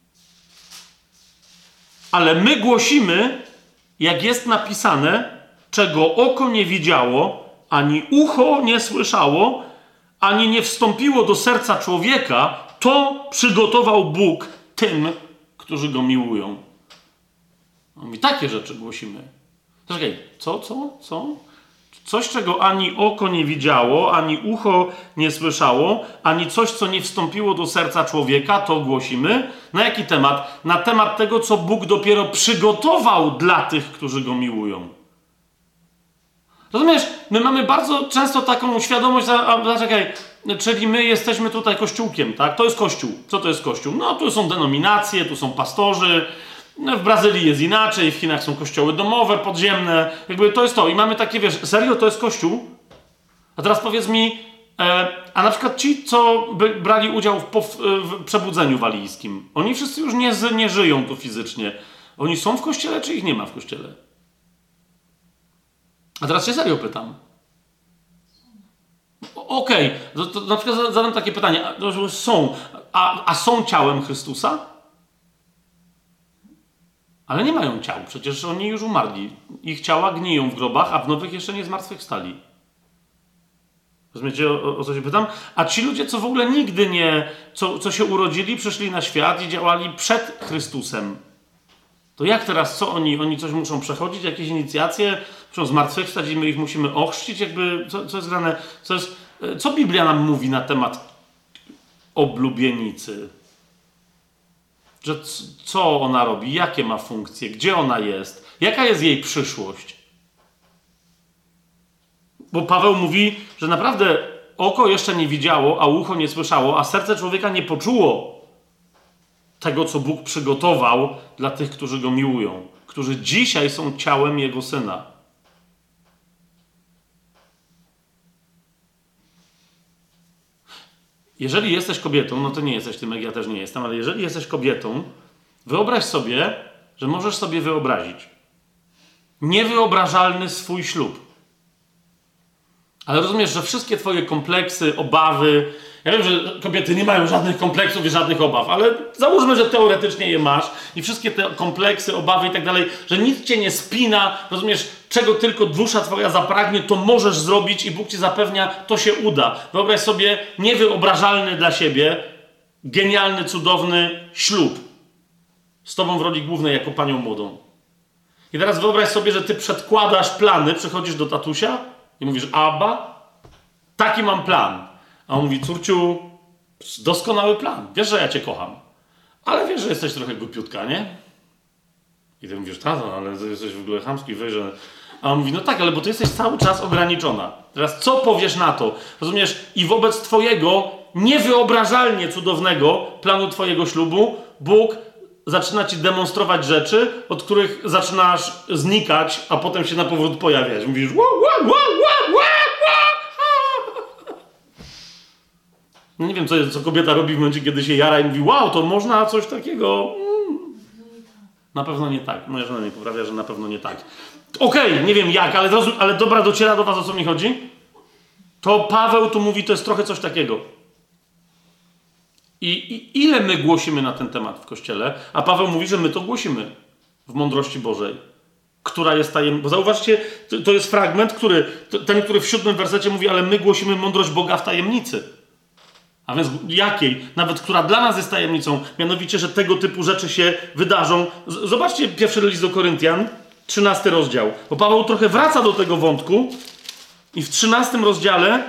ale my głosimy, jak jest napisane, czego oko nie widziało, ani ucho nie słyszało, ani nie wstąpiło do serca człowieka, to przygotował Bóg tym, którzy Go miłują. On mówi, takie rzeczy głosimy. Czekaj, co, co, co? Coś, czego ani oko nie widziało, ani ucho nie słyszało, ani coś, co nie wstąpiło do serca człowieka, to głosimy. Na jaki temat? Na temat tego, co Bóg dopiero przygotował dla tych, którzy Go miłują. Rozumiesz? My mamy bardzo często taką świadomość, a, a czekaj, czyli my jesteśmy tutaj kościółkiem, tak? To jest Kościół. Co to jest Kościół? No, tu są denominacje, tu są pastorzy. No, w Brazylii jest inaczej, w Chinach są kościoły domowe, podziemne. Jakby to jest to. I mamy takie, wiesz, serio to jest Kościół? A teraz powiedz mi, e, a na przykład ci, co by brali udział w, pow, w przebudzeniu walijskim, oni wszyscy już nie, nie żyją tu fizycznie. Oni są w Kościele, czy ich nie ma w Kościele? A teraz się serio pytam. Okej, okay. to, to na przykład zadam takie pytanie. A, są, a, a są ciałem Chrystusa? Ale nie mają ciał, przecież oni już umarli. Ich ciała gniją w grobach, a w nowych jeszcze nie zmartwychwstali. Rozumiecie, o, o co się pytam? A ci ludzie, co w ogóle nigdy nie, co, co się urodzili, przyszli na świat i działali przed Chrystusem, to jak teraz, co oni? Oni coś muszą przechodzić, jakieś inicjacje, muszą zmartwychwstać i my ich musimy ochrzcić, jakby, co, co jest grane, co jest, co Biblia nam mówi na temat oblubienicy? Że co ona robi, jakie ma funkcje, gdzie ona jest, jaka jest jej przyszłość. Bo Paweł mówi, że naprawdę oko jeszcze nie widziało, a ucho nie słyszało, a serce człowieka nie poczuło tego, co Bóg przygotował dla tych, którzy Go miłują, którzy dzisiaj są ciałem Jego Syna. Jeżeli jesteś kobietą, no to nie jesteś tym, jak ja też nie jestem, ale jeżeli jesteś kobietą, wyobraź sobie, że możesz sobie wyobrazić niewyobrażalny swój ślub. Ale rozumiesz, że wszystkie twoje kompleksy, obawy, ja wiem, że kobiety nie mają żadnych kompleksów i żadnych obaw, ale załóżmy, że teoretycznie je masz i wszystkie te kompleksy, obawy i tak dalej, że nic cię nie spina, rozumiesz, czego tylko dusza twoja zapragnie, to możesz zrobić i Bóg ci zapewnia, to się uda. Wyobraź sobie niewyobrażalny dla siebie, genialny, cudowny ślub z tobą w roli głównej jako panią młodą. I teraz wyobraź sobie, że ty przedkładasz plany, przychodzisz do tatusia i mówisz, Abba, taki mam plan. A on mówi, córciu, doskonały plan. Wiesz, że ja cię kocham. Ale wiesz, że jesteś trochę głupiutka, nie? I ty mówisz, tato, ale jesteś w ogóle chamski, weź, że... A on mówi, no tak, ale bo ty jesteś cały czas ograniczona. Teraz co powiesz na to? Rozumiesz? I wobec twojego niewyobrażalnie cudownego planu twojego ślubu Bóg zaczyna ci demonstrować rzeczy, od których zaczynasz znikać, a potem się na powrót pojawiać. Mówisz, wow, wow, wow, wow, wow. No nie wiem, co, jest, co kobieta robi w momencie, kiedy się jara i mówi, wow, to można coś takiego... Mm. Na pewno nie tak. Moja żona nie poprawia, że na pewno nie tak. Okej, okay, nie wiem jak, ale, ale dobra, dociera do was, o co mi chodzi? To Paweł tu mówi, to jest trochę coś takiego. I, I ile my głosimy na ten temat w Kościele? A Paweł mówi, że my to głosimy w mądrości Bożej, która jest tajemnicą. Bo zauważcie, to, to jest fragment, który, to, ten, który w siódmym wersecie mówi, ale my głosimy mądrość Boga w tajemnicy. A więc jakiej? Nawet która dla nas jest tajemnicą. Mianowicie, że tego typu rzeczy się wydarzą. Z, zobaczcie pierwszy list do Koryntian, trzynasty rozdział. Bo Paweł trochę wraca do tego wątku i w trzynastym rozdziale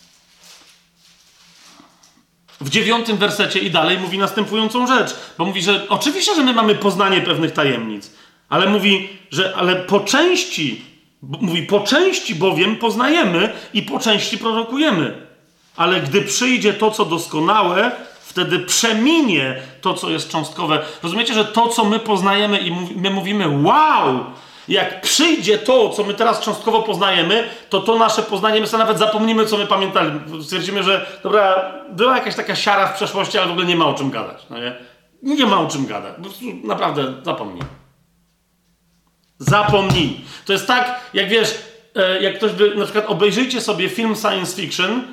w dziewiątym wersecie i dalej mówi następującą rzecz. Bo mówi, że oczywiście, że my mamy poznanie pewnych tajemnic, ale mówi, że ale po części, mówi po części bowiem poznajemy i po części prorokujemy. Ale gdy przyjdzie to, co doskonałe, wtedy przeminie to, co jest cząstkowe. Rozumiecie, że to, co my poznajemy i my mówimy wow, jak przyjdzie to, co my teraz cząstkowo poznajemy, to to nasze poznanie, my sobie nawet zapomnimy, co my pamiętali. Stwierdzimy, że dobra, była jakaś taka siara w przeszłości, ale w ogóle nie ma o czym gadać. No nie? Nie ma o czym gadać. Po prostu naprawdę zapomnij. Zapomnij. To jest tak, jak wiesz, jak ktoś by, na przykład obejrzyjcie sobie film science fiction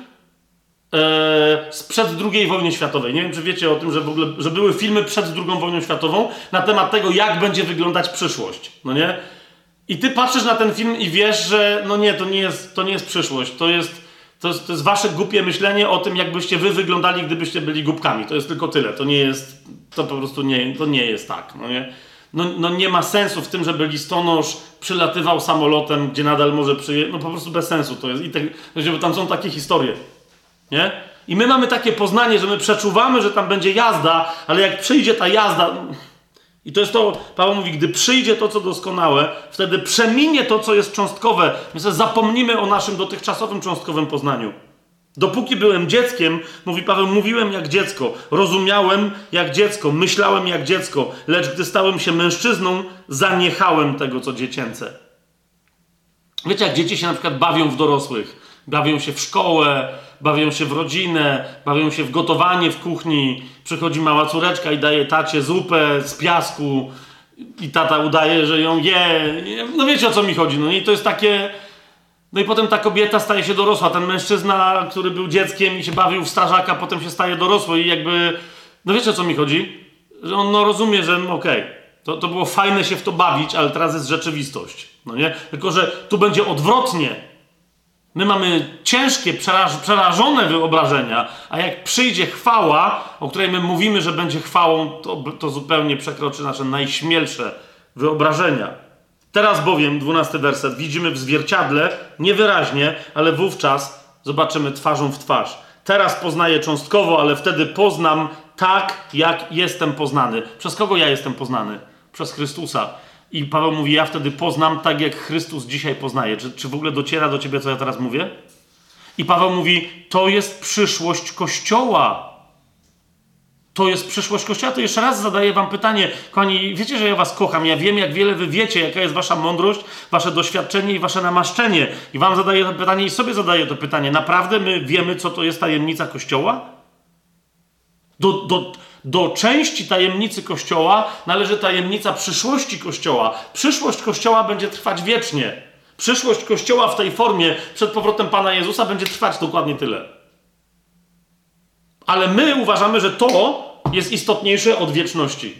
sprzed drugiej wojny światowej. Nie wiem, czy wiecie o tym, że w ogóle, że były filmy przed drugą wojną światową na temat tego, jak będzie wyglądać przyszłość. No nie? I ty patrzysz na ten film i wiesz, że no nie, to nie jest, to nie jest przyszłość. To jest, to jest, to jest wasze głupie myślenie o tym, jakbyście wy wyglądali, gdybyście byli głupkami. To jest tylko tyle. To nie jest, to po prostu nie, to nie jest tak. No nie? No, no nie ma sensu w tym, żeby listonosz przylatywał samolotem, gdzie nadal może przyjechać. No po prostu bez sensu to jest. I te, bo tam są takie historie. Nie? I my mamy takie poznanie, że my przeczuwamy, że tam będzie jazda, ale jak przyjdzie ta jazda... I to jest to, Paweł mówi, gdy przyjdzie to, co doskonałe, wtedy przeminie to, co jest cząstkowe. My sobie zapomnimy o naszym dotychczasowym cząstkowym poznaniu. Dopóki byłem dzieckiem, mówi Paweł, mówiłem jak dziecko, rozumiałem jak dziecko, myślałem jak dziecko, lecz gdy stałem się mężczyzną, zaniechałem tego, co dziecięce. Wiecie, jak dzieci się na przykład bawią w dorosłych, bawią się w szkołę, bawią się w rodzinę, bawią się w gotowanie w kuchni, przychodzi mała córeczka i daje tacie zupę z piasku i tata udaje, że ją je. No wiecie, o co mi chodzi, no i to jest takie... No i potem ta kobieta staje się dorosła, ten mężczyzna, który był dzieckiem i się bawił w strażaka, potem się staje dorosły i jakby... No wiecie, o co mi chodzi? Że on no rozumie, że okej, okay, to, to było fajne się w to bawić, ale teraz jest rzeczywistość, no nie? Tylko, że tu będzie odwrotnie. My mamy ciężkie, przeraż, przerażone wyobrażenia, a jak przyjdzie chwała, o której my mówimy, że będzie chwałą, to, to zupełnie przekroczy nasze najśmielsze wyobrażenia. Teraz bowiem, dwunasty werset, widzimy w zwierciadle, niewyraźnie, ale wówczas zobaczymy twarzą w twarz. Teraz poznaję cząstkowo, ale wtedy poznam tak, jak jestem poznany. Przez kogo ja jestem poznany? Przez Chrystusa. I Paweł mówi, ja wtedy poznam tak, jak Chrystus dzisiaj poznaje. Czy, czy w ogóle dociera do ciebie, co ja teraz mówię? I Paweł mówi, to jest przyszłość Kościoła. To jest przyszłość Kościoła. To jeszcze raz zadaję wam pytanie. Kochani, wiecie, że ja was kocham. Ja wiem, jak wiele wy wiecie, jaka jest wasza mądrość, wasze doświadczenie i wasze namaszczenie. I wam zadaję to pytanie i sobie zadaję to pytanie. Naprawdę my wiemy, co to jest tajemnica Kościoła? Do... do Do części tajemnicy Kościoła należy tajemnica przyszłości Kościoła. Przyszłość Kościoła będzie trwać wiecznie. Przyszłość Kościoła w tej formie przed powrotem Pana Jezusa będzie trwać dokładnie tyle. Ale my uważamy, że to jest istotniejsze od wieczności.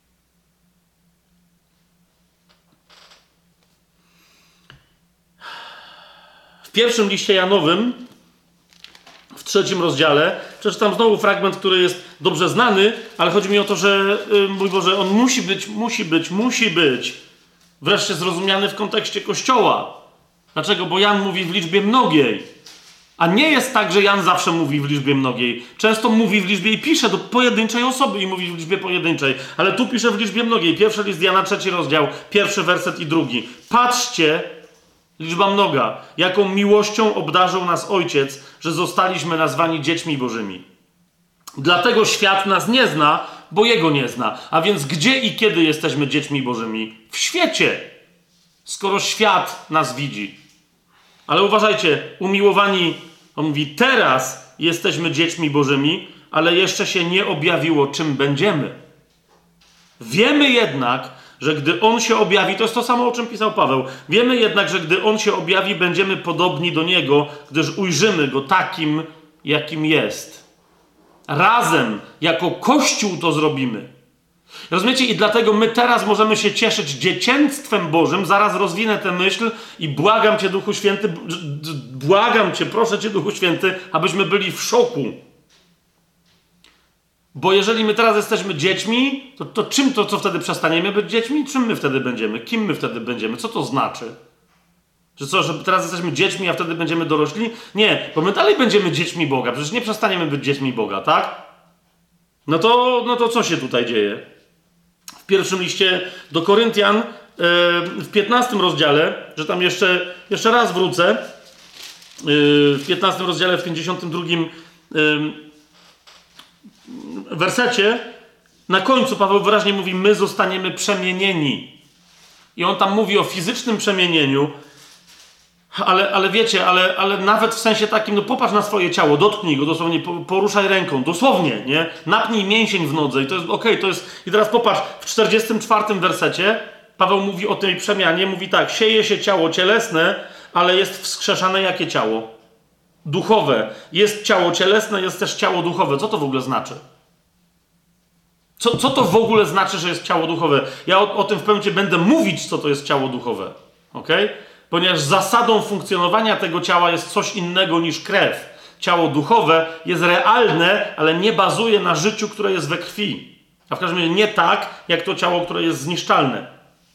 W pierwszym liście Janowym, w trzecim rozdziale, przeczytam znowu fragment, który jest dobrze znany, ale chodzi mi o to, że yy, mój Boże, on musi być, musi być, musi być wreszcie zrozumiany w kontekście Kościoła. Dlaczego? Bo Jan mówi w liczbie mnogiej. A nie jest tak, że Jan zawsze mówi w liczbie mnogiej. Często mówi w liczbie i pisze do pojedynczej osoby i mówi w liczbie pojedynczej. Ale tu pisze w liczbie mnogiej. Pierwszy list Jana, trzeci rozdział, pierwszy werset i drugi. Patrzcie, liczba mnoga, jaką miłością obdarzył nas Ojciec, że zostaliśmy nazwani dziećmi Bożymi. Dlatego świat nas nie zna, bo Jego nie zna. A więc gdzie i kiedy jesteśmy dziećmi Bożymi? W świecie, skoro świat nas widzi. Ale uważajcie, umiłowani, on mówi, teraz jesteśmy dziećmi Bożymi, ale jeszcze się nie objawiło, czym będziemy. Wiemy jednak, że gdy On się objawi, to jest to samo, o czym pisał Paweł, wiemy jednak, że gdy On się objawi, będziemy podobni do Niego, gdyż ujrzymy Go takim, jakim jest. Razem, jako Kościół to zrobimy. Rozumiecie? I dlatego my teraz możemy się cieszyć dziecięctwem Bożym. Zaraz rozwinę tę myśl i błagam Cię, Duchu Święty, błagam Cię, proszę Cię, Duchu Święty, abyśmy byli w szoku. Bo jeżeli my teraz jesteśmy dziećmi, to, to czym to, co wtedy przestaniemy być dziećmi? Czym my wtedy będziemy? Kim my wtedy będziemy? Co to znaczy? Że co, że teraz jesteśmy dziećmi, a wtedy będziemy dorośli? Nie, bo my dalej będziemy dziećmi Boga. Przecież nie przestaniemy być dziećmi Boga, tak? No to, no to co się tutaj dzieje? W pierwszym liście do Koryntian, yy, w piętnastym rozdziale, że tam jeszcze, jeszcze raz wrócę, yy, w piętnastym rozdziale, w pięćdziesiątym drugim yy, wersecie, na końcu Paweł wyraźnie mówi, my zostaniemy przemienieni. I on tam mówi o fizycznym przemienieniu, ale, ale wiecie, ale, ale nawet w sensie takim, no popatrz na swoje ciało, dotknij go, dosłownie poruszaj ręką, dosłownie, nie? Napnij mięsień w nodze i to jest okej, okay, to jest... I teraz popatrz, w czterdziestym czwartym wersecie Paweł mówi o tej przemianie, mówi tak, sieje się ciało cielesne, ale jest wskrzeszane jakie ciało? Duchowe. Jest ciało cielesne, jest też ciało duchowe. Co to w ogóle znaczy? Co, co to w ogóle znaczy, że jest ciało duchowe? Ja o, o tym w pewnym momencie będę mówić, co to jest ciało duchowe. Okej? Okay? Ponieważ zasadą funkcjonowania tego ciała jest coś innego niż krew. Ciało duchowe jest realne, ale nie bazuje na życiu, które jest we krwi. A w każdym razie nie tak, jak to ciało, które jest zniszczalne.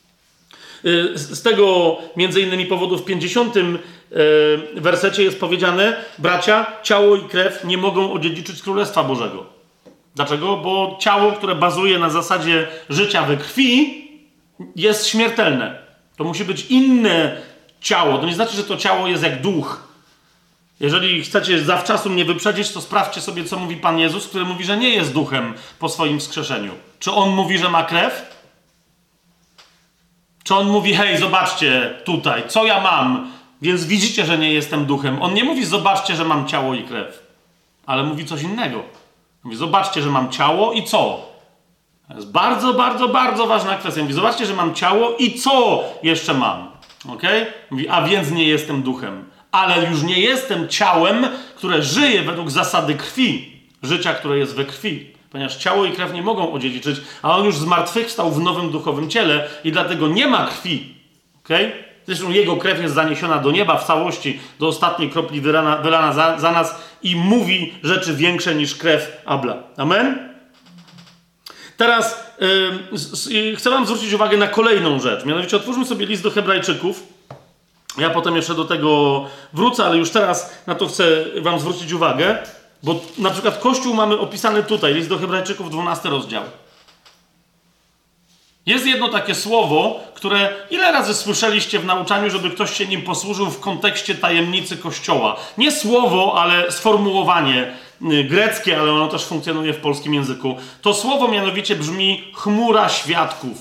Z tego między innymi powodu w pięćdziesiątym wersecie jest powiedziane, bracia, ciało i krew nie mogą odziedziczyć Królestwa Bożego. Dlaczego? Bo ciało, które bazuje na zasadzie życia we krwi, jest śmiertelne. To musi być inne ciało. To nie znaczy, że to ciało jest jak duch. Jeżeli chcecie zawczasu mnie wyprzedzić, to sprawdźcie sobie, co mówi Pan Jezus, który mówi, że nie jest duchem po swoim wskrzeszeniu. Czy On mówi, że ma krew? Czy On mówi, hej, zobaczcie tutaj, co ja mam, więc widzicie, że nie jestem duchem. On nie mówi, zobaczcie, że mam ciało i krew. Ale mówi coś innego. Mówi, zobaczcie, że mam ciało i co? To jest bardzo, bardzo, bardzo ważna kwestia. Mówi, zobaczcie, że mam ciało i co jeszcze mam? Okay? Mówi, a więc nie jestem duchem. Ale już nie jestem ciałem, które żyje według zasady krwi. Życia, które jest we krwi. Ponieważ ciało i krew nie mogą odziedziczyć, a On już zmartwychwstał w nowym duchowym ciele i dlatego nie ma krwi. Okay? Zresztą Jego krew jest zaniesiona do nieba w całości, do ostatniej kropli wylana, wylana za, za nas i mówi rzeczy większe niż krew Abla. Amen? Teraz yy, chcę wam zwrócić uwagę na kolejną rzecz. Mianowicie otwórzmy sobie list do Hebrajczyków. Ja potem jeszcze do tego wrócę, ale już teraz na to chcę wam zwrócić uwagę. Bo na przykład Kościół mamy opisany tutaj, list do Hebrajczyków, dwunasty rozdział. Jest jedno takie słowo, które ile razy słyszeliście w nauczaniu, żeby ktoś się nim posłużył w kontekście tajemnicy Kościoła. Nie słowo, ale sformułowanie greckie, ale ono też funkcjonuje w polskim języku. To słowo mianowicie brzmi chmura świadków.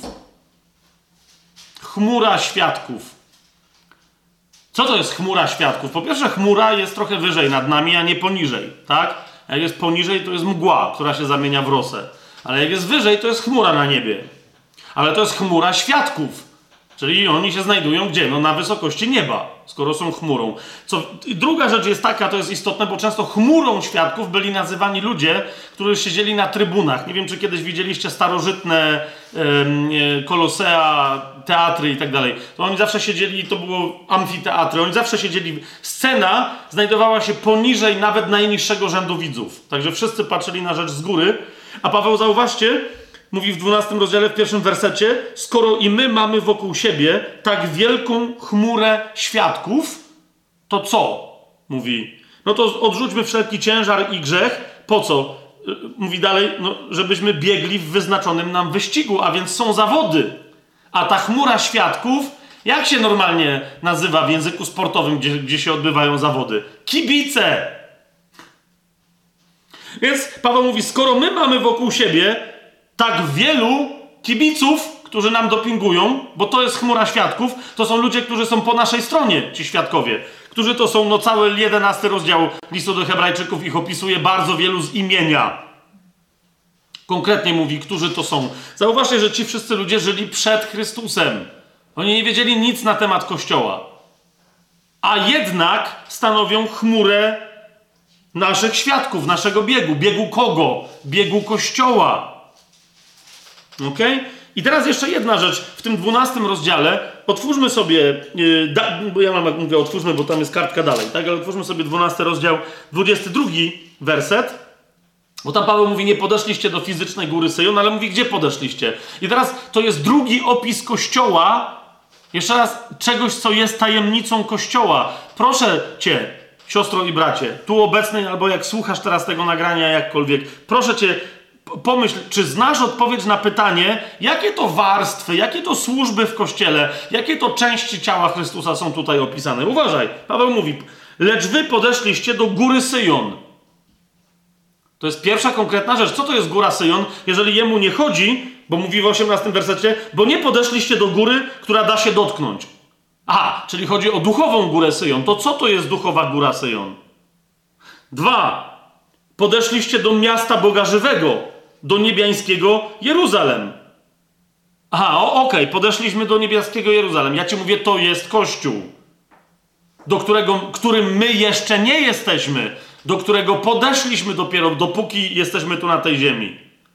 Chmura świadków. Co to jest chmura świadków? Po pierwsze, chmura jest trochę wyżej nad nami, a nie poniżej, tak? Jak jest poniżej, to jest mgła, która się zamienia w rosę. Ale jak jest wyżej, to jest chmura na niebie. Ale to jest chmura świadków. Czyli oni się znajdują gdzie? No na wysokości nieba, skoro są chmurą. Co, druga rzecz jest taka, to jest istotne, bo często chmurą świadków byli nazywani ludzie, którzy siedzieli na trybunach. Nie wiem, czy kiedyś widzieliście starożytne e, kolosea, teatry i tak dalej. To oni zawsze siedzieli, to było amfiteatry, oni zawsze siedzieli... Scena znajdowała się poniżej nawet najniższego rzędu widzów. Także wszyscy patrzyli na rzecz z góry. A Paweł, zauważcie, mówi w dwunastym rozdziale, w pierwszym wersecie, skoro i my mamy wokół siebie tak wielką chmurę świadków, to co? Mówi, no to odrzućmy wszelki ciężar i grzech. Po co? Mówi dalej, no, żebyśmy biegli w wyznaczonym nam wyścigu, a więc są zawody. A ta chmura świadków, jak się normalnie nazywa w języku sportowym, gdzie, gdzie się odbywają zawody? Kibice! Więc Paweł mówi, skoro my mamy wokół siebie tak wielu kibiców, którzy nam dopingują, bo to jest chmura świadków, to są ludzie, którzy są po naszej stronie, ci świadkowie, Którzy to są? No cały jedenasty rozdział listu do Hebrajczyków ich opisuje bardzo wielu z imienia. Konkretnie mówi, którzy to są. Zauważcie, że ci wszyscy ludzie żyli przed Chrystusem. Oni nie wiedzieli nic na temat Kościoła. A jednak stanowią chmurę naszych świadków, naszego biegu. Biegu kogo? Biegu Kościoła. Okej? Okay? I teraz jeszcze jedna rzecz. W tym dwunastym rozdziale otwórzmy sobie, yy, da, bo ja mam, jak mówię, otwórzmy, bo tam jest kartka dalej, tak? Ale otwórzmy sobie dwunasty rozdział, dwudziesty drugi werset. Bo tam Paweł mówi, nie podeszliście do fizycznej góry Syjon, ale mówi, gdzie podeszliście. I teraz to jest drugi opis Kościoła. Jeszcze raz, czegoś, co jest tajemnicą Kościoła. Proszę cię, siostro i bracie, tu obecnej, albo jak słuchasz teraz tego nagrania jakkolwiek, proszę cię, pomyśl, czy znasz odpowiedź na pytanie, jakie to warstwy, jakie to służby w Kościele, jakie to części ciała Chrystusa są tutaj opisane. Uważaj, Paweł mówi, lecz wy podeszliście do góry Syjon. To jest pierwsza konkretna rzecz. Co to jest góra Syjon, jeżeli jemu nie chodzi, bo mówi w osiemnastym wersecie, bo nie podeszliście do góry, która da się dotknąć. Aha, czyli chodzi o duchową górę Syjon. To co to jest duchowa góra Syjon? Dwa. Podeszliście do miasta Boga żywego, do niebiańskiego Jeruzalem. Aha, okej, okay. Podeszliśmy do niebieskiego Jeruzalem. Ja ci mówię, to jest Kościół, do którego, którym my jeszcze nie jesteśmy, do którego podeszliśmy dopiero, dopóki jesteśmy tu na tej ziemi.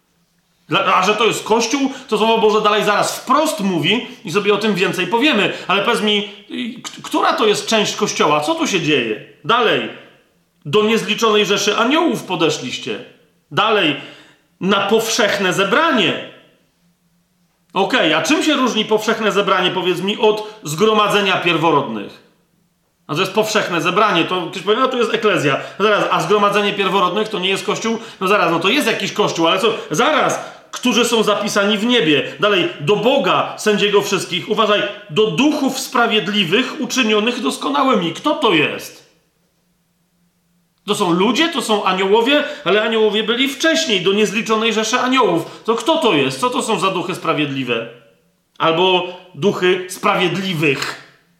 A że to jest Kościół, to Słowo Boże dalej zaraz wprost mówi i sobie o tym więcej powiemy. Ale powiedz mi, która to jest część Kościoła? Co tu się dzieje? Dalej. Do niezliczonej rzeszy aniołów podeszliście. Dalej. Na powszechne zebranie. Okej, okay, a czym się różni powszechne zebranie, powiedz mi, od zgromadzenia pierworodnych? A to jest powszechne zebranie, to ktoś powie, no to jest eklezja. No zaraz, a zgromadzenie pierworodnych to nie jest Kościół? No zaraz, no to jest jakiś Kościół, ale co? Zaraz, którzy są zapisani w niebie. Dalej, do Boga, sędziego wszystkich. Uważaj, do duchów sprawiedliwych uczynionych doskonałymi. Kto to jest? To są ludzie, to są aniołowie, ale aniołowie byli wcześniej, do niezliczonej rzeszy aniołów. To kto to jest? Co to są za duchy sprawiedliwe? Albo duchy sprawiedliwych.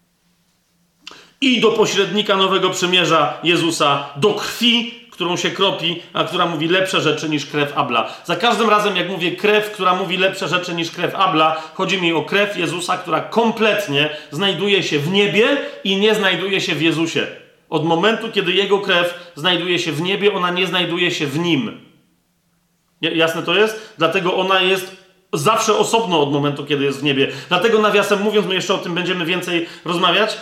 I do pośrednika nowego przymierza Jezusa, do krwi, którą się kropi, a która mówi lepsze rzeczy niż krew Abla. Za każdym razem, jak mówię krew, która mówi lepsze rzeczy niż krew Abla, chodzi mi o krew Jezusa, która kompletnie znajduje się w niebie i nie znajduje się w Jezusie. Od momentu, kiedy Jego krew znajduje się w niebie, ona nie znajduje się w Nim. Jasne to jest? Dlatego ona jest zawsze osobno od momentu, kiedy jest w niebie. Dlatego nawiasem mówiąc, my jeszcze o tym będziemy więcej rozmawiać,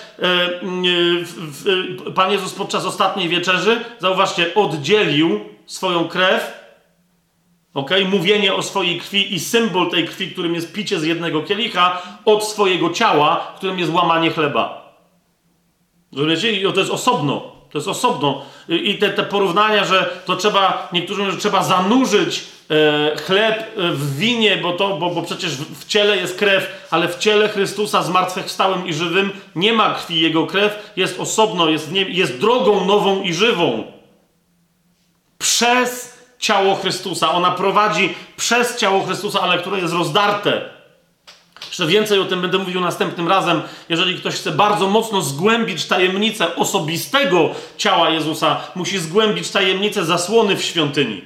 Pan Jezus podczas ostatniej wieczerzy, zauważcie, oddzielił swoją krew, okay? Mówienie o swojej krwi i symbol tej krwi, którym jest picie z jednego kielicha, od swojego ciała, którym jest łamanie chleba. Rozumiecie? I to jest osobno. To jest osobno. I te, te porównania, że to trzeba, niektórzy mówią, że trzeba zanurzyć e, chleb w winie, bo, to, bo, bo przecież w ciele jest krew, ale w ciele Chrystusa zmartwychwstałym i żywym nie ma krwi. Jego krew jest osobno, jest, nie, jest drogą nową i żywą. Przez ciało Chrystusa. Ona prowadzi przez ciało Chrystusa, ale które jest rozdarte. Jeszcze więcej o tym będę mówił następnym razem. Jeżeli ktoś chce bardzo mocno zgłębić tajemnicę osobistego ciała Jezusa, musi zgłębić tajemnicę zasłony w świątyni.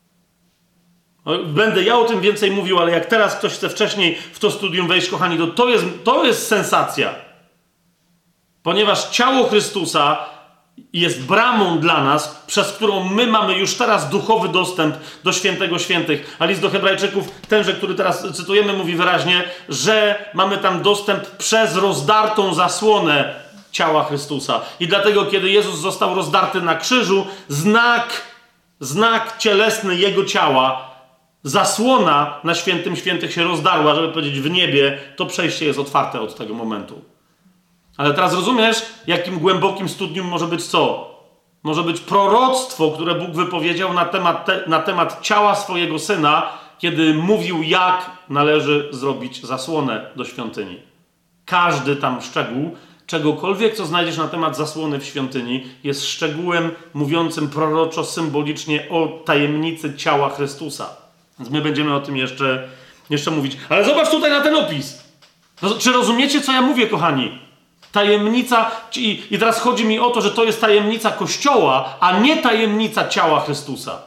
Będę ja o tym więcej mówił, ale jak teraz ktoś chce wcześniej w to studium wejść, kochani, to to jest, to jest sensacja. Ponieważ ciało Chrystusa jest bramą dla nas, przez którą my mamy już teraz duchowy dostęp do Świętego Świętych. A list do Hebrajczyków, tenże, który teraz cytujemy, mówi wyraźnie, że mamy tam dostęp przez rozdartą zasłonę ciała Chrystusa. I dlatego, kiedy Jezus został rozdarty na krzyżu, znak, znak cielesny Jego ciała, zasłona na Świętym Świętych się rozdarła, żeby powiedzieć w niebie, to przejście jest otwarte od tego momentu. Ale teraz rozumiesz, jakim głębokim studium może być co? Może być proroctwo, które Bóg wypowiedział na temat, te, na temat ciała swojego Syna, kiedy mówił, jak należy zrobić zasłonę do świątyni. Każdy tam szczegół, czegokolwiek, co znajdziesz na temat zasłony w świątyni, jest szczegółem mówiącym proroczo, symbolicznie o tajemnicy ciała Chrystusa. Więc my będziemy o tym jeszcze, jeszcze mówić. Ale zobacz tutaj na ten opis. Czy rozumiecie, co ja mówię, kochani? Tajemnica, i, i teraz chodzi mi o to, że to jest tajemnica Kościoła, a nie tajemnica ciała Chrystusa.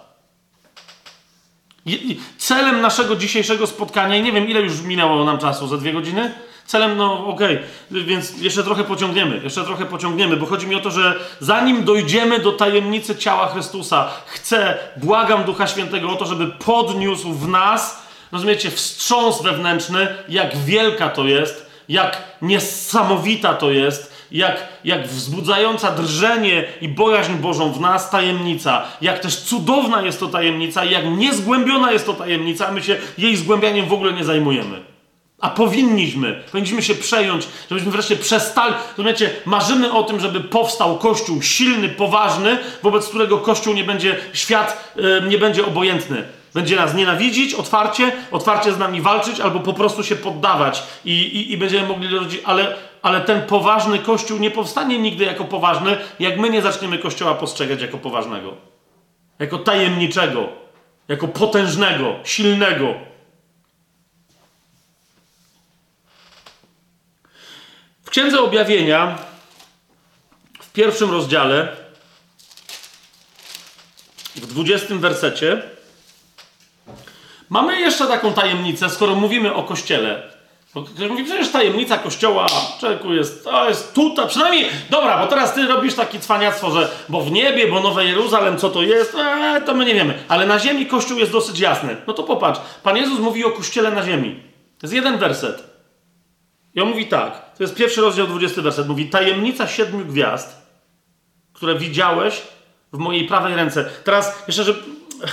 I, i celem naszego dzisiejszego spotkania, i nie wiem, ile już minęło nam czasu, za dwie godziny? Celem, no okej, okay. Więc jeszcze trochę pociągniemy, jeszcze trochę pociągniemy, bo chodzi mi o to, że zanim dojdziemy do tajemnicy ciała Chrystusa, chcę, błagam Ducha Świętego o to, żeby podniósł w nas, rozumiecie, wstrząs wewnętrzny, jak wielka to jest, jak niesamowita to jest, jak, jak wzbudzająca drżenie i bojaźń Bożą w nas tajemnica, jak też cudowna jest to tajemnica i jak niezgłębiona jest to tajemnica, a my się jej zgłębianiem w ogóle nie zajmujemy. A powinniśmy, powinniśmy się przejąć, żebyśmy wreszcie przestali, rozumiecie, marzymy o tym, żeby powstał Kościół silny, poważny, wobec którego Kościół nie będzie, świat yy, nie będzie obojętny. Będzie nas nienawidzić otwarcie, otwarcie z nami walczyć, albo po prostu się poddawać i, i, i będziemy mogli rodzić, ale, ale ten poważny Kościół nie powstanie nigdy jako poważny, jak my nie zaczniemy Kościoła postrzegać jako poważnego. Jako tajemniczego, jako potężnego, silnego. W Księdze Objawienia, w pierwszym rozdziale, w dwudziestym wersecie, mamy jeszcze taką tajemnicę, skoro mówimy o Kościele. Bo ktoś mówi, przecież tajemnica Kościoła, człowieku, jest, to jest tutaj, przynajmniej, dobra, bo teraz ty robisz takie cwaniactwo, że bo w niebie, bo Nowe Jeruzalem, co to jest, eee, to my nie wiemy. Ale na ziemi Kościół jest dosyć jasny. No to popatrz, Pan Jezus mówi o Kościele na ziemi. To jest jeden werset. I on mówi tak, to jest pierwszy rozdział, dwudziesty werset, mówi: tajemnica siedmiu gwiazd, które widziałeś w mojej prawej ręce. Teraz jeszcze, że...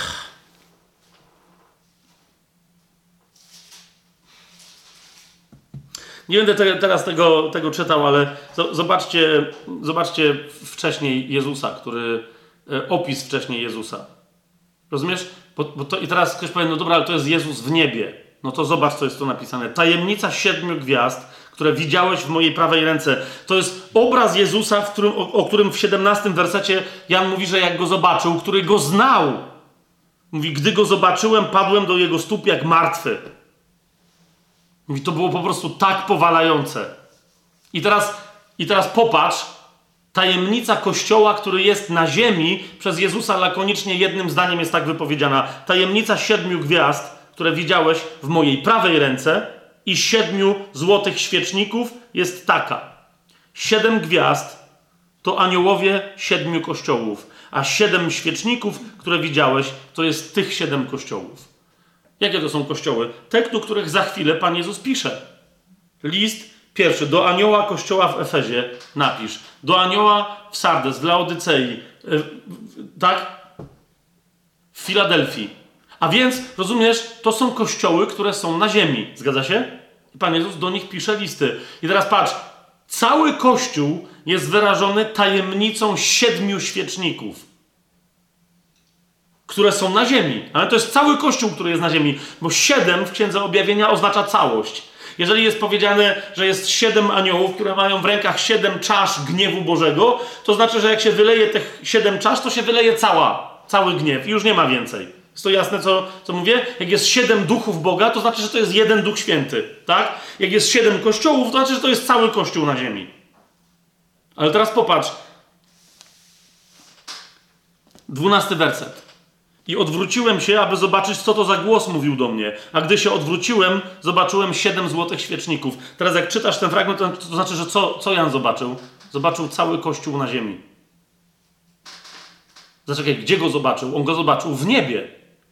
Nie będę te, teraz tego, tego czytał, ale zobaczcie, zobaczcie wcześniej Jezusa, który... Opis wcześniej Jezusa. Rozumiesz? Bo, bo to, i teraz ktoś powie, no dobra, ale to jest Jezus w niebie. No to zobacz, co jest tu napisane. Tajemnica siedmiu gwiazd, które widziałeś w mojej prawej ręce. To jest obraz Jezusa, w którym, o, o którym w siedemnastym wersecie Jan mówi, że jak go zobaczył, który go znał. Mówi, gdy go zobaczyłem, padłem do jego stóp jak martwy. Mówi, to było po prostu tak powalające. I teraz, i teraz popatrz, tajemnica Kościoła, który jest na ziemi, przez Jezusa lakonicznie jednym zdaniem jest tak wypowiedziana. Tajemnica siedmiu gwiazd, które widziałeś w mojej prawej ręce i siedmiu złotych świeczników jest taka. Siedem gwiazd to aniołowie siedmiu kościołów, a siedem świeczników, które widziałeś, to jest tych siedem kościołów. Jakie to są kościoły? Te, do których za chwilę Pan Jezus pisze. List pierwszy. Do anioła kościoła w Efezie napisz. Do anioła w Sardes, w Laodycei. Yy, tak? W Filadelfii. A więc, rozumiesz, to są kościoły, które są na ziemi. Zgadza się? I Pan Jezus do nich pisze listy. I teraz patrz. Cały Kościół jest wyrażony tajemnicą siedmiu świeczników, które są na ziemi. Ale to jest cały Kościół, który jest na ziemi. Bo siedem w Księdze Objawienia oznacza całość. Jeżeli jest powiedziane, że jest siedem aniołów, które mają w rękach siedem czasz gniewu Bożego, to znaczy, że jak się wyleje tych siedem czasz, to się wyleje cała, cały gniew i już nie ma więcej. Jest to jasne, co, co mówię? Jak jest siedem duchów Boga, to znaczy, że to jest jeden Duch Święty, tak? Jak jest siedem kościołów, to znaczy, że to jest cały Kościół na ziemi. Ale teraz popatrz. Dwunasty werset. I odwróciłem się, aby zobaczyć, co to za głos mówił do mnie. A gdy się odwróciłem, zobaczyłem siedem złotych świeczników. Teraz jak czytasz ten fragment, to, to znaczy, że co, co Jan zobaczył? Zobaczył cały Kościół na ziemi. Zaczekaj, gdzie go zobaczył? On go zobaczył w niebie.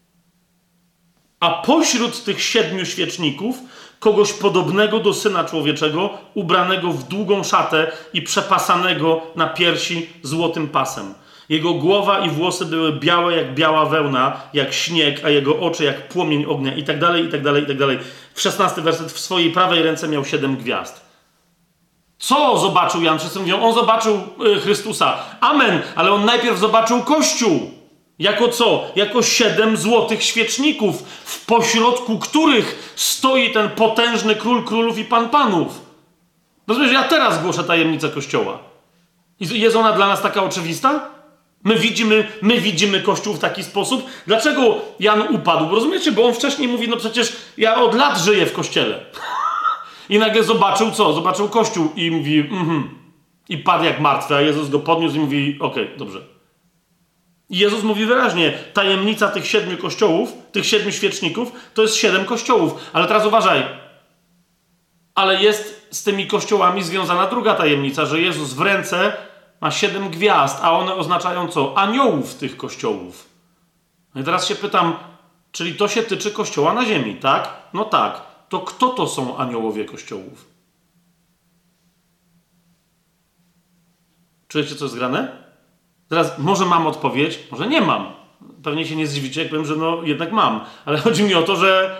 A pośród tych siedmiu świeczników kogoś podobnego do Syna Człowieczego, ubranego w długą szatę i przepasanego na piersi złotym pasem. Jego głowa i włosy były białe jak biała wełna, jak śnieg, a jego oczy jak płomień ognia i tak dalej, i tak dalej, i tak dalej. W szesnasty werset. W swojej prawej ręce miał siedem gwiazd. Co zobaczył Jan? Wszyscy mówią, on zobaczył y, Chrystusa. Amen, ale on najpierw zobaczył Kościół. Jako co? Jako siedem złotych świeczników, w pośrodku których stoi ten potężny Król Królów i Pan Panów. Rozumiesz, ja teraz głoszę tajemnicę Kościoła. I jest ona dla nas taka oczywista? My widzimy, my widzimy Kościół w taki sposób. Dlaczego Jan upadł? Rozumiecie? Bo on wcześniej mówi, no przecież ja od lat żyję w Kościele. I nagle zobaczył co? Zobaczył Kościół i mówi, mhm. I padł jak martwy, a Jezus go podniósł i mówi, okej, okay, dobrze. I Jezus mówi wyraźnie, tajemnica tych siedmiu kościołów, tych siedmiu świeczników, to jest siedem kościołów. Ale teraz uważaj. Ale jest z tymi kościołami związana druga tajemnica, że Jezus w ręce ma siedem gwiazd, a one oznaczają co? Aniołów tych kościołów. No i teraz się pytam, czyli to się tyczy kościoła na ziemi, tak? No tak. To kto to są aniołowie kościołów? Czujecie, co jest grane? Teraz może mam odpowiedź, może nie mam. Pewnie się nie zdziwicie, jak powiem, że no jednak mam. Ale chodzi mi o to, że...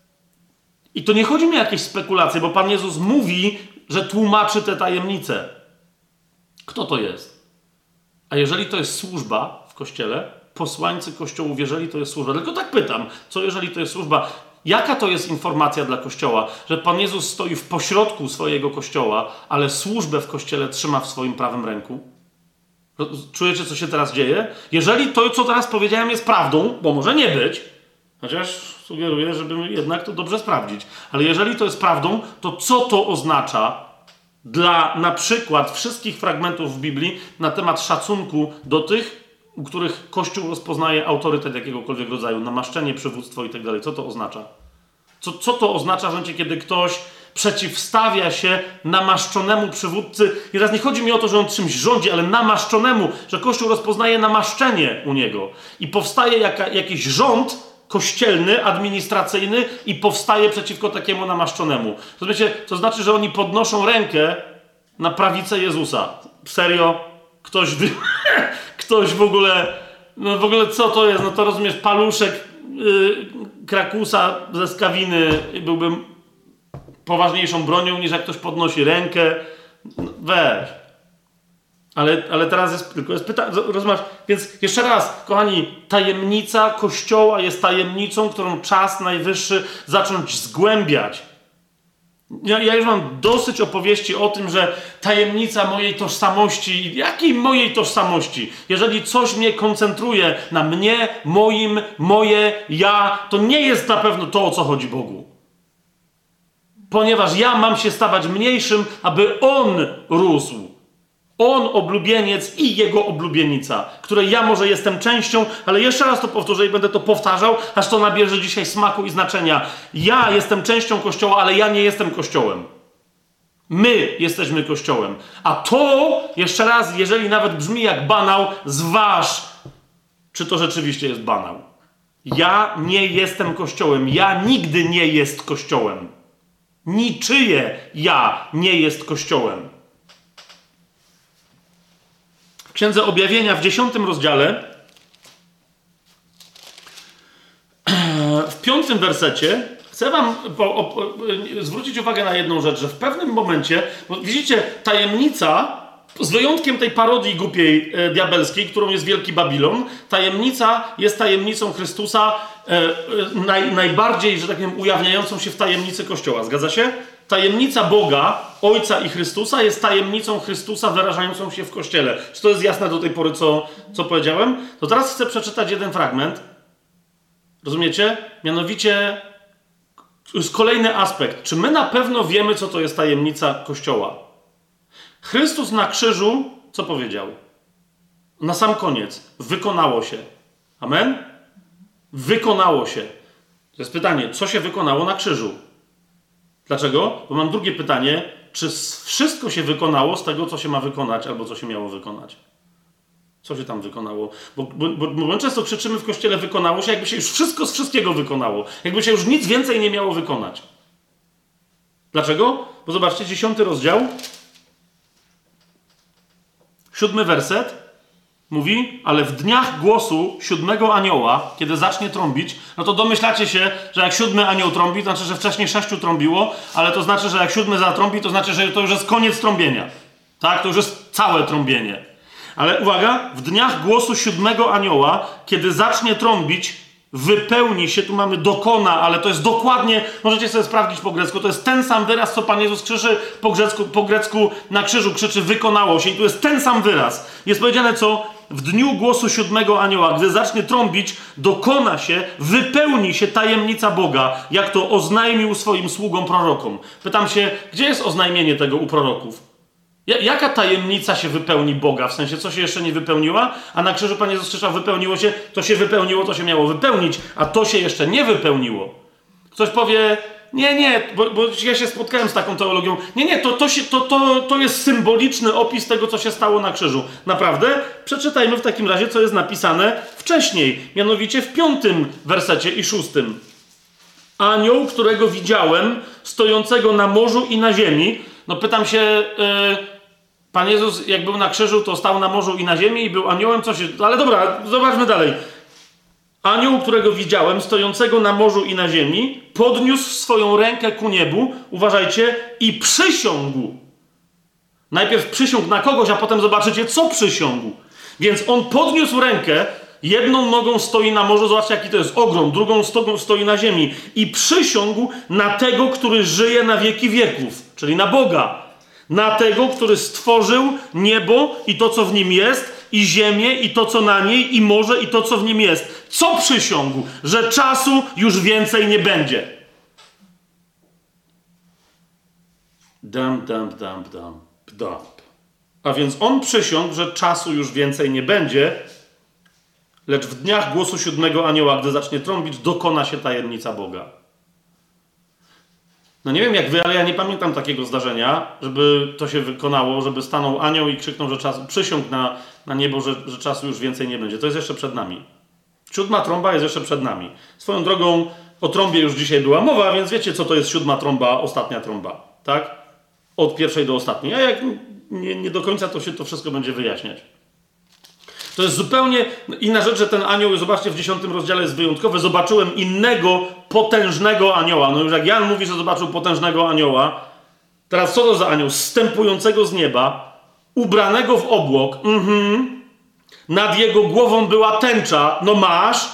I to nie chodzi mi o jakieś spekulacje, bo Pan Jezus mówi, że tłumaczy te tajemnice. Kto to jest? A jeżeli to jest służba w Kościele, posłańcy Kościołów, jeżeli to jest służba, tylko tak pytam, co jeżeli to jest służba? Jaka to jest informacja dla Kościoła? Że Pan Jezus stoi w pośrodku swojego Kościoła, ale służbę w Kościele trzyma w swoim prawym ręku? Czujecie, co się teraz dzieje? Jeżeli to, co teraz powiedziałem, jest prawdą, bo może nie być, chociaż sugeruję, żeby jednak to dobrze sprawdzić, ale jeżeli to jest prawdą, to co to oznacza dla na przykład wszystkich fragmentów w Biblii na temat szacunku do tych, u których Kościół rozpoznaje autorytet jakiegokolwiek rodzaju, namaszczenie, przywództwo i tak dalej. Co to oznacza? Co, co to oznacza w momencie, kiedy ktoś przeciwstawia się namaszczonemu przywódcy? I teraz nie chodzi mi o to, że on czymś rządzi, ale namaszczonemu, że Kościół rozpoznaje namaszczenie u niego. I powstaje jaka, jakiś rząd kościelny, administracyjny i powstaje przeciwko takiemu namaszczonemu. Rozumiecie? To znaczy, że oni podnoszą rękę na prawicę Jezusa. Serio? Ktoś, wy... Ktoś w ogóle... No w ogóle co to jest? No to rozumiesz, paluszek yy, Krakusa ze Skawiny byłby poważniejszą bronią, niż jak ktoś podnosi rękę. No, weź. Ale, ale teraz jest, tylko jest pytanie, rozumiesz? Więc jeszcze raz, kochani, tajemnica Kościoła jest tajemnicą, którą czas najwyższy zacząć zgłębiać. Ja, ja już mam dosyć opowieści o tym, że tajemnica mojej tożsamości, jakiej mojej tożsamości? Jeżeli coś mnie koncentruje na mnie, moim, moje, ja, to nie jest na pewno to, o co chodzi Bogu. Ponieważ ja mam się stawać mniejszym, aby On rósł. On, oblubieniec i jego oblubienica, której ja może jestem częścią, ale jeszcze raz to powtórzę i będę to powtarzał, aż to nabierze dzisiaj smaku i znaczenia. Ja jestem częścią Kościoła, ale ja nie jestem Kościołem. My jesteśmy Kościołem. A to, jeszcze raz, jeżeli nawet brzmi jak banał, zważ, czy to rzeczywiście jest banał. Ja nie jestem Kościołem. Ja nigdy nie jest Kościołem. Niczyje ja nie jest Kościołem. W Księdze Objawienia w dziesiątym rozdziale, w piątym wersecie, chcę wam po, o, o, zwrócić uwagę na jedną rzecz, że w pewnym momencie, bo widzicie, tajemnica, z wyjątkiem tej parodii głupiej e, diabelskiej, którą jest Wielki Babilon, tajemnica jest tajemnicą Chrystusa e, e, naj, najbardziej, że tak powiem, ujawniającą się w tajemnicy Kościoła. Zgadza się? Tajemnica Boga, Ojca i Chrystusa jest tajemnicą Chrystusa wyrażającą się w Kościele. Czy to jest jasne do tej pory, co, co powiedziałem? To teraz chcę przeczytać jeden fragment. Rozumiecie? Mianowicie to jest kolejny aspekt. Czy my na pewno wiemy, co to jest tajemnica Kościoła? Chrystus na krzyżu, co powiedział? Na sam koniec. Wykonało się. Amen? Wykonało się. To jest pytanie, co się wykonało na krzyżu? Dlaczego? Bo mam drugie pytanie. Czy wszystko się wykonało z tego, co się ma wykonać, albo co się miało wykonać? Co się tam wykonało? Bo, bo, bo, bo my często krzyczymy w Kościele, wykonało się, jakby się już wszystko z wszystkiego wykonało. Jakby się już nic więcej nie miało wykonać. Dlaczego? Bo zobaczcie, dziesiąty rozdział, siódmy werset mówi, ale w dniach głosu siódmego anioła, kiedy zacznie trąbić, no to domyślacie się, że jak siódmy anioł trąbi, to znaczy, że wcześniej sześciu trąbiło, ale to znaczy, że jak siódmy zatrąbi, to znaczy, że to już jest koniec trąbienia. Tak? To już jest całe trąbienie. Ale uwaga, w dniach głosu siódmego anioła, kiedy zacznie trąbić, wypełni się, tu mamy dokona, ale to jest dokładnie, możecie sobie sprawdzić po grecku, to jest ten sam wyraz, co Pan Jezus krzyczy po grecku, po grecku na krzyżu, krzyczy wykonało się i tu jest ten sam wyraz. Jest powiedziane co? w dniu głosu siódmego anioła, gdy zacznie trąbić, dokona się, wypełni się tajemnica Boga, jak to oznajmił swoim sługom prorokom. Pytam się, gdzie jest oznajmienie tego u proroków? Jaka tajemnica się wypełni Boga? W sensie, co się jeszcze nie wypełniła? A na krzyżu Pan Jezus krzyczał, wypełniło się, to się wypełniło, to się miało wypełnić, a to się jeszcze nie wypełniło. Ktoś powie, nie, nie, bo, bo ja się spotkałem z taką teologią. Nie, nie, to, to, się, to, to, to jest symboliczny opis tego, co się stało na krzyżu. Naprawdę? Przeczytajmy w takim razie, co jest napisane wcześniej, mianowicie w piątym wersecie i szóstym. Anioł, którego widziałem, stojącego na morzu i na ziemi. No pytam się, yy, Pan Jezus jak był na krzyżu, to stał na morzu i na ziemi i był aniołem, co się... Ale dobra, zobaczmy dalej. Anioł, którego widziałem, stojącego na morzu i na ziemi, podniósł swoją rękę ku niebu, uważajcie, i przysiągł. Najpierw przysiągł na kogoś, a potem zobaczycie, co przysiągł. Więc on podniósł rękę, jedną nogą stoi na morzu, zobaczcie, jaki to jest ogrom, drugą stogą stoi na ziemi i przysiągł na tego, który żyje na wieki wieków, czyli na Boga. Na tego, który stworzył niebo i to, co w nim jest, i ziemię, i to, co na niej, i morze, i to, co w nim jest. Co przysiągł? Że czasu już więcej nie będzie. Dam, dam, dam, dam, dam. A więc on przysiągł, że czasu już więcej nie będzie, lecz w dniach głosu siódmego anioła, gdy zacznie trąbić, dokona się tajemnica Boga. No nie wiem jak wy, ale ja nie pamiętam takiego zdarzenia, żeby to się wykonało, żeby stanął anioł i krzyknął, że czas, przysiągł na, na niebo, że, że czasu już więcej nie będzie. To jest jeszcze przed nami. Siódma trąba jest jeszcze przed nami. Swoją drogą o trąbie już dzisiaj była mowa, więc wiecie, co to jest siódma trąba, ostatnia trąba. Tak? Od pierwszej do ostatniej. A jak nie, nie do końca, to się to wszystko będzie wyjaśniać. To jest zupełnie inna rzecz, że ten anioł, zobaczcie, w dziesiątym rozdziale jest wyjątkowy. Zobaczyłem innego, potężnego anioła. No już jak Jan mówi, że zobaczył potężnego anioła, teraz co to za anioł? Zstępującego z nieba, ubranego w obłok, mhm. Nad jego głową była tęcza, no masz.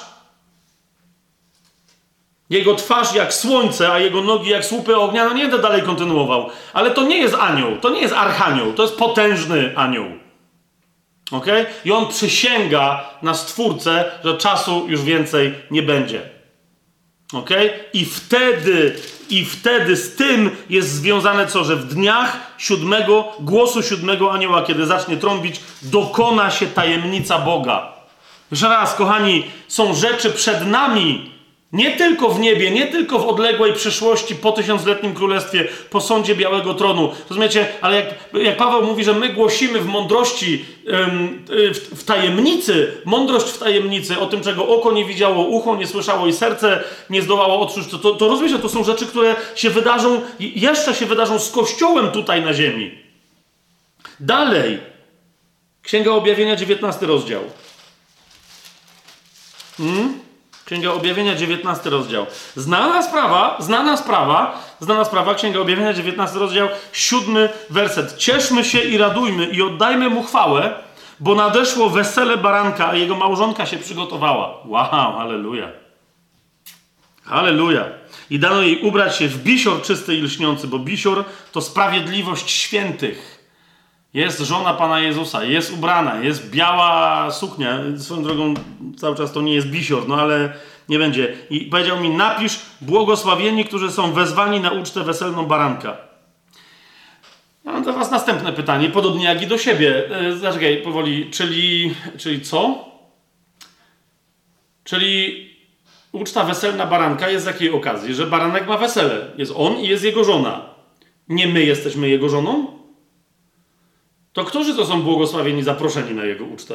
Jego twarz jak słońce, a jego nogi jak słupy ognia. No nie będę dalej kontynuował. Ale to nie jest anioł, to nie jest archanioł, to jest potężny anioł. Okay? I on przysięga na Stwórcę, że czasu już więcej nie będzie. Okay? I wtedy, i wtedy z tym jest związane co? Że w dniach siódmego, głosu siódmego anioła, kiedy zacznie trąbić, dokona się tajemnica Boga. Jeszcze raz, kochani, są rzeczy przed nami, nie tylko w niebie, nie tylko w odległej przyszłości, po tysiącletnim królestwie, po sądzie Białego Tronu. Rozumiecie? Ale jak, jak Paweł mówi, że my głosimy w mądrości, ym, w, w tajemnicy, mądrość w tajemnicy, o tym, czego oko nie widziało, ucho nie słyszało i serce nie zdołało odczuć, to, to, to rozumiecie, to są rzeczy, które się wydarzą, jeszcze się wydarzą z Kościołem tutaj na ziemi. Dalej. Księga Objawienia, dziewiętnasty rozdział. Hmm? Księga Objawienia, dziewiętnasty rozdział. Znana sprawa, znana sprawa, znana sprawa, Księga Objawienia, dziewiętnasty rozdział, siódmy werset. Cieszmy się i radujmy i oddajmy mu chwałę, bo nadeszło wesele baranka, a jego małżonka się przygotowała. Wow, halleluja. Halleluja. I dano jej ubrać się w bisior czysty i lśniący, bo bisior to sprawiedliwość świętych. Jest żona Pana Jezusa, jest ubrana, jest biała suknia. Swoją drogą cały czas to nie jest bisior, no ale nie będzie. I powiedział mi, napisz, błogosławieni, którzy są wezwani na ucztę weselną baranka. Ja mam do was następne pytanie, podobnie jak i do siebie. Zaczekaj, powoli. Czyli, czyli co? Czyli uczta weselna baranka jest z jakiej okazji? Że baranek ma wesele. Jest on i jest jego żona. Nie my jesteśmy jego żoną? To którzy to są błogosławieni, zaproszeni na jego ucztę?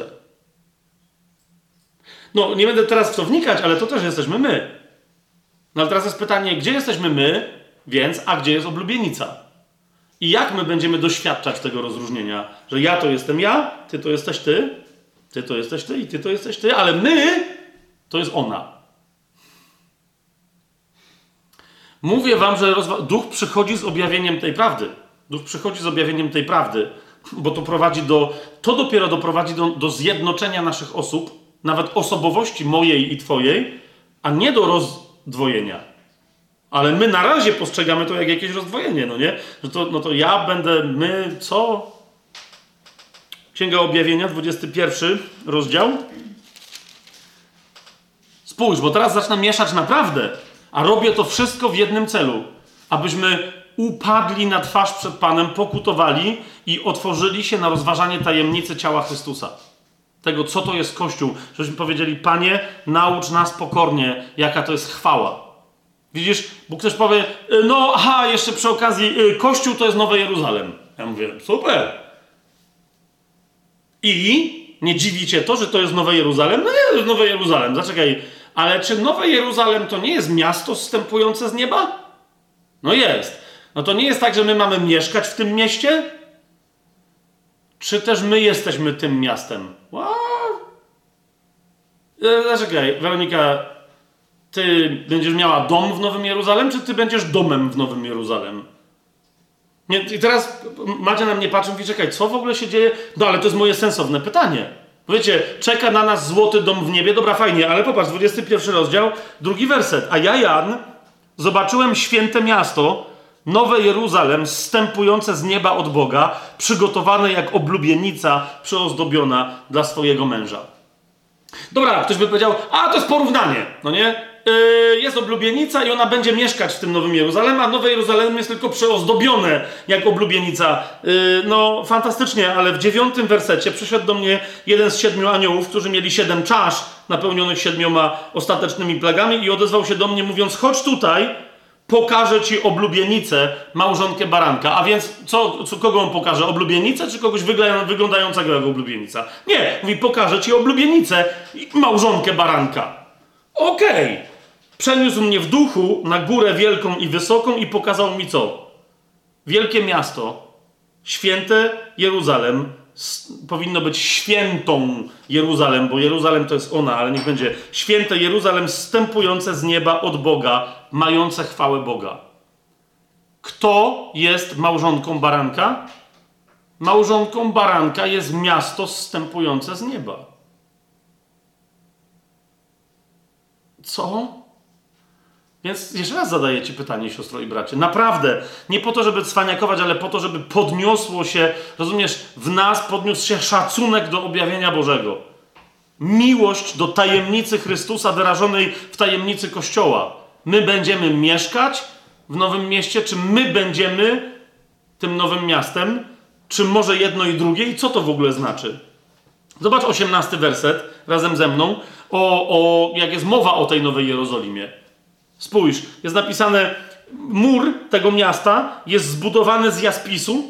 No, nie będę teraz w to wnikać, ale to też jesteśmy my. No ale teraz jest pytanie, gdzie jesteśmy my, więc, a gdzie jest oblubienica? I jak my będziemy doświadczać tego rozróżnienia? Że ja to jestem ja, ty to jesteś ty, ty to jesteś ty i ty to jesteś ty, ale my to jest ona. Mówię wam, że rozwa- Duch przychodzi z objawieniem tej prawdy. Duch przychodzi z objawieniem tej prawdy. Bo to prowadzi do, to dopiero doprowadzi do, do zjednoczenia naszych osób, nawet osobowości mojej i twojej, a nie do rozdwojenia. Ale my na razie postrzegamy to jak jakieś rozdwojenie, no nie? Że to, no to ja będę, my, co? Księga Objawienia, dwudziesty pierwszy rozdział. Spójrz, bo teraz zacznę mieszać naprawdę, a robię to wszystko w jednym celu, abyśmy upadli na twarz przed Panem, pokutowali i otworzyli się na rozważanie tajemnicy ciała Chrystusa. Tego, co to jest Kościół. Żebyśmy powiedzieli, Panie, naucz nas pokornie, jaka to jest chwała. Widzisz, bo ktoś powie, no aha, jeszcze przy okazji, Kościół to jest Nowe Jeruzalem. Ja mówię, super. I nie dziwi cię to, że to jest Nowe Jeruzalem? No nie, to jest Nowe Jeruzalem, zaczekaj. Ale czy Nowe Jeruzalem to nie jest miasto zstępujące z nieba? No jest. No to nie jest tak, że my mamy mieszkać w tym mieście? Czy też my jesteśmy tym miastem? What? Zaczekaj, Weronika, ty będziesz miała dom w Nowym Jeruzalem, czy ty będziesz domem w Nowym Jeruzalem? Nie, i teraz Madzia na mnie patrzy i mówi, czekaj, co w ogóle się dzieje? No ale to jest moje sensowne pytanie. Wiecie, czeka na nas złoty dom w niebie, dobra, fajnie, ale popatrz, dwudziesty pierwszy rozdział, drugi werset. A ja, Jan, zobaczyłem święte miasto, Nowe Jeruzalem, zstępujące z nieba od Boga, przygotowane jak oblubienica przyozdobiona dla swojego męża. Dobra, ktoś by powiedział, a to jest porównanie, no nie? Yy, jest oblubienica i ona będzie mieszkać w tym Nowym Jeruzalem, a Nowe Jeruzalem jest tylko przyozdobione jak oblubienica. Yy, no, fantastycznie, ale w dziewiątym wersecie przyszedł do mnie jeden z siedmiu aniołów, którzy mieli siedem czasz napełnionych siedmioma ostatecznymi plagami i odezwał się do mnie mówiąc, chodź tutaj, pokażę ci oblubienicę, małżonkę baranka. A więc co, co, kogo on pokaże? Oblubienicę czy kogoś wygla- wyglądającego jak oblubienica? Nie, mówi, pokażę ci oblubienicę i małżonkę baranka. Okej. Okay. Przeniósł mnie w duchu na górę wielką i wysoką i pokazał mi co? Wielkie miasto, święte Jeruzalem, s- powinno być świętą Jeruzalem, bo Jeruzalem to jest ona, ale niech będzie święte Jeruzalem zstępujące z nieba od Boga, mające chwałę Boga. Kto jest małżonką baranka? Małżonką baranka jest miasto zstępujące z nieba. Co? Więc jeszcze raz zadaję ci pytanie, siostro i bracie. Naprawdę, nie po to, żeby cwaniakować, ale po to, żeby podniosło się, rozumiesz, w nas podniósł się szacunek do objawienia Bożego. Miłość do tajemnicy Chrystusa wyrażonej w tajemnicy Kościoła. My będziemy mieszkać w Nowym Mieście, czy my będziemy tym nowym miastem, czy może jedno i drugie i co to w ogóle znaczy? Zobacz osiemnasty werset razem ze mną, o, o, jak jest mowa o tej Nowej Jerozolimie. Spójrz, jest napisane, mur tego miasta jest zbudowany z jaspisu.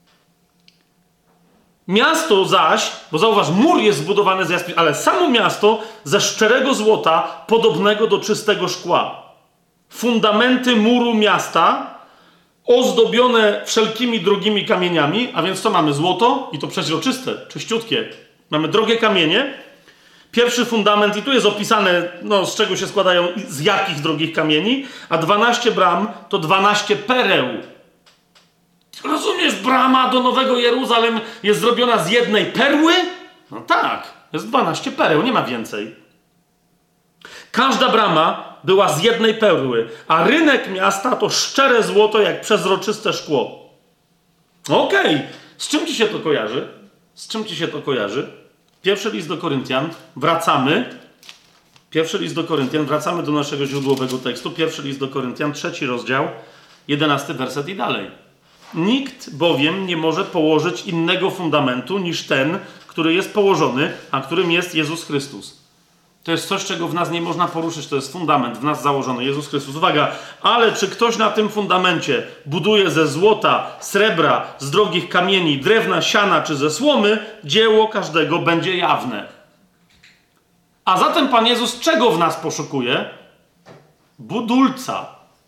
Miasto zaś, bo zauważ, mur jest zbudowany z jaspisu, ale samo miasto ze szczerego złota, podobnego do czystego szkła. Fundamenty muru miasta ozdobione wszelkimi drogimi kamieniami, a więc co mamy? Złoto i to przeźroczyste, czyściutkie. Mamy drogie kamienie. Pierwszy fundament, i tu jest opisane, no, z czego się składają, z jakich drogich kamieni, a dwanaście bram to dwanaście pereł. Rozumiesz, brama do Nowego Jeruzalem jest zrobiona z jednej perły? No tak, jest dwanaście pereł, nie ma więcej. Każda brama była z jednej perły, a rynek miasta to szczere złoto jak przezroczyste szkło. Okej, okay. Z czym ci się to kojarzy? Z czym ci się to kojarzy? Pierwszy list do Koryntian, wracamy. Pierwszy list do Koryntian, wracamy do naszego źródłowego tekstu. Pierwszy list do Koryntian, trzeci rozdział, jedenasty werset i dalej. Nikt bowiem nie może położyć innego fundamentu niż ten, który jest położony, a którym jest Jezus Chrystus. To jest coś, czego w nas nie można poruszyć, to jest fundament w nas założony, Jezus Chrystus. Uwaga, ale czy ktoś na tym fundamencie buduje ze złota, srebra, z drogich kamieni, drewna, siana czy ze słomy, dzieło każdego będzie jawne. A zatem Pan Jezus czego w nas poszukuje? Budulca.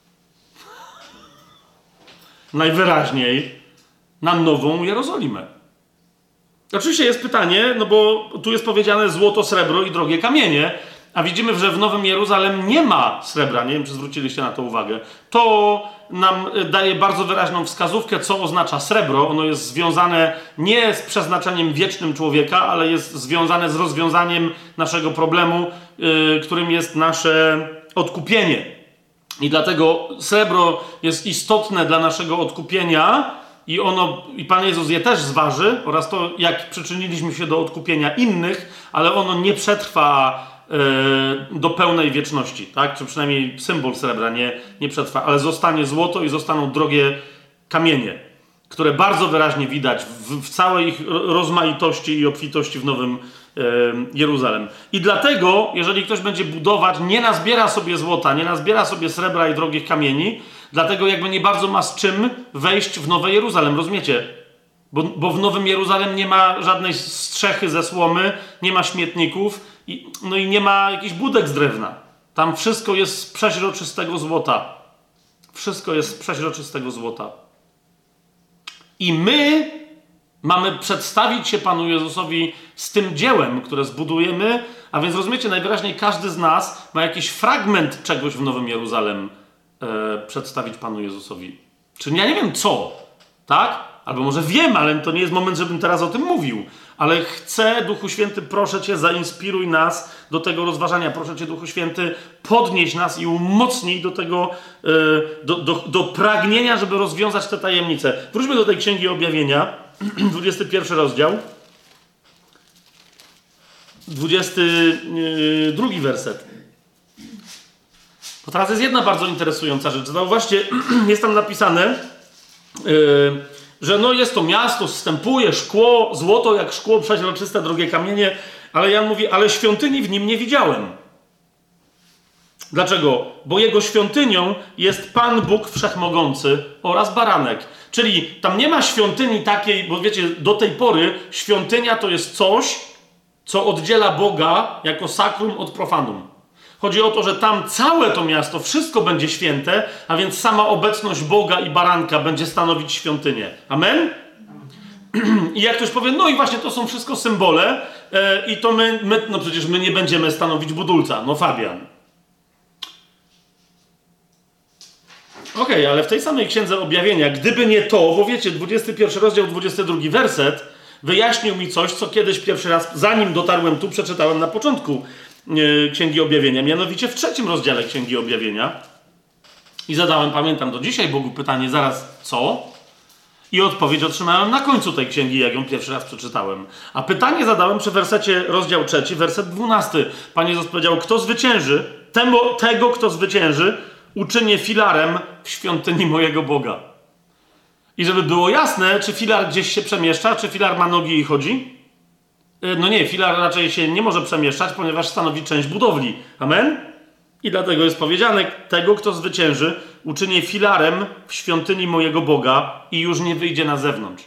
Najwyraźniej na Nową Jerozolimę. Oczywiście jest pytanie, no bo tu jest powiedziane złoto, srebro i drogie kamienie, a widzimy, że w Nowym Jeruzalem nie ma srebra. Nie wiem, czy zwróciliście na to uwagę. To nam daje bardzo wyraźną wskazówkę, co oznacza srebro. Ono jest związane nie z przeznaczeniem wiecznym człowieka, ale jest związane z rozwiązaniem naszego problemu, yy, którym jest nasze odkupienie. I dlatego srebro jest istotne dla naszego odkupienia, i ono, i Pan Jezus je też zważy, oraz to, jak przyczyniliśmy się do odkupienia innych, ale ono nie przetrwa yy, do pełnej wieczności, tak? Czy przynajmniej symbol srebra nie, nie przetrwa, ale zostanie złoto i zostaną drogie kamienie, które bardzo wyraźnie widać w, w całej ich rozmaitości i obfitości w Nowym yy, Jeruzalem. I dlatego, jeżeli ktoś będzie budować, nie nazbiera sobie złota, nie nazbiera sobie srebra i drogich kamieni, dlatego jakby nie bardzo ma z czym wejść w Nowe Jeruzalem, rozumiecie? Bo, bo w Nowym Jeruzalem nie ma żadnej strzechy ze słomy, nie ma śmietników, i, no i nie ma jakichś budek z drewna. Tam wszystko jest z przeźroczystego złota. Wszystko jest z przeźroczystego złota. I my mamy przedstawić się Panu Jezusowi z tym dziełem, które zbudujemy, a więc rozumiecie, najwyraźniej każdy z nas ma jakiś fragment czegoś w Nowym Jeruzalem e, przedstawić Panu Jezusowi. Czyli ja nie wiem co, tak? Albo może wiem, ale to nie jest moment, żebym teraz o tym mówił. Ale chcę, Duchu Święty, proszę Cię, zainspiruj nas do tego rozważania. Proszę Cię, Duchu Święty, podnieś nas i umocnij do tego, do, do, do pragnienia, żeby rozwiązać te tajemnice. Wróćmy do tej Księgi Objawienia, dwudziesty pierwszy rozdział, dwudziesty drugi werset. Bo teraz jest jedna bardzo interesująca rzecz. Zauważcie, jest tam napisane, yy, że no jest to miasto, zstępuje szkło, złoto jak szkło, przeźroczyste, drogie kamienie, ale Jan mówi, ale świątyni w nim nie widziałem. Dlaczego? Bo jego świątynią jest Pan Bóg Wszechmogący oraz Baranek. Czyli tam nie ma świątyni takiej, bo wiecie, do tej pory świątynia to jest coś, co oddziela Boga jako sakrum od profanum. Chodzi o to, że tam całe to miasto, wszystko będzie święte, a więc sama obecność Boga i Baranka będzie stanowić świątynię. Amen? I jak ktoś powie, no i właśnie to są wszystko symbole e, i to my, my, no przecież my nie będziemy stanowić budulca. No Fabian. Okej, okay, ale w tej samej Księdze Objawienia, gdyby nie to, bo wiecie, dwudziesty pierwszy rozdział, dwudziesty drugi werset wyjaśnił mi coś, co kiedyś pierwszy raz, zanim dotarłem tu, przeczytałem na początku Księgi Objawienia, mianowicie w trzecim rozdziale Księgi Objawienia. I zadałem, pamiętam do dzisiaj, Bogu pytanie, zaraz co? I odpowiedź otrzymałem na końcu tej księgi, jak ją pierwszy raz przeczytałem. A pytanie zadałem przy wersecie, rozdział trzeci, werset dwunasty. Pan Jezus powiedział, kto zwycięży, temu, tego, kto zwycięży, uczynię filarem w świątyni mojego Boga. I żeby było jasne, czy filar gdzieś się przemieszcza, czy filar ma nogi i chodzi? No nie, filar raczej się nie może przemieszczać, ponieważ stanowi część budowli. Amen? I dlatego jest powiedziane, tego, kto zwycięży, uczynię filarem w świątyni mojego Boga i już nie wyjdzie na zewnątrz.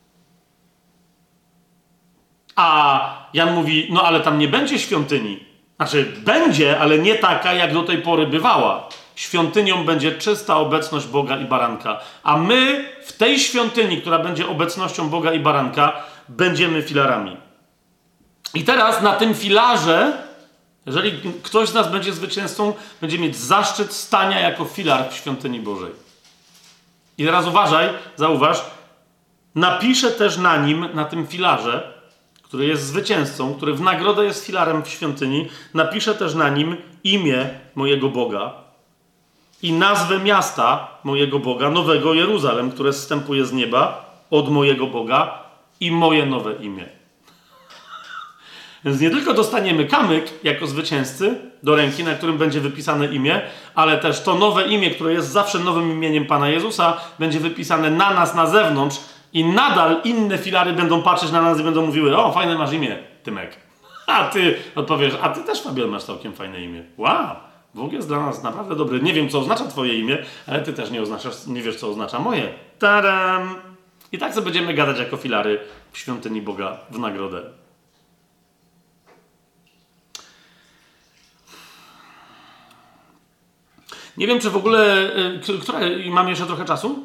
A Jan mówi, no ale tam nie będzie świątyni. Znaczy, będzie, ale nie taka, jak do tej pory bywała. Świątynią będzie czysta obecność Boga i Baranka. A my w tej świątyni, która będzie obecnością Boga i Baranka, będziemy filarami. I teraz na tym filarze, jeżeli ktoś z nas będzie zwycięzcą, będzie mieć zaszczyt stania jako filar w świątyni Bożej. I teraz uważaj, zauważ, napiszę też na nim, na tym filarze, który jest zwycięzcą, który w nagrodę jest filarem w świątyni, napiszę też na nim imię mojego Boga i nazwę miasta mojego Boga, Nowego Jeruzalem, które zstępuje z nieba od mojego Boga i moje nowe imię. Więc nie tylko dostaniemy kamyk jako zwycięzcy do ręki, na którym będzie wypisane imię, ale też to nowe imię, które jest zawsze nowym imieniem Pana Jezusa, będzie wypisane na nas na zewnątrz i nadal inne filary będą patrzeć na nas i będą mówiły, o, fajne masz imię, Tymek. A ty odpowiesz, a ty też, Fabian, masz całkiem fajne imię. Wow, Bóg jest dla nas naprawdę dobry. Nie wiem, co oznacza twoje imię, ale ty też nie, oznaczasz, nie wiesz, co oznacza moje. Tadam! I tak sobie będziemy gadać jako filary w świątyni Boga w nagrodę. Nie wiem, czy w ogóle... Która, mam jeszcze trochę czasu?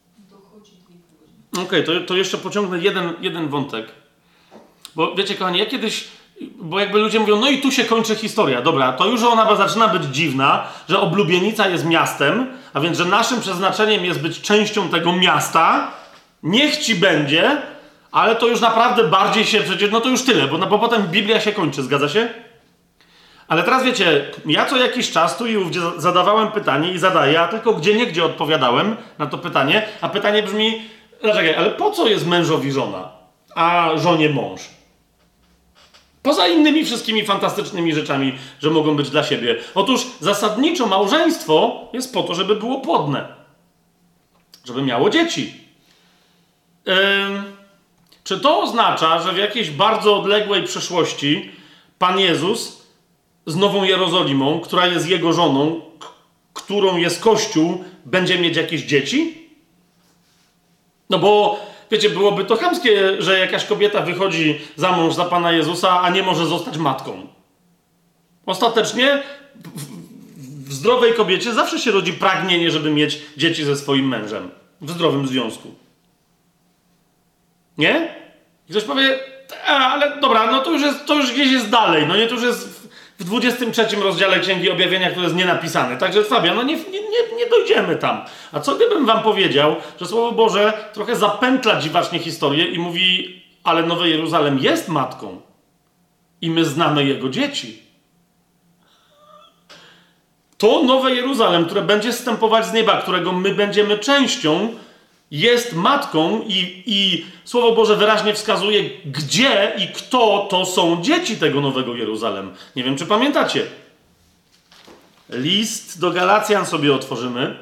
Okej, okay, to, to jeszcze pociągnę jeden, jeden wątek. Bo wiecie, kochani, ja kiedyś... Bo jakby ludzie mówią, no i tu się kończy historia. Dobra, to już ona zaczyna być dziwna, że Oblubienica jest miastem, a więc, że naszym przeznaczeniem jest być częścią tego miasta. Niech ci będzie, ale to już naprawdę bardziej się przecież... No to już tyle, bo, no, bo potem Biblia się kończy, zgadza się? Ale teraz wiecie, ja co jakiś czas tu i ówdzie zadawałem pytanie i zadaję, a tylko gdzie niegdzie odpowiadałem na to pytanie, a pytanie brzmi, Dlaczego? Ale po co jest mężowi żona, a żonie mąż? Poza innymi wszystkimi fantastycznymi rzeczami, że mogą być dla siebie. Otóż zasadniczo małżeństwo jest po to, żeby było płodne. Żeby miało dzieci. Yy, czy to oznacza, że w jakiejś bardzo odległej przyszłości Pan Jezus z Nową Jerozolimą, która jest Jego żoną, k- którą jest Kościół, będzie mieć jakieś dzieci? No bo, wiecie, byłoby to chamskie, że jakaś kobieta wychodzi za mąż za Pana Jezusa, a nie może zostać matką. Ostatecznie w, w zdrowej kobiecie zawsze się rodzi pragnienie, żeby mieć dzieci ze swoim mężem. W zdrowym związku. Nie? I ktoś powie, a, ale dobra, no to już, jest, to już gdzieś jest dalej. No nie, to już jest w, w dwudziestym trzecim rozdziale Księgi Objawienia, który jest nienapisany. Także Fabian, no nie, nie, nie, nie dojdziemy tam. A co gdybym wam powiedział, że Słowo Boże trochę zapętla dziwacznie historię i mówi, ale Nowy Jeruzalem jest matką i my znamy jego dzieci. To Nowe Jeruzalem, które będzie zstępować z nieba, którego my będziemy częścią, jest matką i, i Słowo Boże wyraźnie wskazuje, gdzie i kto to są dzieci tego Nowego Jeruzalem. Nie wiem, czy pamiętacie. List do Galacjan sobie otworzymy.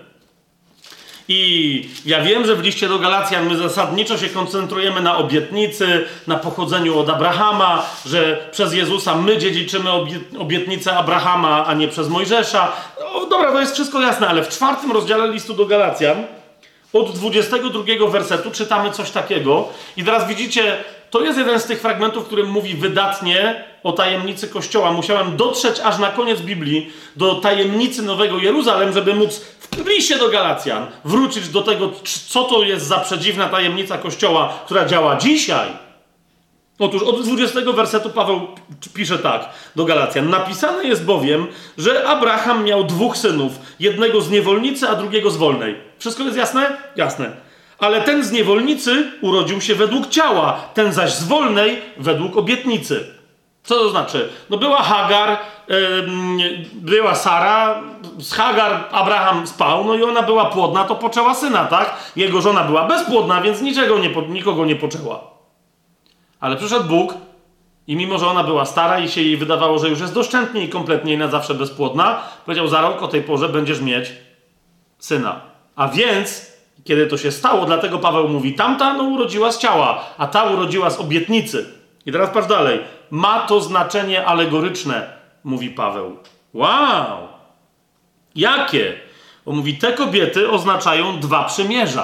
I ja wiem, że w liście do Galacjan my zasadniczo się koncentrujemy na obietnicy, na pochodzeniu od Abrahama, że przez Jezusa my dziedziczymy obietnicę Abrahama, a nie przez Mojżesza. No, dobra, to jest wszystko jasne, ale w czwartym rozdziale listu do Galacjan od dwudziestego drugiego wersetu czytamy coś takiego. I teraz widzicie, to jest jeden z tych fragmentów, którym mówi wydatnie o tajemnicy Kościoła. Musiałem dotrzeć aż na koniec Biblii do tajemnicy Nowego Jeruzalem, żeby móc w liście do Galacjan wrócić do tego, co to jest za przedziwna tajemnica Kościoła, która działa dzisiaj. Otóż od dwudziestego wersetu Paweł pisze tak do Galacjan. Napisane jest bowiem, że Abraham miał dwóch synów. Jednego z niewolnicy, a drugiego z wolnej. Wszystko jest jasne? Jasne. Ale ten z niewolnicy urodził się według ciała, ten zaś z wolnej według obietnicy. Co to znaczy? No była Hagar, yy, była Sara, z Hagar Abraham spał, no i ona była płodna, to poczęła syna, tak? Jego żona była bezpłodna, więc niczego nie, nikogo nie poczęła. Ale przyszedł Bóg i mimo, że ona była stara i się jej wydawało, że już jest doszczętnie i kompletnie i na zawsze bezpłodna, powiedział, za rok o tej porze będziesz mieć syna. A więc, kiedy to się stało, dlatego Paweł mówi, tamta no urodziła z ciała, a ta urodziła z obietnicy. I teraz patrz dalej. Ma to znaczenie alegoryczne, mówi Paweł. Wow! Jakie? On mówi, te kobiety oznaczają dwa przymierza.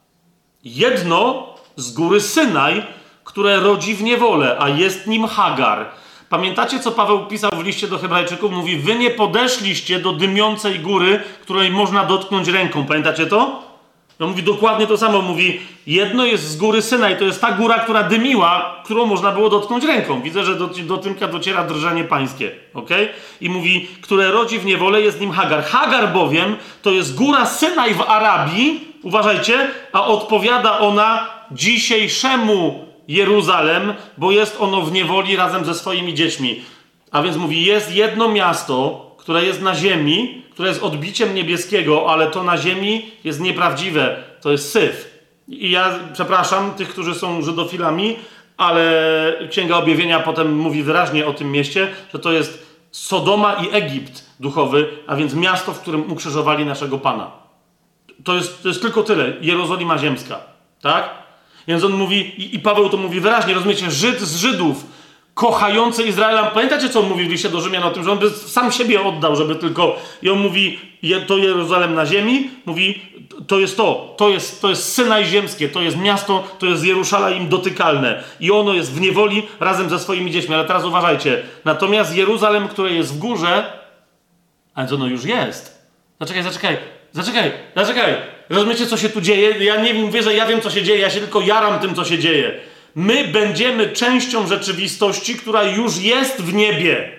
Jedno z góry Synaj, które rodzi w niewolę, a jest nim Hagar. Pamiętacie, co Paweł pisał w liście do Hebrajczyków? Mówi, wy nie podeszliście do dymiącej góry, której można dotknąć ręką. Pamiętacie to? No mówi dokładnie to samo. Mówi, jedno jest z góry Synaj, to jest ta góra, która dymiła, którą można było dotknąć ręką. Widzę, że do, do Tymka dociera drżenie pańskie. Okay? I mówi, które rodzi w niewolę, jest nim Hagar. Hagar bowiem to jest góra Synaj w Arabii, uważajcie, a odpowiada ona dzisiejszemu Jeruzalem, bo jest ono w niewoli razem ze swoimi dziećmi. A więc mówi, jest jedno miasto, które jest na ziemi, które jest odbiciem niebieskiego, ale to na ziemi jest nieprawdziwe. To jest Syf. I ja przepraszam tych, którzy są żydofilami, ale Księga Objawienia potem mówi wyraźnie o tym mieście, że to jest Sodoma i Egipt duchowy, a więc miasto, w którym ukrzyżowali naszego Pana. To jest, to jest tylko tyle. Jerozolima ziemska. Tak? Więc on mówi, i, i Paweł to mówi wyraźnie, rozumiecie, Żyd z Żydów, kochający Izraela. Pamiętacie, co on mówi w liście do Rzymian o tym, że on by sam siebie oddał, żeby tylko... I on mówi, to Jeruzalem na ziemi, mówi, to jest to, to jest, to jest Synaj ziemskie, to jest miasto, to jest Jeruszalaim dotykalne. I ono jest w niewoli razem ze swoimi dziećmi. Ale teraz uważajcie, natomiast Jeruzalem, które jest w górze, a więc ono już jest. Zaczekaj, zaczekaj, zaczekaj, zaczekaj. Rozumiecie, co się tu dzieje? Ja nie mówię, że ja wiem, co się dzieje, ja się tylko jaram tym, co się dzieje. My będziemy częścią rzeczywistości, która już jest w niebie.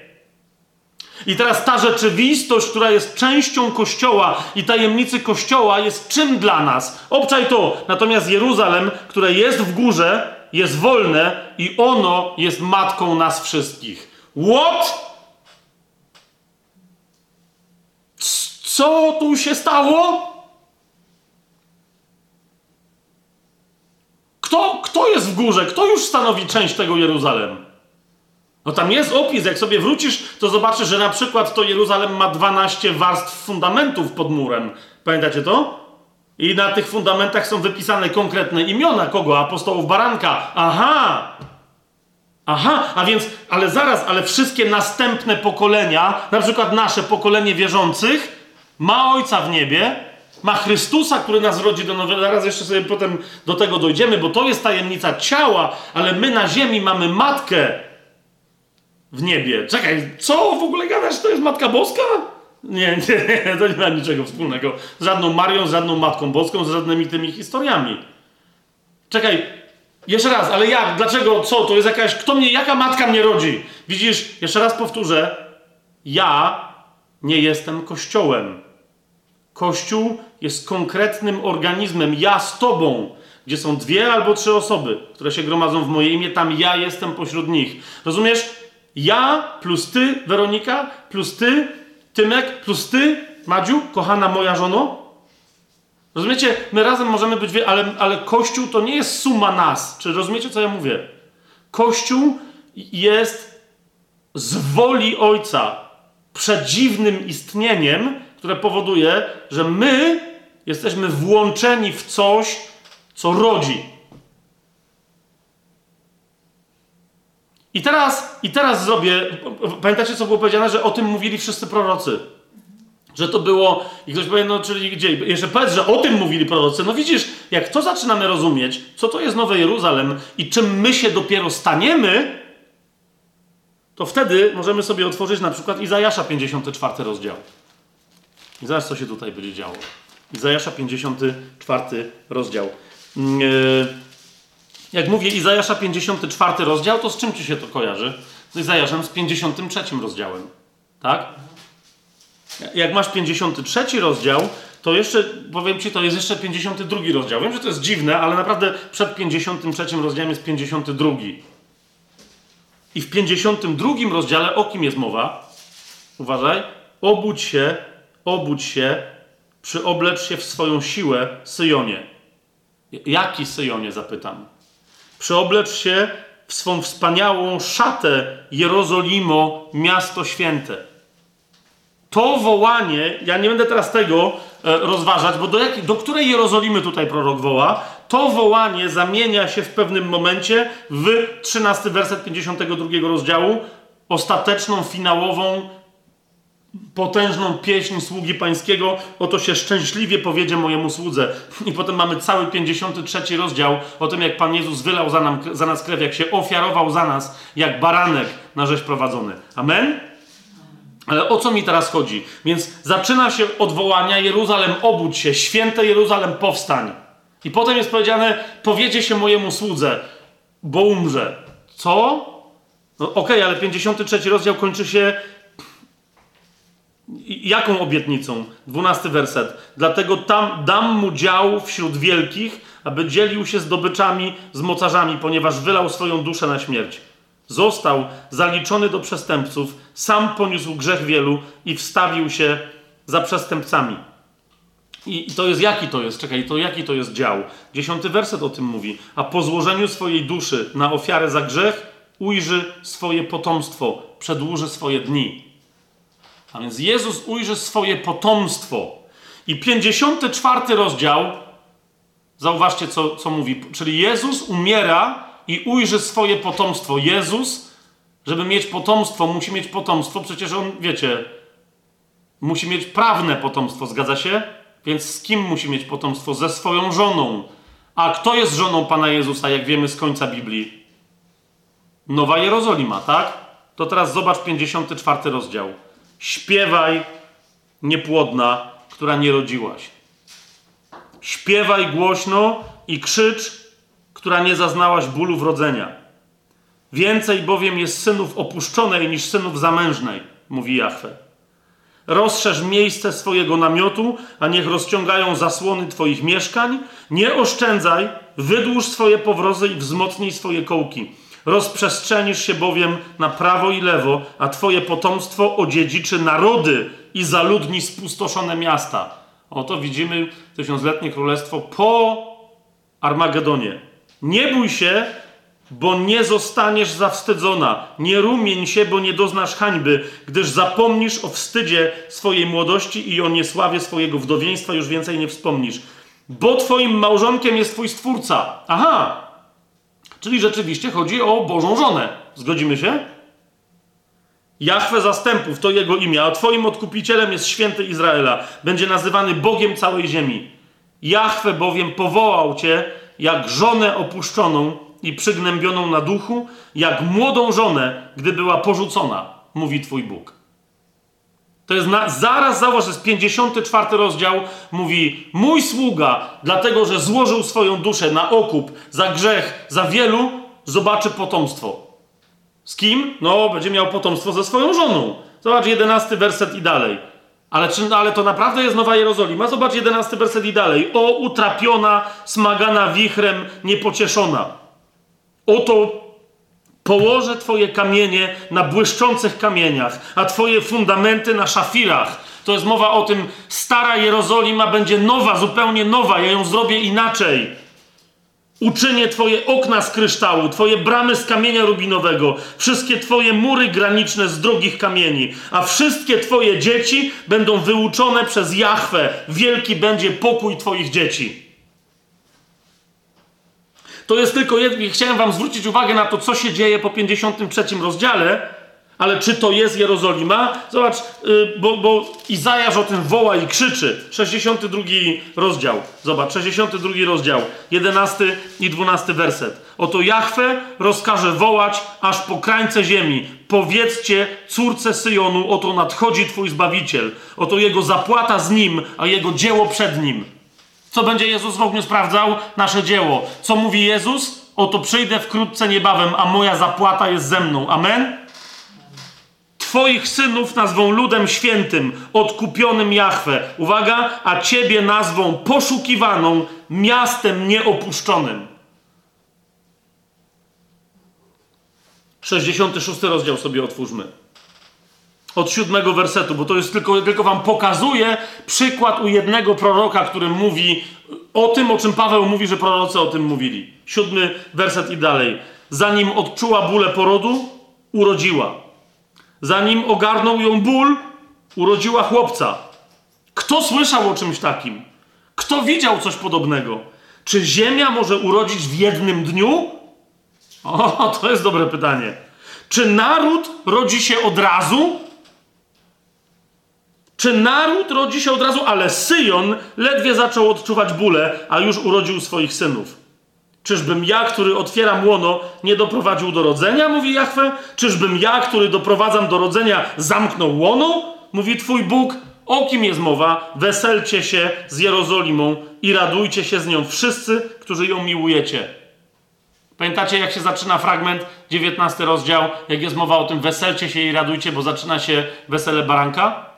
I teraz ta rzeczywistość, która jest częścią Kościoła i tajemnicy Kościoła jest czym dla nas? Obczaj to. Natomiast Jeruzalem, które jest w górze, jest wolne i ono jest matką nas wszystkich. What? Co tu się stało? kto, kto jest w górze? Kto już stanowi część tego Jeruzalem? No tam jest opis, jak sobie wrócisz, to zobaczysz, że na przykład to Jeruzalem ma dwanaście warstw fundamentów pod murem. Pamiętacie to? I na tych fundamentach są wypisane konkretne imiona. Kogo? Apostołów Baranka. Aha! Aha, a więc, ale zaraz, ale wszystkie następne pokolenia, na przykład nasze pokolenie wierzących, ma Ojca w niebie, ma Chrystusa, który nas rodzi do nowego. Zaraz jeszcze sobie potem do tego dojdziemy, bo to jest tajemnica ciała, ale my na ziemi mamy Matkę w niebie. Czekaj, co w ogóle gadasz? To jest Matka Boska? Nie, nie, nie, to nie ma niczego wspólnego z żadną Marią, z żadną Matką Boską, z żadnymi tymi historiami. Czekaj, jeszcze raz, ale jak? Dlaczego? Co? To jest jakaś... Kto mnie... Jaka matka mnie rodzi? Widzisz, jeszcze raz powtórzę. Ja nie jestem Kościołem. Kościół jest konkretnym organizmem. Ja z tobą. Gdzie są dwie albo trzy osoby, które się gromadzą w moje imię, tam ja jestem pośród nich. Rozumiesz? Ja plus ty, Weronika, plus ty, Tymek, plus ty, Madziu, kochana moja żono. Rozumiecie? My razem możemy być, ale, ale Kościół to nie jest suma nas. Czy rozumiecie, co ja mówię? Kościół jest z woli Ojca przedziwnym istnieniem, które powoduje, że my jesteśmy włączeni w coś, co rodzi. I teraz, i teraz zrobię... Pamiętacie, co było powiedziane? Że o tym mówili wszyscy prorocy. Że to było... I ktoś powie, no czyli gdzie? Jeszcze powiedz, że o tym mówili prorocy. No widzisz, jak to zaczynamy rozumieć, co to jest Nowe Jeruzalem i czym my się dopiero staniemy, to wtedy możemy sobie otworzyć na przykład Izajasza pięćdziesiąty czwarty rozdział. I zaraz co się tutaj będzie działo. Izajasza pięćdziesiąty czwarty rozdział. Yy, jak mówię Izajasza pięćdziesiąty czwarty rozdział, to z czym ci się to kojarzy? Z Izajaszem z pięćdziesiątym trzecim rozdziałem. Tak? Jak masz pięćdziesiąty trzeci rozdział, to jeszcze, powiem ci, to jest jeszcze pięćdziesiąty drugi rozdział. Wiem, że to jest dziwne, ale naprawdę przed pięćdziesiątym trzecim rozdziałem jest pięćdziesiąty drugi. I w pięćdziesiątym drugim rozdziale o kim jest mowa? Uważaj. Obudź się, obudź się, przyoblecz się w swoją siłę, Syjonie. Jaki Syjonie, zapytam. Przyoblecz się w swą wspaniałą szatę, Jerozolimo, miasto święte. To wołanie, ja nie będę teraz tego e, rozważać, bo do, jak, do której Jerozolimy tutaj prorok woła, to wołanie zamienia się w pewnym momencie w trzynasty werset pięćdziesiątego drugiego rozdziału, ostateczną, finałową, potężną pieśń sługi pańskiego, oto się szczęśliwie powiedzie mojemu słudze. I potem mamy cały pięćdziesiąty trzeci rozdział o tym, jak Pan Jezus wylał za, nam, za nas krew, jak się ofiarował za nas, jak baranek na rzeź prowadzony. Amen? Ale o co mi teraz chodzi? Więc zaczyna się od wołania Jeruzalem, obudź się, święte Jeruzalem, powstań. I potem jest powiedziane, powiedzie się mojemu słudze, bo umrze. Co? No okej, okay, ale pięćdziesiąty trzeci rozdział kończy się jaką obietnicą? Dwunasty werset. Dlatego tam dam mu dział wśród wielkich, aby dzielił się zdobyczami z mocarzami, ponieważ wylał swoją duszę na śmierć. Został zaliczony do przestępców, sam poniósł grzech wielu i wstawił się za przestępcami. I to jest jaki to jest? Czekaj, to jaki to jest dział? Dziesiąty werset o tym mówi. A po złożeniu swojej duszy na ofiarę za grzech ujrzy swoje potomstwo, przedłuży swoje dni. A więc Jezus ujrzy swoje potomstwo. I pięćdziesiąty czwarty rozdział, zauważcie co, co mówi, czyli Jezus umiera i ujrzy swoje potomstwo. Jezus, żeby mieć potomstwo, musi mieć potomstwo, przecież on, wiecie, musi mieć prawne potomstwo, zgadza się? Więc z kim musi mieć potomstwo? Ze swoją żoną. A kto jest żoną Pana Jezusa, jak wiemy z końca Biblii? Nowa Jerozolima, tak? To teraz zobacz pięćdziesiąty czwarty rozdział. Śpiewaj, niepłodna, która nie rodziłaś. Śpiewaj głośno i krzycz, która nie zaznałaś bólu wrodzenia. Więcej bowiem jest synów opuszczonej niż synów zamężnej, mówi Jahwe. Rozszerz miejsce swojego namiotu, a niech rozciągają zasłony twoich mieszkań. Nie oszczędzaj, wydłuż swoje powrozy i wzmocnij swoje kołki. Rozprzestrzenisz się bowiem na prawo i lewo, a twoje potomstwo odziedziczy narody i zaludni spustoszone miasta. Oto widzimy tysiącletnie królestwo po Armagedonie. Nie bój się, bo nie zostaniesz zawstydzona. Nie rumień się, bo nie doznasz hańby, gdyż zapomnisz o wstydzie swojej młodości i o niesławie swojego wdowieństwa już więcej nie wspomnisz. Bo twoim małżonkiem jest twój Stwórca. Aha! Czyli rzeczywiście chodzi o Bożą żonę. Zgodzimy się? Jahwe zastępów to jego imię, a twoim odkupicielem jest święty Izraela. Będzie nazywany Bogiem całej ziemi. Jahwe bowiem powołał cię jak żonę opuszczoną i przygnębioną na duchu, jak młodą żonę, gdy była porzucona, mówi twój Bóg. To jest na, zaraz, zauważ, to jest pięćdziesiąty czwarty rozdział, mówi mój sługa, dlatego, że złożył swoją duszę na okup za grzech, za wielu, zobaczy potomstwo. Z kim? No, będzie miał potomstwo ze swoją żoną. Zobacz jedenasty werset i dalej. Ale, czy, ale to naprawdę jest Nowa Jerozolima? Zobacz jedenasty werset i dalej. O utrapiona, smagana wichrem, niepocieszona. Oto położę twoje kamienie na błyszczących kamieniach, a twoje fundamenty na szafirach. To jest mowa o tym, stara Jerozolima będzie nowa, zupełnie nowa. Ja ją zrobię inaczej. Uczynię twoje okna z kryształu, twoje bramy z kamienia rubinowego, wszystkie twoje mury graniczne z drogich kamieni, a wszystkie twoje dzieci będą wyuczone przez Jahwe. Wielki będzie pokój twoich dzieci. To jest tylko jedno. Chciałem wam zwrócić uwagę na to, co się dzieje po pięćdziesiątym trzecim rozdziale, ale czy to jest Jerozolima? Zobacz, yy, bo, bo Izajasz o tym woła i krzyczy. sześćdziesiąty drugi rozdział. Zobacz, sześćdziesiąty drugi rozdział, jedenasty i dwunasty werset. Oto Jahwe rozkaże wołać aż po krańce ziemi. Powiedzcie córce Syjonu, oto nadchodzi twój Zbawiciel. Oto jego zapłata z nim, a jego dzieło przed nim. Co będzie Jezus w ogniu sprawdzał? Nasze dzieło. Co mówi Jezus? Oto przyjdę wkrótce niebawem, a moja zapłata jest ze mną. Amen? Twoich synów nazwą ludem świętym, odkupionym Jahwe. Uwaga, a ciebie nazwą poszukiwaną, miastem nieopuszczonym. sześćdziesiąty szósty rozdział sobie otwórzmy. Od siódmego wersetu, bo to jest tylko, tylko wam pokazuje przykład u jednego proroka, który mówi o tym, o czym Paweł mówi, że prorocy o tym mówili. Siódmy werset i dalej. Zanim odczuła bólę porodu, urodziła. Zanim ogarnął ją ból, urodziła chłopca. Kto słyszał o czymś takim? Kto widział coś podobnego? Czy ziemia może urodzić w jednym dniu? O, to jest dobre pytanie. Czy naród rodzi się od razu? Czy naród rodzi się od razu? Ale Syjon ledwie zaczął odczuwać bólę, a już urodził swoich synów. Czyżbym ja, który otwieram łono, nie doprowadził do rodzenia? Mówi Jahwe. Czyżbym ja, który doprowadzam do rodzenia, zamknął łono? Mówi twój Bóg. O kim jest mowa? Weselcie się z Jerozolimą i radujcie się z nią wszyscy, którzy ją miłujecie. Pamiętacie, jak się zaczyna fragment, dziewiętnasty rozdział, jak jest mowa o tym weselcie się i radujcie, bo zaczyna się wesele baranka?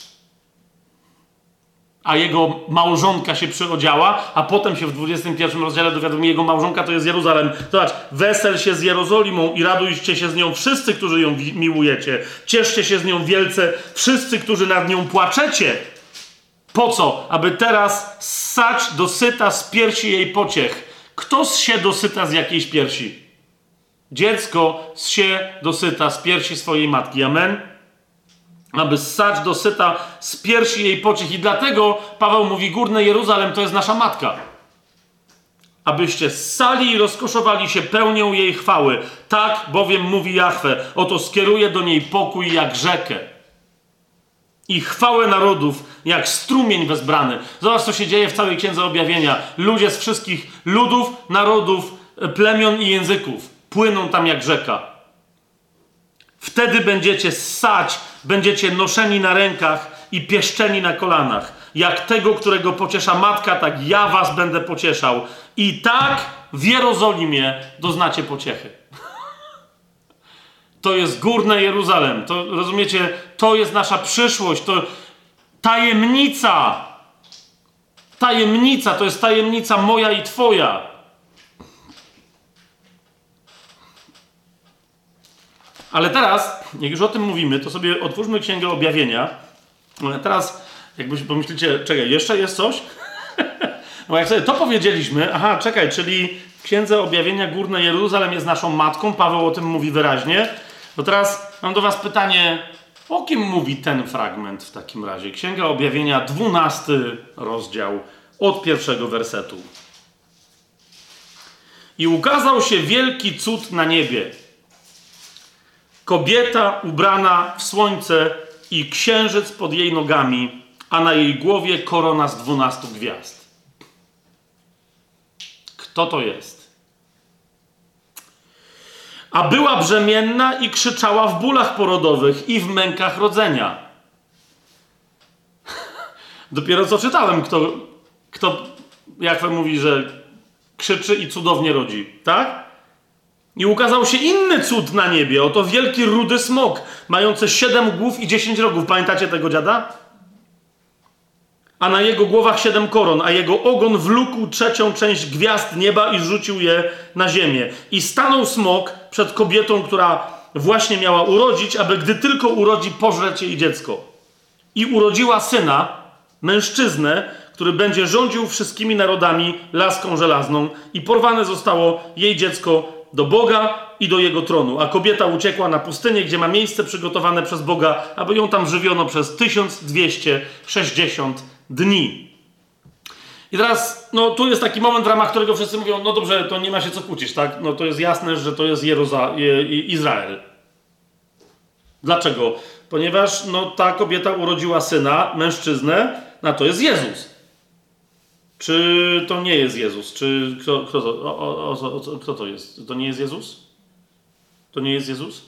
A jego małżonka się przyodziała, a potem się w dwudziestym pierwszym rozdziale dowiadujemy, jego małżonka to jest Jeruzalem. Zobacz, wesel się z Jerozolimą i radujcie się z nią wszyscy, którzy ją miłujecie. Cieszcie się z nią wielce wszyscy, którzy nad nią płaczecie. Po co? Aby teraz ssać dosyta z piersi jej pociech. Kto zsie dosyta z jakiejś piersi? Dziecko zsie dosyta z piersi swojej matki. Amen? Aby ssać dosyta z piersi jej pociech. I dlatego Paweł mówi, górne Jeruzalem to jest nasza matka. Abyście ssali i rozkoszowali się pełnią jej chwały. Tak bowiem mówi Jahwe, oto skieruje do niej pokój jak rzekę. I chwałę narodów jak strumień wezbrany. Zobacz, co się dzieje w całej Księdze Objawienia. Ludzie z wszystkich ludów, narodów, plemion i języków płyną tam jak rzeka. Wtedy będziecie ssać, będziecie noszeni na rękach i pieszczeni na kolanach. Jak tego, którego pociesza matka, tak ja was będę pocieszał. I tak w Jerozolimie doznacie pociechy. To jest górne Jeruzalem. To, rozumiecie? To jest nasza przyszłość. To tajemnica. Tajemnica. To jest tajemnica moja i twoja. Ale teraz, jak już o tym mówimy, to sobie otwórzmy Księgę Objawienia. Teraz, jakbyś pomyślicie, czekaj, jeszcze jest coś? No jak sobie to powiedzieliśmy, aha, czekaj, czyli w Księdze Objawienia Górne Jeruzalem jest naszą matką, Paweł o tym mówi wyraźnie. To teraz mam do was pytanie, o kim mówi ten fragment w takim razie? Księga Objawienia, dwunasty rozdział, od pierwszego wersetu. I ukazał się wielki cud na niebie. Kobieta ubrana w słońce i księżyc pod jej nogami, a na jej głowie korona z dwunastu gwiazd. Kto to jest? A była brzemienna i krzyczała w bólach porodowych i w mękach rodzenia. Dopiero co czytałem, kto, kto Jahwe mówi, że krzyczy i cudownie rodzi, tak? I ukazał się inny cud na niebie. Oto wielki rudy smok, mający siedem głów i dziesięć rogów. Pamiętacie tego dziada? A na jego głowach siedem koron, a jego ogon wlókł trzecią część gwiazd nieba i rzucił je na ziemię. I stanął smok przed kobietą, która właśnie miała urodzić, aby gdy tylko urodzi, pożreć jej dziecko. I urodziła syna, mężczyznę, który będzie rządził wszystkimi narodami laską żelazną, i porwane zostało jej dziecko do Boga i do jego tronu. A kobieta uciekła na pustynię, gdzie ma miejsce przygotowane przez Boga, aby ją tam żywiono przez tysiąc dwieście sześćdziesiąt dni. I teraz, no tu jest taki moment, w ramach którego wszyscy mówią, no dobrze, to nie ma się co kłócić, tak? No to jest jasne, że to jest Jeroza- Je- Izrael. Dlaczego? Ponieważ no, ta kobieta urodziła syna, mężczyznę, a to jest Jezus. Czy to nie jest Jezus? Czy kto, kto, to, o, o, o, o, kto to jest? To nie jest Jezus? To nie jest Jezus?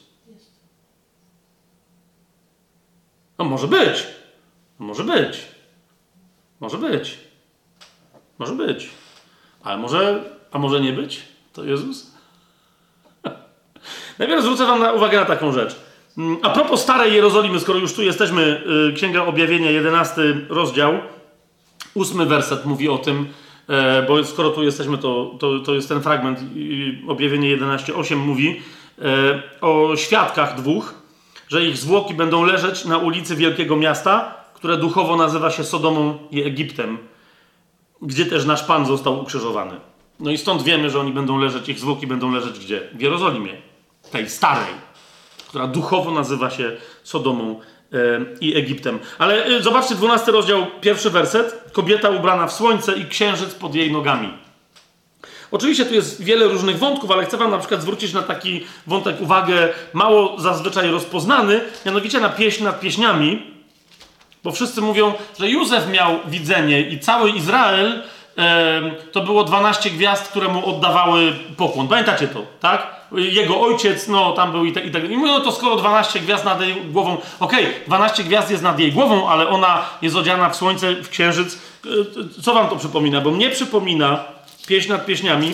No może być. Może być. Może być. Może być. Ale może, a może nie być? To Jezus? Najpierw zwrócę wam na uwagę na taką rzecz. A propos Starej Jerozolimy, skoro już tu jesteśmy, Księga Objawienia, jedenasty rozdział, ósmy werset mówi o tym, bo skoro tu jesteśmy, to, to, to jest ten fragment, Objawienie jedenaście osiem mówi o świadkach dwóch, że ich zwłoki będą leżeć na ulicy wielkiego miasta, które duchowo nazywa się Sodomą i Egiptem, gdzie też nasz Pan został ukrzyżowany. No i stąd wiemy, że oni będą leżeć, ich zwłoki będą leżeć gdzie? W Jerozolimie, tej starej, która duchowo nazywa się Sodomą e, i Egiptem. Ale e, zobaczcie, dwunasty rozdział, pierwszy werset. Kobieta ubrana w słońce i księżyc pod jej nogami. Oczywiście tu jest wiele różnych wątków, ale chcę wam na przykład zwrócić na taki wątek uwagę, mało zazwyczaj rozpoznany, mianowicie na pieśń nad pieśniami, bo wszyscy mówią, że Józef miał widzenie i cały Izrael e, to było dwanaście gwiazd, które mu oddawały pokłon. Pamiętacie to, tak? Jego ojciec, no tam był i tak, i tak. I mówią, no to skoro dwanaście gwiazd nad jej głową, okej, okay, dwanaście gwiazd jest nad jej głową, ale ona jest odziana w słońce, w księżyc. Co wam to przypomina? Bo mnie przypomina pieśń nad pieśniami,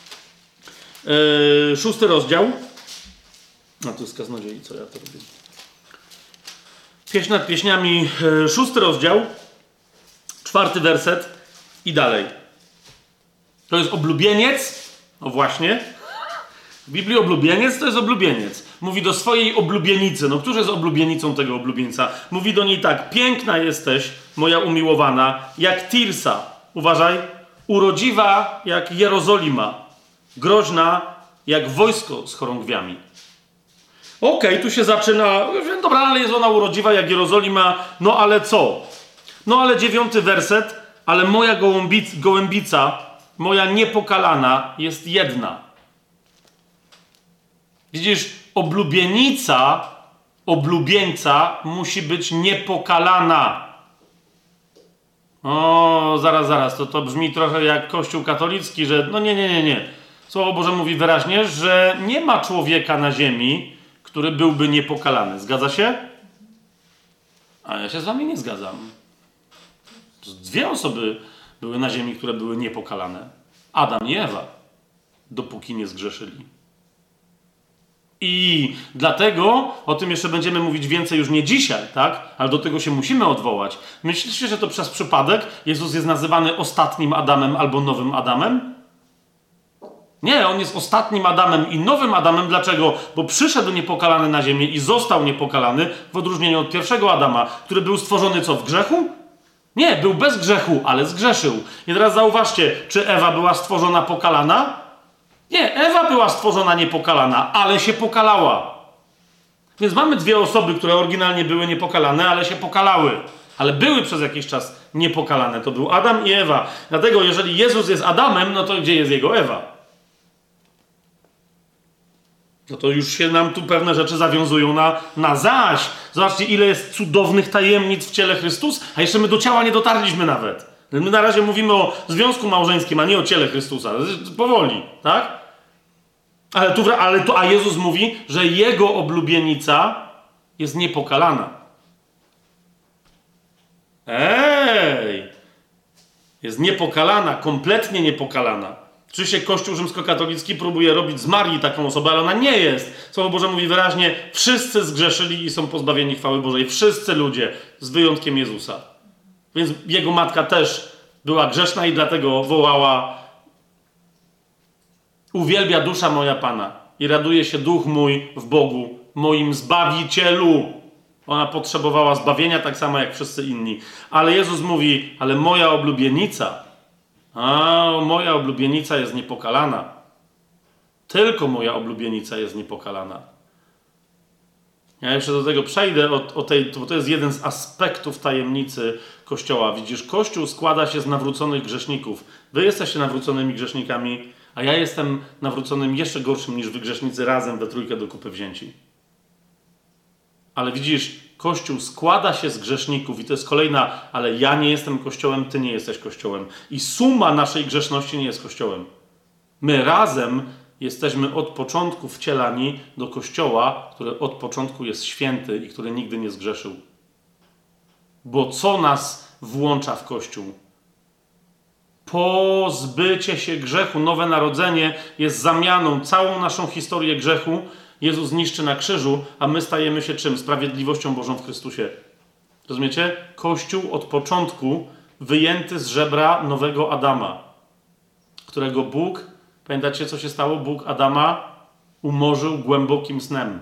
yy, szósty rozdział. A to jest kaznodziei, co ja to robię? Pieśń nad pieśniami, yy, szósty rozdział, czwarty werset i dalej. To jest oblubieniec, no właśnie. W Biblii oblubieniec to jest oblubieniec. Mówi do swojej oblubienicy. No, któż jest oblubienicą tego oblubieńca? Mówi do niej tak: piękna jesteś, moja umiłowana, jak Tirsa. Uważaj. Urodziwa jak Jerozolima. Groźna jak wojsko z chorągwiami. Okej, okay, tu się zaczyna. Dobra, ale jest ona urodziwa jak Jerozolima. No ale co? No ale dziewiąty werset. Ale moja gołębic, gołębica, moja niepokalana jest jedna. Widzisz, oblubienica, oblubieńca musi być niepokalana. O, zaraz, zaraz, to, to brzmi trochę jak Kościół katolicki, że no nie, nie, nie, nie. Słowo Boże mówi wyraźnie, że nie ma człowieka na ziemi, który byłby niepokalany. Zgadza się? A ja się z wami nie zgadzam. Dwie osoby były na ziemi, które były niepokalane. Adam i Ewa. Dopóki nie zgrzeszyli. I dlatego, o tym jeszcze będziemy mówić więcej już nie dzisiaj, tak? Ale do tego się musimy odwołać. Myślicie, że to przez przypadek Jezus jest nazywany ostatnim Adamem albo nowym Adamem? Nie, on jest ostatnim Adamem i nowym Adamem. Dlaczego? Bo przyszedł niepokalany na ziemię i został niepokalany w odróżnieniu od pierwszego Adama, który był stworzony co? W grzechu? Nie, był bez grzechu, ale zgrzeszył. I teraz zauważcie, czy Ewa była stworzona pokalana? Nie, Ewa była stworzona niepokalana, ale się pokalała. Więc mamy dwie osoby, które oryginalnie były niepokalane, ale się pokalały. Ale były przez jakiś czas niepokalane. To był Adam i Ewa. Dlatego jeżeli Jezus jest Adamem, no to gdzie jest jego Ewa? No to już się nam tu pewne rzeczy zawiązują na, na zaś. Zobaczcie, ile jest cudownych tajemnic w ciele Chrystusa, a jeszcze my do ciała nie dotarliśmy nawet. My na razie mówimy o związku małżeńskim, a nie o ciele Chrystusa. Powoli, tak? Ale tu, ale tu, a Jezus mówi, że jego oblubienica jest niepokalana. Ej! Jest niepokalana, kompletnie niepokalana. Oczywiście Kościół rzymskokatolicki próbuje robić z Marii taką osobę, ale ona nie jest. Słowo Boże mówi wyraźnie, wszyscy zgrzeszyli i są pozbawieni chwały Bożej. Wszyscy ludzie, z wyjątkiem Jezusa. Więc jego matka też była grzeszna i dlatego wołała: uwielbia dusza moja Pana i raduje się duch mój w Bogu, moim Zbawicielu. Ona potrzebowała zbawienia tak samo jak wszyscy inni. Ale Jezus mówi, ale moja oblubienica, a moja oblubienica jest niepokalana. Tylko moja oblubienica jest niepokalana. Ja jeszcze do tego przejdę, o, o tej, bo to jest jeden z aspektów tajemnicy Kościoła. Widzisz, Kościół składa się z nawróconych grzeszników. Wy jesteście nawróconymi grzesznikami, a ja jestem nawróconym jeszcze gorszym niż wy grzesznicy razem we trójkę do kupy wzięci. Ale widzisz, Kościół składa się z grzeszników i to jest kolejna, ale ja nie jestem Kościołem, ty nie jesteś Kościołem. I suma naszej grzeszności nie jest Kościołem. My razem jesteśmy od początku wcielani do Kościoła, który od początku jest święty i który nigdy nie zgrzeszył. Bo co nas włącza w Kościół? Pozbycie się grzechu, nowe narodzenie jest zamianą. Całą naszą historię grzechu Jezus niszczy na krzyżu, a my stajemy się czym? Sprawiedliwością Bożą w Chrystusie. Rozumiecie? Kościół od początku wyjęty z żebra nowego Adama, którego Bóg, pamiętacie co się stało? Bóg Adama umorzył głębokim snem.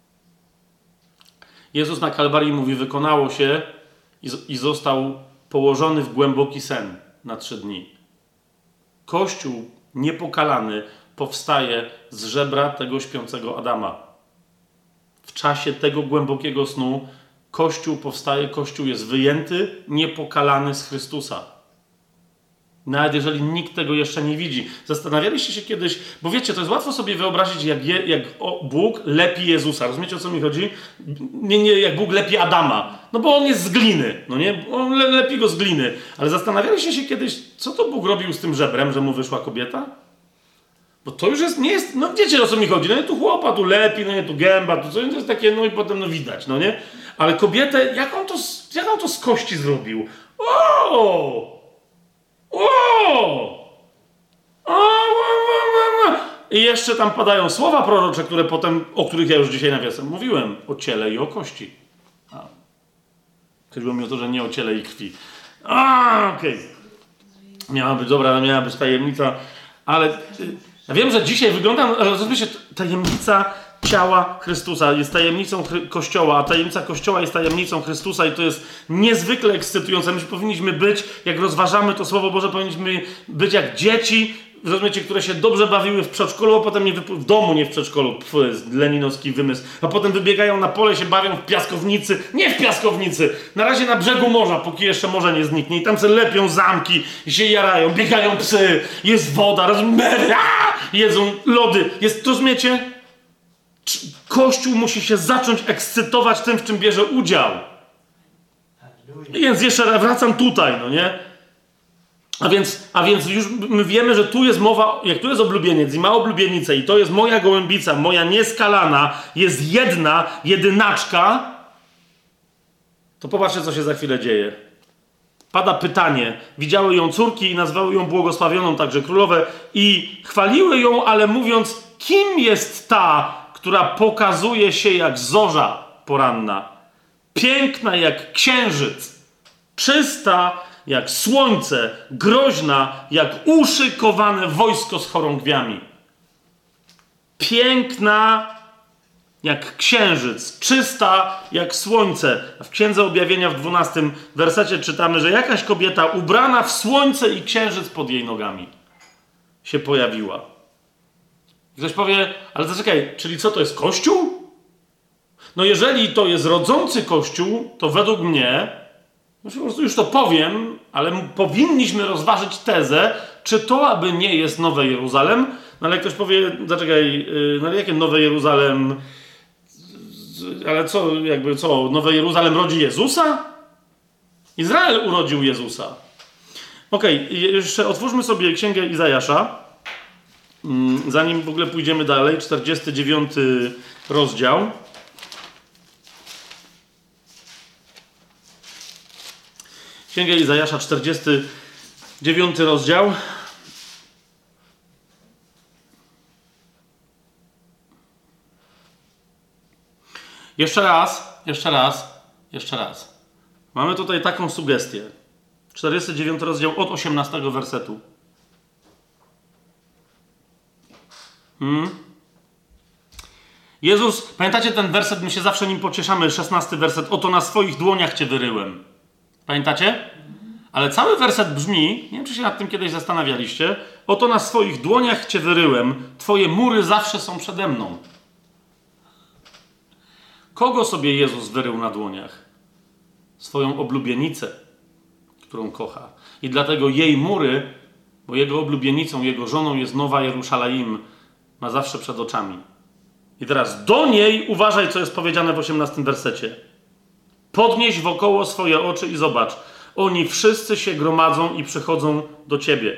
Jezus na Kalwarii mówi, wykonało się i, i został położony w głęboki sen na trzy dni. Kościół niepokalany powstaje z żebra tego śpiącego Adama. W czasie tego głębokiego snu Kościół powstaje, Kościół jest wyjęty, niepokalany z Chrystusa. Nawet jeżeli nikt tego jeszcze nie widzi. Zastanawialiście się kiedyś, bo wiecie, to jest łatwo sobie wyobrazić, jak, je, jak Bóg lepi Jezusa. Rozumiecie, o co mi chodzi? Nie, nie, jak Bóg lepi Adama. No bo on jest z gliny, no nie? On le, lepi go z gliny. Ale zastanawialiście się kiedyś, co to Bóg robił z tym żebrem, że mu wyszła kobieta? Bo to już jest, nie jest, no wiecie o co mi chodzi, no nie tu chłopa, tu lepi, no nie tu gęba, tu coś, to jest takie, no i potem no widać, no nie? Ale kobietę, jak on to, jak on to z kości zrobił? O! O! O! I jeszcze tam padają słowa prorocze, które potem, o których ja już dzisiaj nawiasem mówiłem, o ciele i o kości. A. Chodziło mi o to, że nie o ciele i krwi. A, okej. Okay. Miała być, dobra, miała być tajemnica, ale... Ja wiem, że dzisiaj wygląda, ale rozumiecie, tajemnica ciała Chrystusa jest tajemnicą Chry- Kościoła, a tajemnica Kościoła jest tajemnicą Chrystusa i to jest niezwykle ekscytujące. My powinniśmy być, jak rozważamy to Słowo Boże, powinniśmy być jak dzieci, rozumiecie, które się dobrze bawiły w przedszkolu, a potem nie wyp- w domu, nie w przedszkolu, pff, jest leninowski wymysł, a potem wybiegają na pole, się bawią w piaskownicy, nie w piaskownicy, na razie na brzegu morza, póki jeszcze morze nie zniknie i tam se lepią zamki i się jarają, biegają psy, jest woda, rozumiecie, jedzą lody, jest, to rozumiecie? Kościół musi się zacząć ekscytować tym, w czym bierze udział. Więc jeszcze wracam tutaj, no nie? A więc, a więc już my wiemy, że tu jest mowa, jak tu jest oblubieniec i ma oblubienicę i to jest moja gołębica, moja nieskalana, jest jedna, jedynaczka, to popatrzcie, co się za chwilę dzieje. Pada pytanie. Widziały ją córki i nazwały ją błogosławioną, także królowe, i chwaliły ją, ale mówiąc, kim jest ta, która pokazuje się jak zorza poranna, piękna jak księżyc, czysta jak słońce, groźna jak uszykowane wojsko z chorągwiami. Piękna jak księżyc, czysta jak słońce. W Księdze Objawienia w dwunastym wersecie czytamy, że jakaś kobieta ubrana w słońce i księżyc pod jej nogami się pojawiła. Ktoś powie, ale zaczekaj, czyli co to jest Kościół? No jeżeli to jest rodzący Kościół, to według mnie, już to powiem, ale powinniśmy rozważyć tezę, czy to aby nie jest Nowe Jeruzalem. No ale ktoś powie, zaczekaj, no ale jakie Nowe Jeruzalem, ale co, jakby co, Nowe Jeruzalem rodzi Jezusa? Izrael urodził Jezusa. Okej, okay, jeszcze otwórzmy sobie Księgę Izajasza, zanim w ogóle pójdziemy dalej, czterdziesty dziewiąty rozdział. Księga Izajasza, czterdziesty dziewiąty rozdział. Jeszcze raz, jeszcze raz, jeszcze raz. Mamy tutaj taką sugestię. czterdziesty dziewiąty rozdział od osiemnastego wersetu. Hmm? Jezus, pamiętacie ten werset? My się zawsze nim pocieszamy. szesnasty werset. Oto na swoich dłoniach cię wyryłem. Pamiętacie? Ale cały werset brzmi, nie wiem, czy się nad tym kiedyś zastanawialiście, oto na swoich dłoniach cię wyryłem, twoje mury zawsze są przede mną. Kogo sobie Jezus wyrył na dłoniach? Swoją oblubienicę, którą kocha. I dlatego jej mury, bo jego oblubienicą, jego żoną jest Nowa Jerusalem, ma zawsze przed oczami. I teraz do niej uważaj, co jest powiedziane w osiemnastym wersecie. Podnieś wokoło swoje oczy i zobacz. Oni wszyscy się gromadzą i przychodzą do ciebie.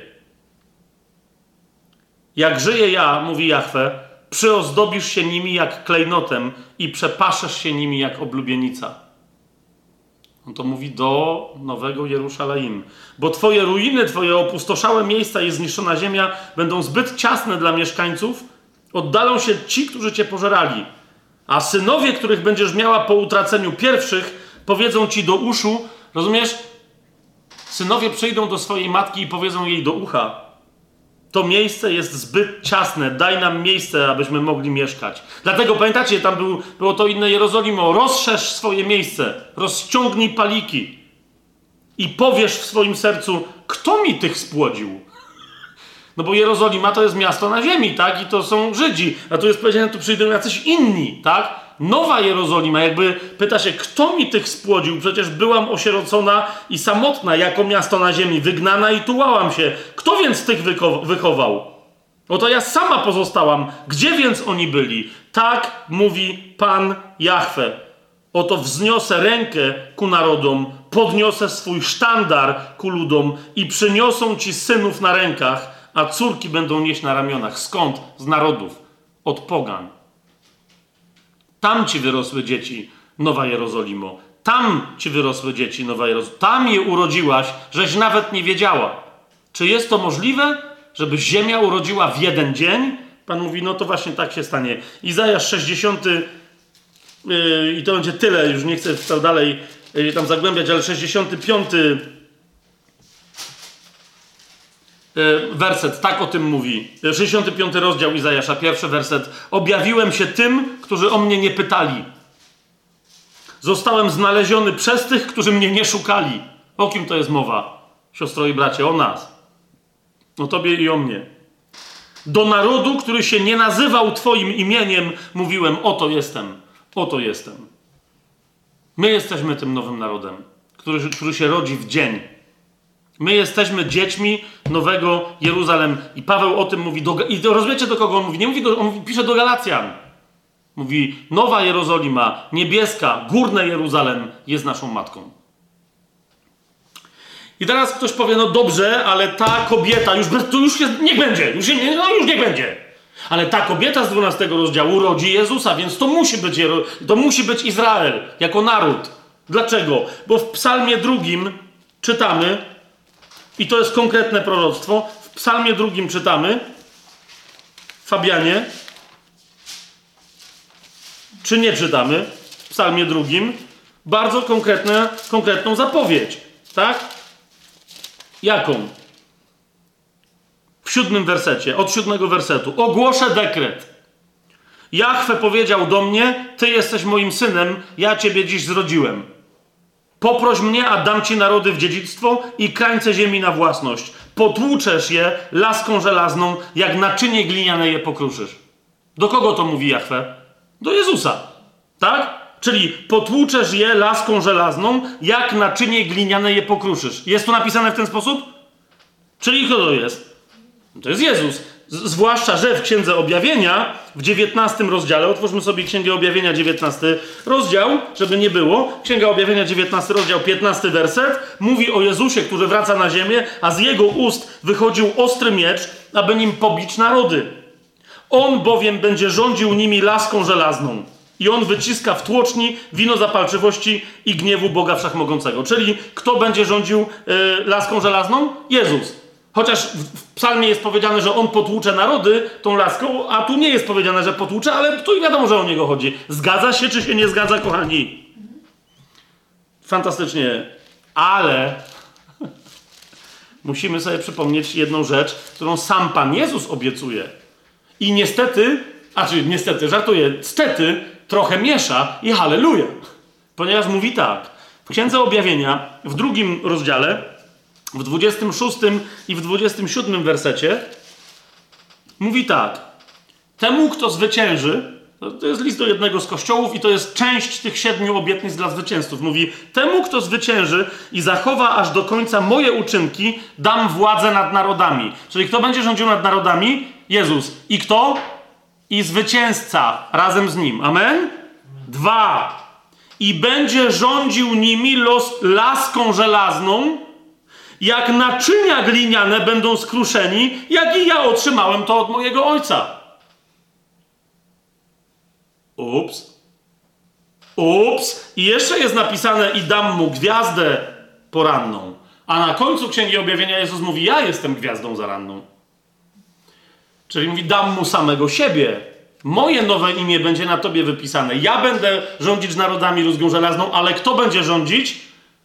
Jak żyję ja, mówi Jahwe, przyozdobisz się nimi jak klejnotem i przepaszesz się nimi jak oblubienica. On to mówi do Nowego Jerusalem. Bo twoje ruiny, twoje opustoszałe miejsca i zniszczona ziemia będą zbyt ciasne dla mieszkańców. Oddalą się ci, którzy cię pożerali. A synowie, których będziesz miała po utraceniu pierwszych, powiedzą ci do uszu, rozumiesz? Synowie przyjdą do swojej matki i powiedzą jej do ucha: to miejsce jest zbyt ciasne, daj nam miejsce, abyśmy mogli mieszkać. Dlatego pamiętacie, tam był, było to inne Jerozolimo, rozszerz swoje miejsce, rozciągnij paliki i powiesz w swoim sercu, kto mi tych spłodził? No bo Jerozolima to jest miasto na ziemi, tak? I to są Żydzi. A tu jest powiedziane, tu przyjdą jacyś inni, tak? Nowa Jerozolima, jakby pyta się, kto mi tych spłodził? Przecież byłam osierocona i samotna jako miasto na ziemi, wygnana i tułałam się. Kto więc tych wyko- wychował? Oto ja sama pozostałam. Gdzie więc oni byli? Tak mówi Pan Jahwe. Oto wzniosę rękę ku narodom, podniosę swój sztandar ku ludom i przyniosą ci synów na rękach, a córki będą nieść na ramionach. Skąd? Z narodów. Od pogan. Tam ci wyrosły dzieci, Nowa Jerozolimo. Tam ci wyrosły dzieci, Nowa Jerozolimo. Tam je urodziłaś, żeś nawet nie wiedziała. Czy jest to możliwe, żeby ziemia urodziła w jeden dzień? Pan mówi, no to właśnie tak się stanie. Izajasz sześćdziesiąty yy, i to będzie tyle, już nie chcę tam dalej yy, tam zagłębiać, ale sześćdziesiąty piąty werset, tak o tym mówi. sześćdziesiąty piąty rozdział Izajasza, pierwszy werset. Objawiłem się tym, którzy o mnie nie pytali. Zostałem znaleziony przez tych, którzy mnie nie szukali. O kim to jest mowa? Siostro i bracie, o nas. O tobie i o mnie. Do narodu, który się nie nazywał twoim imieniem, mówiłem, oto jestem, oto jestem. My jesteśmy tym nowym narodem, który, który się rodzi w dzień. My jesteśmy dziećmi Nowego Jeruzalem. I Paweł o tym mówi. Do, I rozumiecie, do kogo on mówi? Nie mówi, do, on mówi, pisze do Galacjan. Mówi, Nowa Jerozolima, niebieska, górne Jeruzalem jest naszą matką. I teraz ktoś powie, no dobrze, ale ta kobieta, już, to już jest, niech będzie, już, no już niech będzie. Ale ta kobieta z dwunastego rozdziału rodzi Jezusa, więc to musi być, to musi być Izrael jako naród. Dlaczego? Bo w psalmie drugim czytamy, i to jest konkretne proroctwo, w psalmie drugim czytamy, Fabianie, czy nie czytamy, w psalmie drugim, bardzo konkretne, konkretną zapowiedź, tak? Jaką? W siódmym wersecie, od siódmego wersetu. Ogłoszę dekret. Jahwe powiedział do mnie, ty jesteś moim synem, ja ciebie dziś zrodziłem. Poproś mnie, a dam ci narody w dziedzictwo i krańce ziemi na własność. Potłuczesz je laską żelazną, jak naczynie gliniane je pokruszysz. Do kogo to mówi Jahwe? Do Jezusa. Tak? Czyli potłuczesz je laską żelazną, jak naczynie gliniane je pokruszysz. Jest to napisane w ten sposób? Czyli kto to jest? To jest Jezus. Z- zwłaszcza, że w Księdze Objawienia, w dziewiętnastym rozdziale, otwórzmy sobie Księgę Objawienia, dziewiętnasty rozdział, żeby nie było. Księga Objawienia, dziewiętnasty rozdział, piętnasty werset, mówi o Jezusie, który wraca na ziemię, a z jego ust wychodził ostry miecz, aby nim pobić narody. On bowiem będzie rządził nimi laską żelazną. I on wyciska w tłoczni wino zapalczywości i gniewu Boga Wszechmogącego. Czyli kto będzie rządził y, laską żelazną? Jezus. Chociaż w, w psalmie jest powiedziane, że on potłucze narody tą laską, a tu nie jest powiedziane, że potłucze, ale tu wiadomo, że o niego chodzi. Zgadza się, czy się nie zgadza, kochani? Fantastycznie. Ale musimy sobie przypomnieć jedną rzecz, którą sam Pan Jezus obiecuje. I niestety, a czy niestety, żartuję, stety, trochę miesza i halleluja. Ponieważ mówi tak, w Księdze Objawienia, w drugim rozdziale, w dwudziestym szóstym i w dwudziestym siódmym wersecie, mówi tak. Temu, kto zwycięży, to jest list do jednego z kościołów i to jest część tych siedmiu obietnic dla zwycięzców. Mówi, temu, kto zwycięży i zachowa aż do końca moje uczynki, dam władzę nad narodami. Czyli kto będzie rządził nad narodami? Jezus. I kto? I zwycięzca razem z nim. Amen? Dwa. I będzie rządził nimi los, laską żelazną, jak naczynia gliniane będą skruszeni, jak i ja otrzymałem to od mojego ojca. Ups. Ups. I jeszcze jest napisane i dam mu gwiazdę poranną. A na końcu Księgi Objawienia Jezus mówi, ja jestem gwiazdą zaranną. Czyli mówi, dam mu samego siebie. Moje nowe imię będzie na tobie wypisane. Ja będę rządzić narodami rózgą żelazną, ale kto będzie rządzić?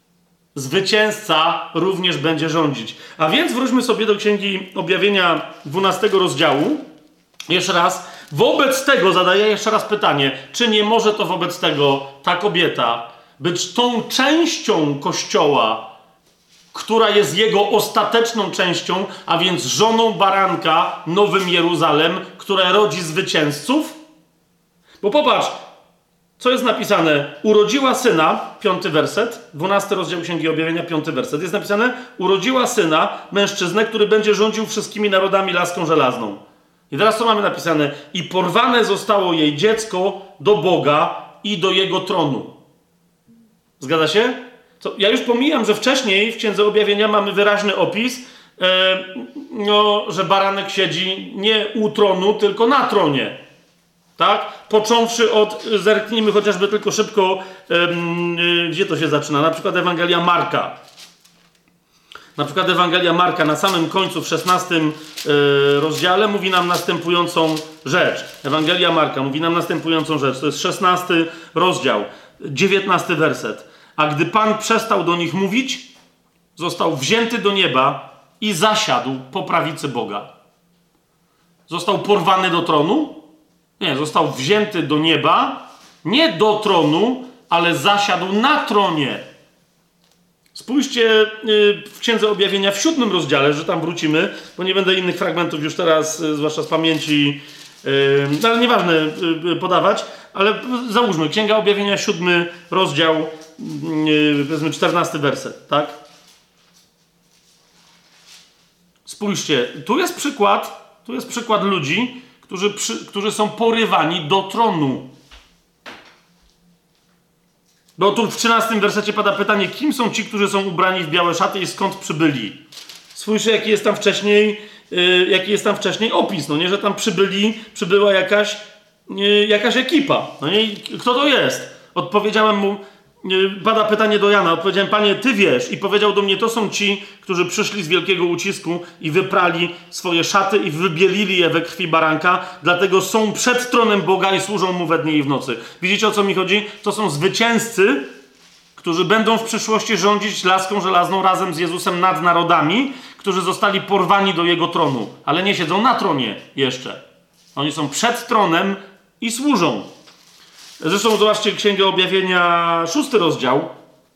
Zwycięzca również będzie rządzić. A więc wróćmy sobie do Księgi Objawienia dwunastego rozdziału. Jeszcze raz. Wobec tego zadaję jeszcze raz pytanie, czy nie może to wobec tego ta kobieta być tą częścią Kościoła, która jest jego ostateczną częścią, a więc żoną baranka, Nowym Jeruzalem, które rodzi zwycięzców? Bo popatrz, co jest napisane? Urodziła syna, piąty werset, dwunasty rozdział Księgi Objawienia, piąty werset. Jest napisane, urodziła syna, mężczyznę, który będzie rządził wszystkimi narodami laską żelazną. I teraz co mamy napisane? I porwane zostało jej dziecko do Boga i do jego tronu. Zgadza się? To ja już pomijam, że wcześniej w Księdze Objawienia mamy wyraźny opis, e, no, że baranek siedzi nie u tronu, tylko na tronie. Tak? Począwszy od, zerknijmy chociażby tylko szybko, e, e, gdzie to się zaczyna? Na przykład Ewangelia Marka. Na przykład Ewangelia Marka na samym końcu w szesnastym e, rozdziale mówi nam następującą rzecz. Ewangelia Marka mówi nam następującą rzecz. To jest szesnasty rozdział, dziewiętnasty werset. A gdy Pan przestał do nich mówić, został wzięty do nieba i zasiadł po prawicy Boga. Został porwany do tronu? Nie, został wzięty do nieba, nie do tronu, ale zasiadł na tronie. Spójrzcie w Księdze Objawienia w siódmym rozdziale, że tam wrócimy, bo nie będę innych fragmentów już teraz, zwłaszcza z pamięci, ale nieważne podawać, ale załóżmy, Księga Objawienia, siódmy rozdział, powiedzmy czternasty werset, tak? Spójrzcie, tu jest przykład, tu jest przykład ludzi, którzy, przy, którzy są porywani do tronu. Bo tu w trzynastym wersecie pada pytanie, kim są ci, którzy są ubrani w białe szaty i skąd przybyli? Spójrzcie, jaki jest tam wcześniej, yy, jaki jest tam wcześniej opis, no nie, że tam przybyli, przybyła jakaś, yy, jakaś ekipa. No nie, kto to jest? Odpowiedziałem mu, yy, pada pytanie do Jana, odpowiedziałem, Panie, Ty wiesz. I powiedział do mnie, to są ci, którzy przyszli z wielkiego ucisku i wyprali swoje szaty i wybielili je we krwi baranka, dlatego są przed tronem Boga i służą Mu we dnie i w nocy. Widzicie, o co mi chodzi? To są zwycięzcy, którzy będą w przyszłości rządzić laską żelazną razem z Jezusem nad narodami, którzy zostali porwani do Jego tronu, ale nie siedzą na tronie jeszcze. Oni są przed tronem i służą. Zresztą zobaczcie Księgę Objawienia, szósty rozdział.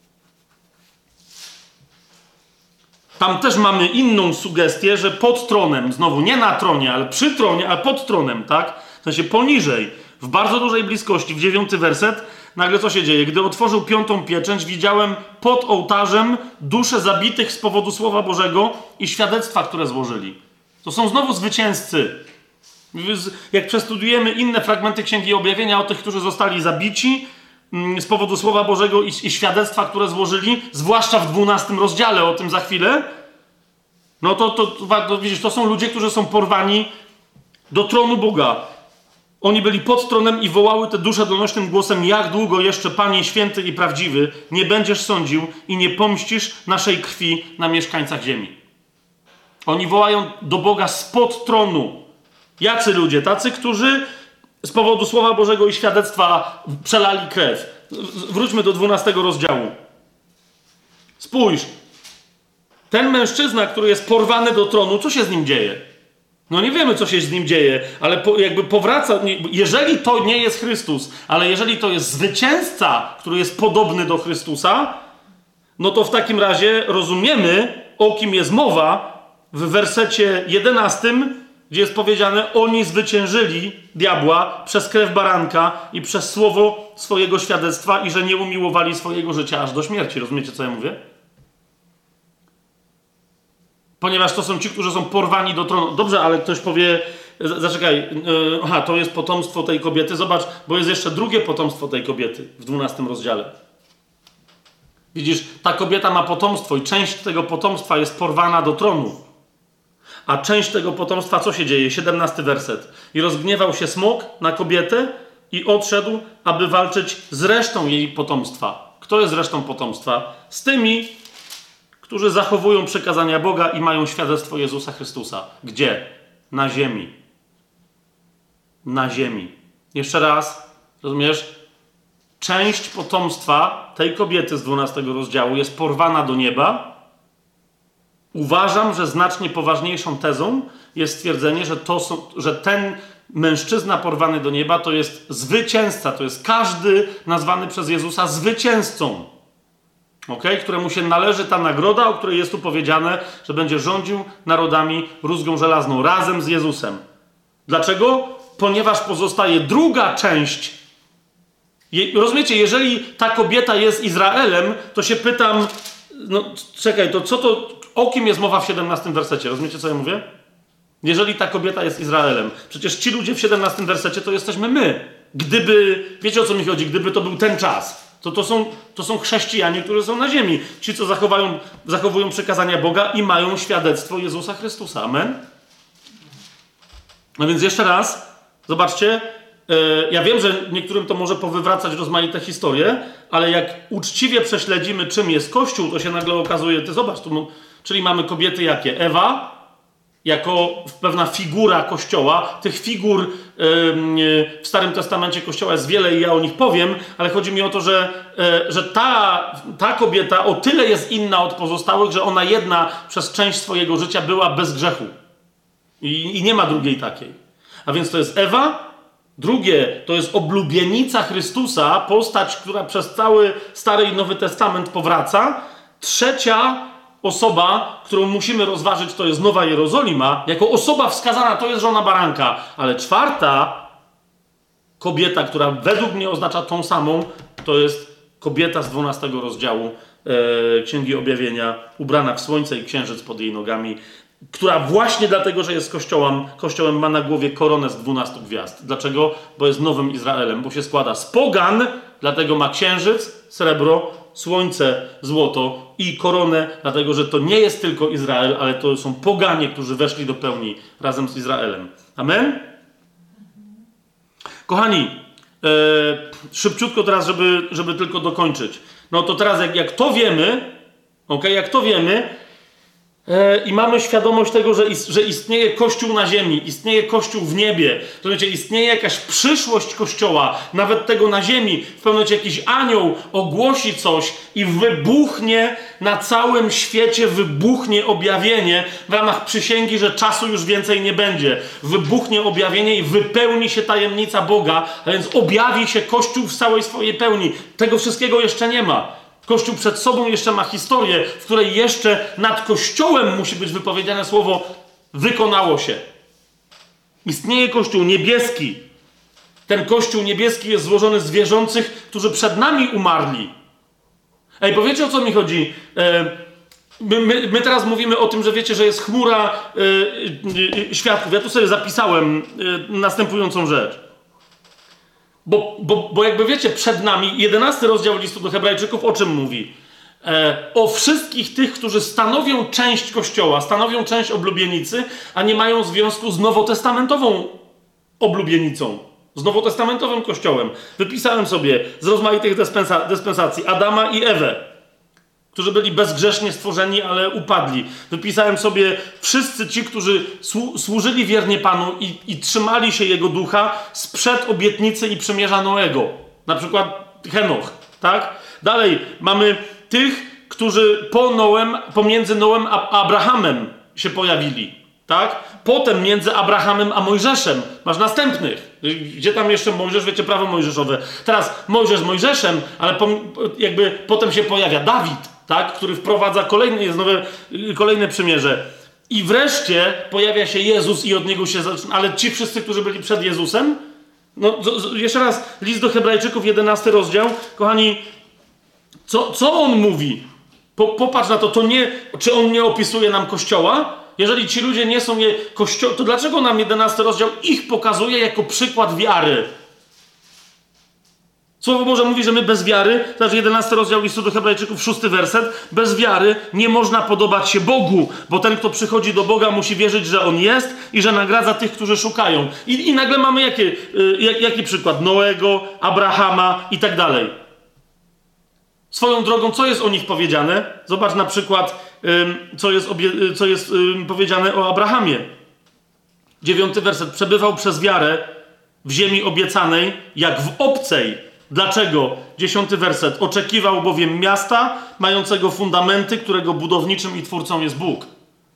Tam też mamy inną sugestię, że pod tronem, znowu nie na tronie, ale przy tronie, ale pod tronem, tak? W sensie poniżej, w bardzo dużej bliskości, w dziewiąty werset, nagle co się dzieje? Gdy otworzył piątą pieczęć, widziałem pod ołtarzem dusze zabitych z powodu Słowa Bożego i świadectwa, które złożyli. To są znowu zwycięzcy. Jak przestudujemy inne fragmenty Księgi Objawienia o tych, którzy zostali zabici z powodu Słowa Bożego i, i świadectwa, które złożyli, zwłaszcza w dwunastym rozdziale, o tym za chwilę, no to, to, to, to widzisz, to są ludzie, którzy są porwani do tronu Boga. Oni byli pod tronem i wołały te dusze donośnym głosem: jak długo jeszcze, Panie święty i prawdziwy, nie będziesz sądził i nie pomścisz naszej krwi na mieszkańcach ziemi. Oni wołają do Boga spod tronu. Jacy ludzie? Tacy, którzy z powodu Słowa Bożego i świadectwa przelali krew. Wróćmy do dwunastego rozdziału. Spójrz. Ten mężczyzna, który jest porwany do tronu, co się z nim dzieje? No nie wiemy, co się z nim dzieje, ale po, jakby powraca, jeżeli to nie jest Chrystus, ale jeżeli to jest zwycięzca, który jest podobny do Chrystusa, no to w takim razie rozumiemy, o kim jest mowa w wersecie jedenastym, gdzie jest powiedziane: oni zwyciężyli diabła przez krew baranka i przez słowo swojego świadectwa i że nie umiłowali swojego życia aż do śmierci. Rozumiecie, co ja mówię? Ponieważ to są ci, którzy są porwani do tronu. Dobrze, ale ktoś powie: zaczekaj, yy, aha, to jest potomstwo tej kobiety. Zobacz, bo jest jeszcze drugie potomstwo tej kobiety w dwunastym rozdziale. Widzisz, ta kobieta ma potomstwo i część tego potomstwa jest porwana do tronu. A część tego potomstwa, co się dzieje? siedemnasty werset. I rozgniewał się smok na kobietę i odszedł, aby walczyć z resztą jej potomstwa. Kto jest resztą potomstwa? Z tymi, którzy zachowują przykazania Boga i mają świadectwo Jezusa Chrystusa. Gdzie? Na ziemi. Na ziemi. Jeszcze raz, rozumiesz? Część potomstwa tej kobiety z dwunastego rozdziału jest porwana do nieba. Uważam, że znacznie poważniejszą tezą jest stwierdzenie, że, to są, że ten mężczyzna porwany do nieba to jest zwycięzca, to jest każdy nazwany przez Jezusa zwycięzcą, okay? Któremu się należy ta nagroda, o której jest tu powiedziane, że będzie rządził narodami rózgą żelazną razem z Jezusem. Dlaczego? Ponieważ pozostaje druga część. Je, rozumiecie, jeżeli ta kobieta jest Izraelem, to się pytam, no czekaj, to co to... O kim jest mowa w siedemnastym wersecie? Rozumiecie, co ja mówię? Jeżeli ta kobieta jest Izraelem. Przecież ci ludzie w siedemnastym wersecie to jesteśmy my. Gdyby, wiecie, o co mi chodzi? Gdyby to był ten czas, to to są, to są chrześcijanie, którzy są na ziemi. Ci, co zachowają, zachowują przykazania Boga i mają świadectwo Jezusa Chrystusa. Amen? No więc jeszcze raz, zobaczcie, yy, ja wiem, że niektórym to może powywracać rozmaite historie, ale jak uczciwie prześledzimy, czym jest Kościół, to się nagle okazuje, ty zobacz, tu, czyli mamy kobiety jakie? Ewa, jako pewna figura Kościoła. Tych figur yy, w Starym Testamencie Kościoła jest wiele i ja o nich powiem, ale chodzi mi o to, że, yy, że ta, ta kobieta o tyle jest inna od pozostałych, że ona jedna przez część swojego życia była bez grzechu. I, i nie ma drugiej takiej. A więc to jest Ewa. Drugie, to jest oblubienica Chrystusa, postać, która przez cały Stary i Nowy Testament powraca. Trzecia osoba, którą musimy rozważyć, to jest Nowa Jerozolima. Jako osoba wskazana to jest żona baranka. Ale czwarta kobieta, która według mnie oznacza tą samą, to jest kobieta z dwunastego rozdziału e, Księgi Objawienia, ubrana w słońce i księżyc pod jej nogami, która właśnie dlatego, że jest kościołem, kościołem ma na głowie koronę z dwunastu gwiazd. Dlaczego? Bo jest nowym Izraelem, bo się składa z pogan, dlatego ma księżyc, srebro, słońce, złoto i koronę, dlatego, że to nie jest tylko Izrael, ale to są poganie, którzy weszli do pełni razem z Izraelem. Amen? Kochani, e, szybciutko teraz, żeby, żeby tylko dokończyć. No to teraz jak, jak to wiemy, ok, jak to wiemy, I mamy świadomość tego, że, ist, że istnieje Kościół na ziemi, istnieje Kościół w niebie. To znaczy, istnieje jakaś przyszłość Kościoła, nawet tego na ziemi. W pewnym momencie jakiś anioł ogłosi coś i wybuchnie na całym świecie, wybuchnie objawienie w ramach przysięgi, że czasu już więcej nie będzie. Wybuchnie objawienie i wypełni się tajemnica Boga, a więc objawi się Kościół w całej swojej pełni. Tego wszystkiego jeszcze nie ma. Kościół przed sobą jeszcze ma historię, w której jeszcze nad Kościołem musi być wypowiedziane słowo wykonało się. Istnieje Kościół niebieski. Ten Kościół niebieski jest złożony z wierzących, którzy przed nami umarli. Ej, powiecie, o co mi chodzi? E, my, my, my teraz mówimy o tym, że wiecie, że jest chmura e, e, świadków. Ja tu sobie zapisałem e, następującą rzecz. Bo, bo, bo jakby wiecie, przed nami jedenasty rozdział listu do Hebrajczyków o czym mówi? E, o wszystkich tych, którzy stanowią część Kościoła, stanowią część oblubienicy, a nie mają związku z nowotestamentową oblubienicą, z nowotestamentowym Kościołem. Wypisałem sobie z rozmaitych dyspensa- dyspensacji Adama i Ewę, którzy byli bezgrzesznie stworzeni, ale upadli. Wypisałem sobie wszyscy ci, którzy słu- służyli wiernie Panu i, i trzymali się Jego ducha sprzed obietnicy i przymierza Noego. Na przykład Henoch, tak? Dalej mamy tych, którzy po Noem, pomiędzy Noem a Abrahamem się pojawili, tak? Potem między Abrahamem a Mojżeszem masz następnych. Gdzie tam jeszcze Mojżesz? Wiecie, prawo mojżeszowe. Teraz Mojżesz z Mojżeszem, ale po, jakby potem się pojawia Dawid, tak, który wprowadza kolejne, jest nowe, kolejne przymierze. I wreszcie pojawia się Jezus i od Niego się zaczyna. Ale ci wszyscy, którzy byli przed Jezusem, no z, z, jeszcze raz, list do Hebrajczyków, jedenasty rozdział. Kochani, co, co on mówi? Po, popatrz na to, to nie, czy on nie opisuje nam Kościoła? Jeżeli ci ludzie nie są je Kościo... to dlaczego nam jedenasty rozdział ich pokazuje jako przykład wiary? Słowo Boże mówi, że my bez wiary, to znaczy jedenasty rozdział listu do Hebrajczyków, szósty werset, bez wiary nie można podobać się Bogu, bo ten, kto przychodzi do Boga, musi wierzyć, że On jest i że nagradza tych, którzy szukają. I, i nagle mamy jakie, y, jaki przykład? Noego, Abrahama i tak dalej. Swoją drogą, co jest o nich powiedziane? Zobacz na przykład, y, co jest, obie, co jest y, powiedziane o Abrahamie. Dziewiąty werset. Przebywał przez wiarę w ziemi obiecanej, jak w obcej. Dlaczego? Dziesiąty werset. Oczekiwał bowiem miasta, mającego fundamenty, którego budowniczym i twórcą jest Bóg.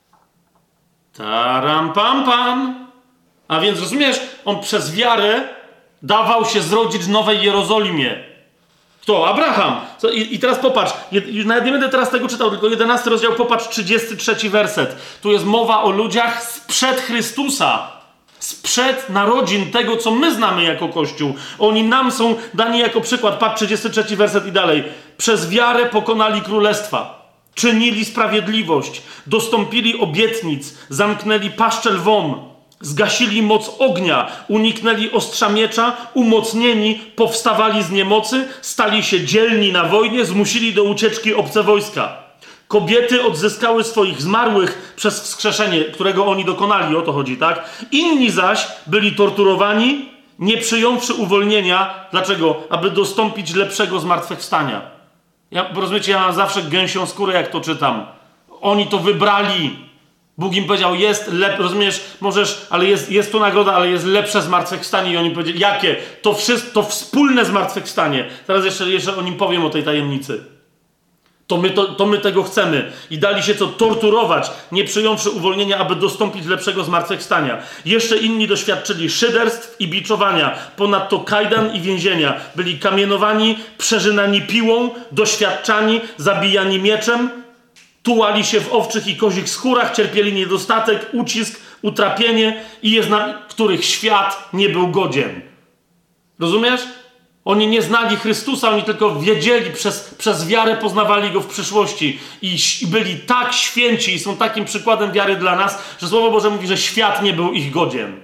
Taram pam pam. A więc rozumiesz, on przez wiarę dawał się zrodzić Nowej Jerozolimie. Kto? Abraham. I, i teraz popatrz, je, nawet nie będę teraz tego czytał, tylko jedenasty rozdział, popatrz, trzydziesty trzeci werset. Tu jest mowa o ludziach sprzed Chrystusa. Sprzed narodzin tego, co my znamy jako Kościół. Oni nam są dani jako przykład. Patrz, trzydziesty trzeci werset i dalej. Przez wiarę pokonali królestwa, czynili sprawiedliwość, dostąpili obietnic, zamknęli paszczę lwom, zgasili moc ognia, uniknęli ostrza miecza, umocnieni, powstawali z niemocy, stali się dzielni na wojnie, zmusili do ucieczki obce wojska. Kobiety odzyskały swoich zmarłych przez wskrzeszenie, którego oni dokonali, o to chodzi, tak? Inni zaś byli torturowani, nie przyjąwszy uwolnienia. Dlaczego? Aby dostąpić lepszego zmartwychwstania. Ja, rozumiecie, ja mam zawsze gęsią skórę, jak to czytam. Oni to wybrali. Bóg im powiedział, jest lepsze, rozumiesz, możesz, ale jest, jest tu nagroda, ale jest lepsze zmartwychwstanie. I oni powiedzieli, jakie? To wszystko, to wspólne zmartwychwstanie. Teraz jeszcze, jeszcze o nim powiem, o tej tajemnicy. To my, to, to my tego chcemy. I dali się co torturować, nie przyjąwszy uwolnienia, aby dostąpić lepszego zmartwychwstania. Jeszcze inni doświadczyli szyderstw i biczowania, ponadto kajdan i więzienia. Byli kamienowani, przerzynani piłą, doświadczani, zabijani mieczem, tułali się w owczych i kozich skórach, cierpieli niedostatek, ucisk, utrapienie i jest na których świat nie był godzien. Rozumiesz? Oni nie znali Chrystusa, oni tylko wiedzieli, przez, przez wiarę poznawali Go w przyszłości i, i byli tak święci i są takim przykładem wiary dla nas, że Słowo Boże mówi, że świat nie był ich godzien.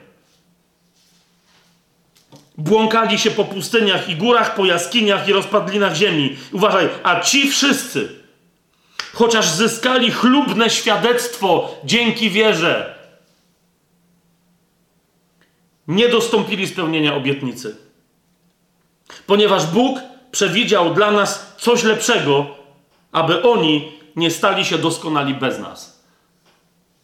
Błąkali się po pustyniach i górach, po jaskiniach i rozpadlinach ziemi. Uważaj, a ci wszyscy, chociaż zyskali chlubne świadectwo dzięki wierze, nie dostąpili spełnienia obietnicy. Ponieważ Bóg przewidział dla nas coś lepszego, aby oni nie stali się doskonali bez nas.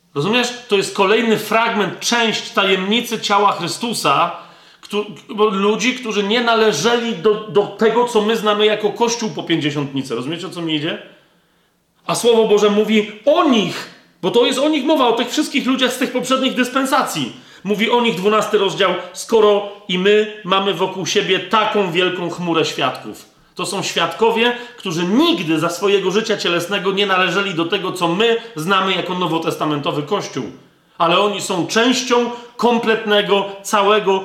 Rozumiesz? To jest kolejny fragment, część tajemnicy ciała Chrystusa, któ- bo ludzi, którzy nie należeli do, do tego, co my znamy jako Kościół po pięćdziesiątnicy. Rozumiecie, o co mi idzie? A Słowo Boże mówi o nich, bo to jest o nich mowa, o tych wszystkich ludziach z tych poprzednich dyspensacji. Mówi o nich dwunasty rozdział, skoro i my mamy wokół siebie taką wielką chmurę świadków. To są świadkowie, którzy nigdy za swojego życia cielesnego nie należeli do tego, co my znamy jako nowotestamentowy Kościół. Ale oni są częścią kompletnego, całego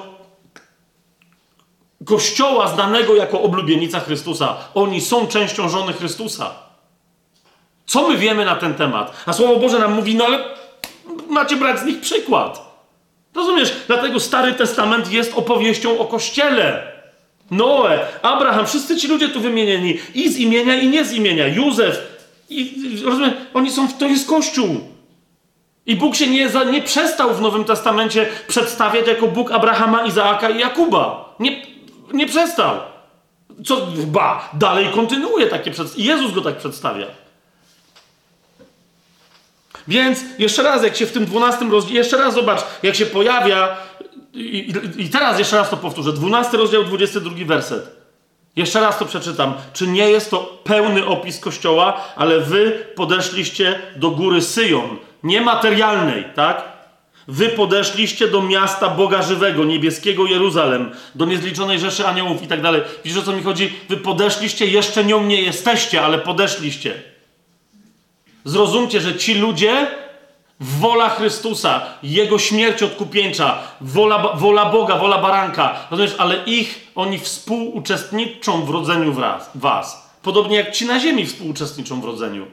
Kościoła znanego jako oblubienica Chrystusa. Oni są częścią żony Chrystusa. Co my wiemy na ten temat? A Słowo Boże nam mówi, no ale macie brać z nich przykład. Rozumiesz? Dlatego Stary Testament jest opowieścią o Kościele. Noe, Abraham, wszyscy ci ludzie tu wymienieni. I z imienia, i nie z imienia. Józef. I, rozumiesz? Oni są, to jest Kościół. I Bóg się nie, nie przestał w Nowym Testamencie przedstawiać jako Bóg Abrahama, Izaaka i Jakuba. Nie, nie przestał. Co, ba, dalej kontynuuje takie przedstawienie. Jezus go tak przedstawia. Więc jeszcze raz, jak się w tym dwunastym rozdziale, jeszcze raz zobacz, jak się pojawia, i, i, i teraz jeszcze raz to powtórzę, dwunasty rozdział, dwudziesty drugi werset. Jeszcze raz to przeczytam. Czy nie jest to pełny opis Kościoła, ale wy podeszliście do góry Syjon, niematerialnej, tak? Wy podeszliście do miasta Boga żywego, niebieskiego Jeruzalem, do niezliczonej rzeszy aniołów i tak dalej. Widzisz, o co mi chodzi? Wy podeszliście, jeszcze nią nie jesteście, ale podeszliście. Zrozumcie, że ci ludzie, wola Chrystusa, Jego śmierć odkupieńcza, wola, wola Boga, wola baranka, rozumiesz, ale ich, oni współuczestniczą w rodzeniu wraz, was. Podobnie jak ci na ziemi współuczestniczą w rodzeniu.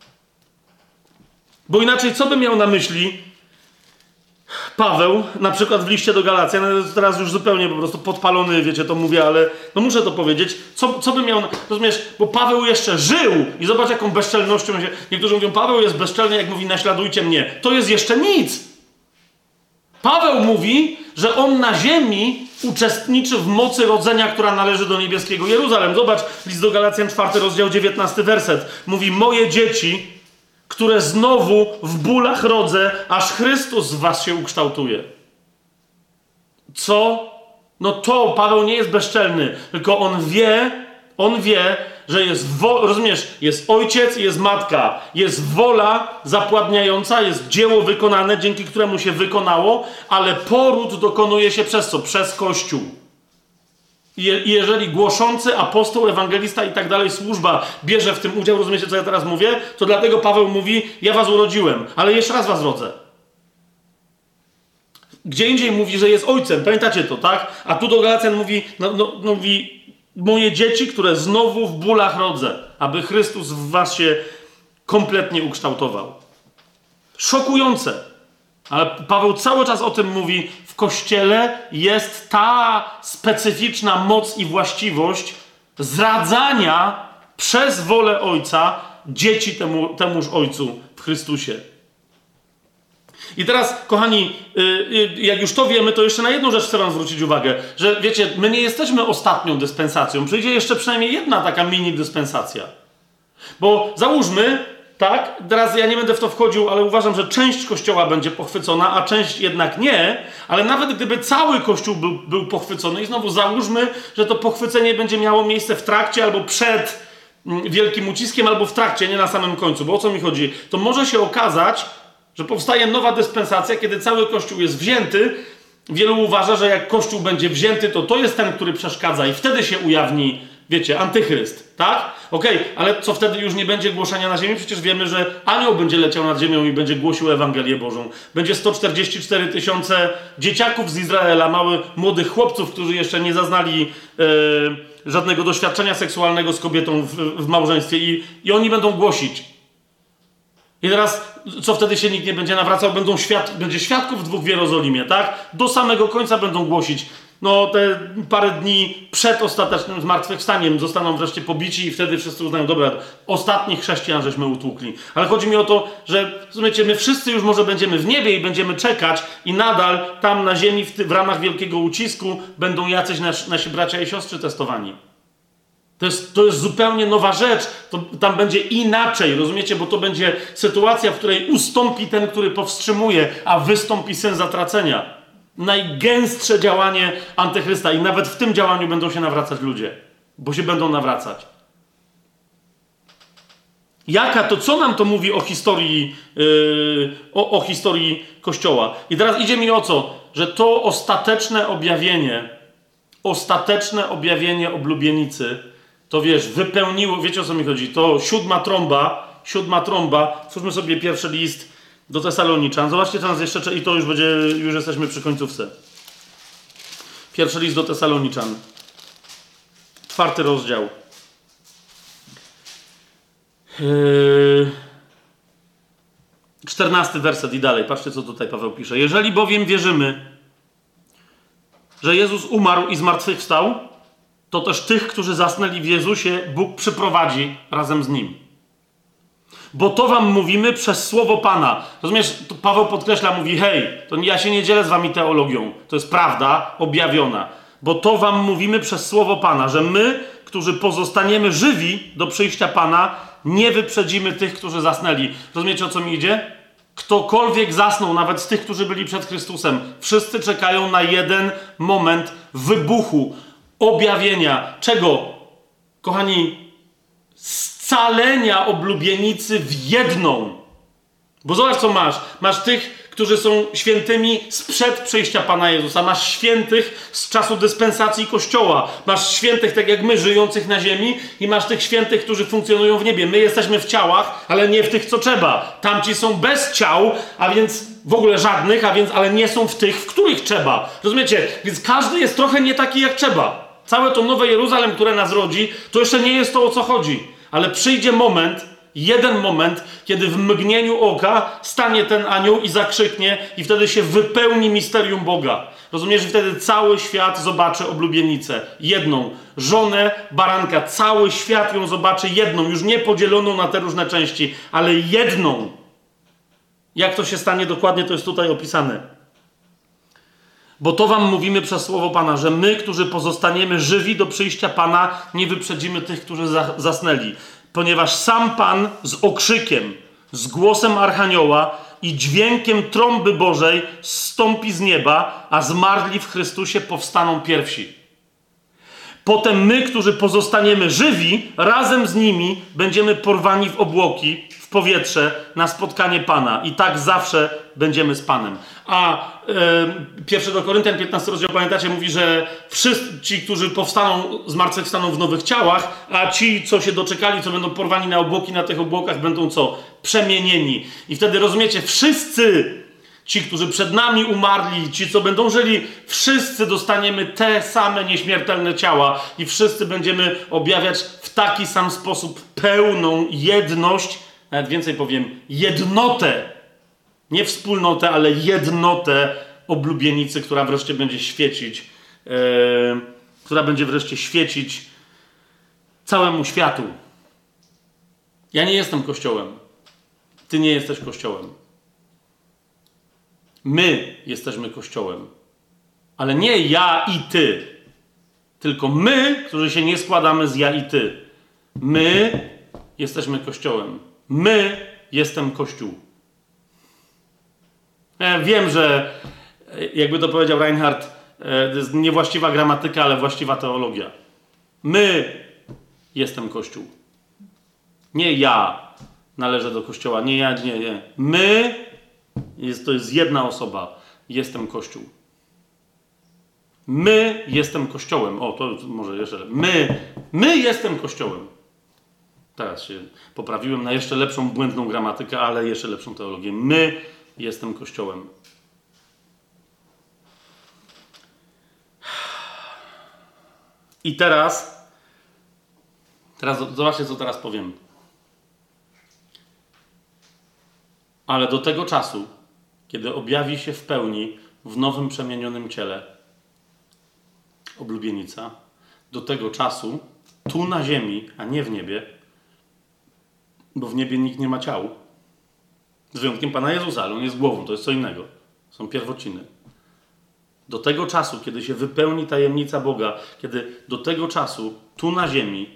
Bo inaczej, co by miał na myśli Paweł, na przykład w liście do Galacjan, no teraz już zupełnie po prostu podpalony, wiecie, to mówię, ale no muszę to powiedzieć, co, co by miał, rozumiesz, bo Paweł jeszcze żył i zobacz, jaką bezczelnością się, niektórzy mówią, Paweł jest bezczelny, jak mówi, naśladujcie mnie, to jest jeszcze nic. Paweł mówi, że on na ziemi uczestniczy w mocy rodzenia, która należy do niebieskiego Jeruzalem. Zobacz, list do Galacjan, czwarty rozdział, dziewiętnasty werset, mówi, moje dzieci, które znowu w bólach rodzę, aż Chrystus z was się ukształtuje. Co? No to Paweł nie jest bezczelny, tylko on wie, on wie, że jest, wo- rozumiesz, jest ojciec i jest matka, jest wola zapładniająca, jest dzieło wykonane, dzięki któremu się wykonało, ale poród dokonuje się przez co? Przez Kościół. I jeżeli głoszący, apostoł, ewangelista i tak dalej, służba bierze w tym udział, rozumiecie, co ja teraz mówię, to dlatego Paweł mówi, ja was urodziłem, ale jeszcze raz was rodzę. Gdzie indziej mówi, że jest ojcem, pamiętacie to, tak? A tu do Galacjan mówi, no, no, no, mówi, moje dzieci, które znowu w bólach rodzę, aby Chrystus w was się kompletnie ukształtował. Szokujące. Ale Paweł cały czas o tym mówi, w Kościele jest ta specyficzna moc i właściwość zradzania przez wolę Ojca dzieci temu, temuż Ojcu w Chrystusie. I teraz, kochani, jak już to wiemy, to jeszcze na jedną rzecz chcę wam zwrócić uwagę, że wiecie, my nie jesteśmy ostatnią dyspensacją, przyjdzie jeszcze przynajmniej jedna taka mini dyspensacja. Bo załóżmy, tak, teraz ja nie będę w to wchodził, ale uważam, że część Kościoła będzie pochwycona, a część jednak nie, ale nawet gdyby cały Kościół był, był pochwycony i znowu załóżmy, że to pochwycenie będzie miało miejsce w trakcie albo przed mm, wielkim uciskiem, albo w trakcie, nie na samym końcu, bo o co mi chodzi? To może się okazać, że powstaje nowa dyspensacja, kiedy cały Kościół jest wzięty. Wielu uważa, że jak Kościół będzie wzięty, to to jest ten, który przeszkadza i wtedy się ujawni, wiecie, antychryst, tak? Okej, okay, ale co wtedy już nie będzie głoszenia na ziemi? Przecież wiemy, że anioł będzie leciał nad ziemią i będzie głosił Ewangelię Bożą. Będzie sto czterdzieści cztery tysiące dzieciaków z Izraela, małych, młodych chłopców, którzy jeszcze nie zaznali e, żadnego doświadczenia seksualnego z kobietą w, w małżeństwie i, i oni będą głosić. I teraz, co wtedy się nikt nie będzie nawracał? Będą świad- będzie świadków dwóch w Jerozolimie, tak? Do samego końca będą głosić. No, te parę dni przed ostatecznym zmartwychwstaniem zostaną wreszcie pobici i wtedy wszyscy uznają, dobra, ostatnich chrześcijan żeśmy utłukli. Ale chodzi mi o to, że, rozumiecie, my wszyscy już może będziemy w niebie i będziemy czekać i nadal tam na ziemi w, ty- w ramach wielkiego ucisku będą jacyś nas- nasi bracia i siostry testowani. To jest, to jest zupełnie nowa rzecz. To, tam będzie inaczej, rozumiecie? Bo to będzie sytuacja, w której ustąpi ten, który powstrzymuje, a wystąpi syn zatracenia. Najgęstsze działanie Antychrysta. I nawet w tym działaniu będą się nawracać ludzie. Bo się będą nawracać. Jaka to, co nam to mówi o historii, yy, o, o historii Kościoła? I teraz idzie mi o co? Że to ostateczne objawienie, ostateczne objawienie oblubienicy, to wiesz, wypełniło, wiecie o co mi chodzi? To siódma trąba, siódma trąba, otwórzmy sobie pierwszy list do Tesaloniczan. Zobaczcie teraz jeszcze, i to już będzie, już jesteśmy przy końcówce. Pierwszy list do Tesaloniczan. Czwarty rozdział. Yy... Czternasty werset i dalej. Patrzcie, co tutaj Paweł pisze. Jeżeli bowiem wierzymy, że Jezus umarł i zmartwychwstał, to też tych, którzy zasnęli w Jezusie, Bóg przyprowadzi razem z Nim. Bo to wam mówimy przez słowo Pana. Rozumiesz, to Paweł podkreśla, mówi, hej, to ja się nie dzielę z wami teologią. To jest prawda objawiona. Bo to wam mówimy przez słowo Pana, że my, którzy pozostaniemy żywi do przyjścia Pana, nie wyprzedzimy tych, którzy zasnęli. Rozumiecie, o co mi idzie? Ktokolwiek zasnął, nawet z tych, którzy byli przed Chrystusem, wszyscy czekają na jeden moment wybuchu, objawienia. Czego? Kochani, scalenia oblubienicy w jedną. Bo zobacz, co masz. Masz tych, którzy są świętymi sprzed przyjścia Pana Jezusa. Masz świętych z czasu dyspensacji Kościoła. Masz świętych, tak jak my, żyjących na ziemi, i masz tych świętych, którzy funkcjonują w niebie. My jesteśmy w ciałach, ale nie w tych, co trzeba. Tamci są bez ciał, a więc w ogóle żadnych, a więc, ale nie są w tych, w których trzeba. Rozumiecie? Więc każdy jest trochę nie taki, jak trzeba. Całe to Nowe Jeruzalem, które nas rodzi, to jeszcze nie jest to, o co chodzi. Ale przyjdzie moment, jeden moment, kiedy w mgnieniu oka stanie ten anioł i zakrzyknie, i wtedy się wypełni misterium Boga. Rozumiesz? I wtedy cały świat zobaczy oblubienicę. Jedną. Żonę baranka. Cały świat ją zobaczy jedną. Już nie podzieloną na te różne części, ale jedną. Jak to się stanie dokładnie, to jest tutaj opisane. Bo to wam mówimy przez słowo Pana, że my, którzy pozostaniemy żywi do przyjścia Pana, nie wyprzedzimy tych, którzy za- zasnęli. Ponieważ sam Pan z okrzykiem, z głosem archanioła i dźwiękiem trąby Bożej zstąpi z nieba, a zmarli w Chrystusie powstaną pierwsi. Potem my, którzy pozostaniemy żywi, razem z nimi będziemy porwani w obłoki, w powietrze, na spotkanie Pana. I tak zawsze będziemy z Panem. A yy, pierwszy do Koryntian, piętnasty rozdział, pamiętacie, mówi, że wszyscy ci, którzy powstaną, zmartwychwstaną w nowych ciałach, a ci, co się doczekali, co będą porwani na obłoki, na tych obłokach będą co? Przemienieni. I wtedy rozumiecie, wszyscy ci, którzy przed nami umarli, ci, co będą żyli, wszyscy dostaniemy te same nieśmiertelne ciała i wszyscy będziemy objawiać w taki sam sposób pełną jedność, nawet więcej powiem, jednotę, nie wspólnotę, ale jednotę oblubienicy, która wreszcie będzie świecić, yy, która będzie wreszcie świecić całemu światu. Ja nie jestem Kościołem. Ty nie jesteś Kościołem. My jesteśmy Kościołem. Ale nie ja i ty. Tylko my, którzy się nie składamy z ja i ty. My jesteśmy Kościołem. My jestem Kościół. Ja wiem, że jakby to powiedział Reinhardt, to jest niewłaściwa gramatyka, ale właściwa teologia. My jestem Kościół. Nie ja należę do Kościoła. Nie ja, nie, nie. My, jest, to jest jedna osoba. Jestem Kościół. My jestem Kościołem. O, to może jeszcze. My, my jestem Kościołem. Teraz się poprawiłem na jeszcze lepszą, błędną gramatykę, ale jeszcze lepszą teologię. My jestem Kościołem. I teraz, teraz zobaczcie, co teraz powiem. Ale do tego czasu, kiedy objawi się w pełni w nowym przemienionym ciele oblubienica, do tego czasu tu na ziemi, a nie w niebie, bo w niebie nikt nie ma ciał, z wyjątkiem Pana Jezusa, ale On jest głową, to jest co innego. Są pierwociny. Do tego czasu, kiedy się wypełni tajemnica Boga, kiedy do tego czasu tu na ziemi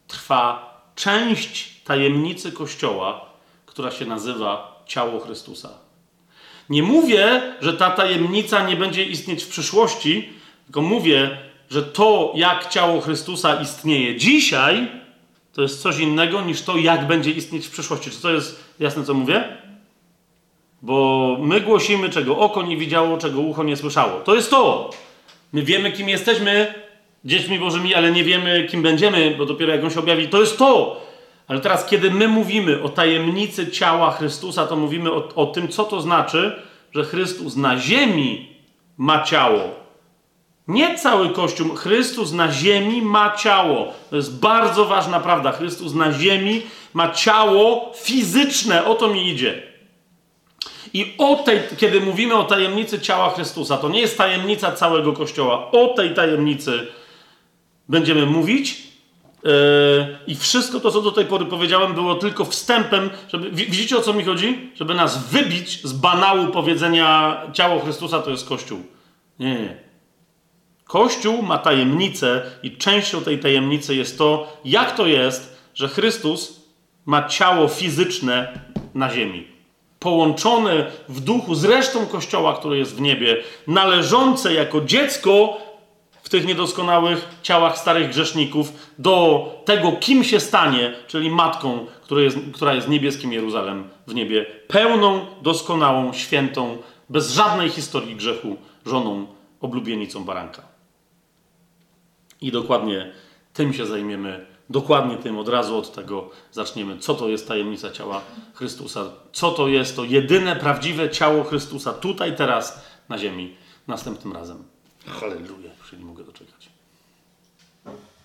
trwa część tajemnicy Kościoła, która się nazywa ciało Chrystusa. Nie mówię, że ta tajemnica nie będzie istnieć w przyszłości, tylko mówię, że to, jak ciało Chrystusa istnieje dzisiaj, to jest coś innego niż to, jak będzie istnieć w przyszłości. Czy to jest jasne, co mówię? Bo my głosimy, czego oko nie widziało, czego ucho nie słyszało. To jest to. My wiemy, kim jesteśmy dziećmi Bożymi, ale nie wiemy, kim będziemy, bo dopiero jak on się objawi. To jest to. Ale teraz, kiedy my mówimy o tajemnicy ciała Chrystusa, to mówimy o, o tym, co to znaczy, że Chrystus na ziemi ma ciało. Nie cały Kościół. Chrystus na ziemi ma ciało. To jest bardzo ważna prawda. Chrystus na ziemi ma ciało fizyczne. O to mi idzie. I o tej, kiedy mówimy o tajemnicy ciała Chrystusa, to nie jest tajemnica całego Kościoła. O tej tajemnicy będziemy mówić. Yy, I wszystko to, co do tej pory powiedziałem, było tylko wstępem, żeby... Widzicie, o co mi chodzi? Żeby nas wybić z banału powiedzenia ciało Chrystusa to jest Kościół. Nie, nie, nie. Kościół ma tajemnicę i częścią tej tajemnicy jest to, jak to jest, że Chrystus ma ciało fizyczne na ziemi. Połączone w duchu z resztą Kościoła, który jest w niebie, należące jako dziecko w tych niedoskonałych ciałach starych grzeszników do tego, kim się stanie, czyli matką, która jest, która jest niebieskim Jeruzalem w niebie, pełną, doskonałą, świętą, bez żadnej historii grzechu, żoną, oblubienicą baranka. I dokładnie tym się zajmiemy, dokładnie tym, od razu od tego zaczniemy. Co to jest tajemnica ciała Chrystusa? Co to jest to jedyne, prawdziwe ciało Chrystusa tutaj, teraz, na ziemi? Następnym razem. Halleluja, już się nie mogę doczekać.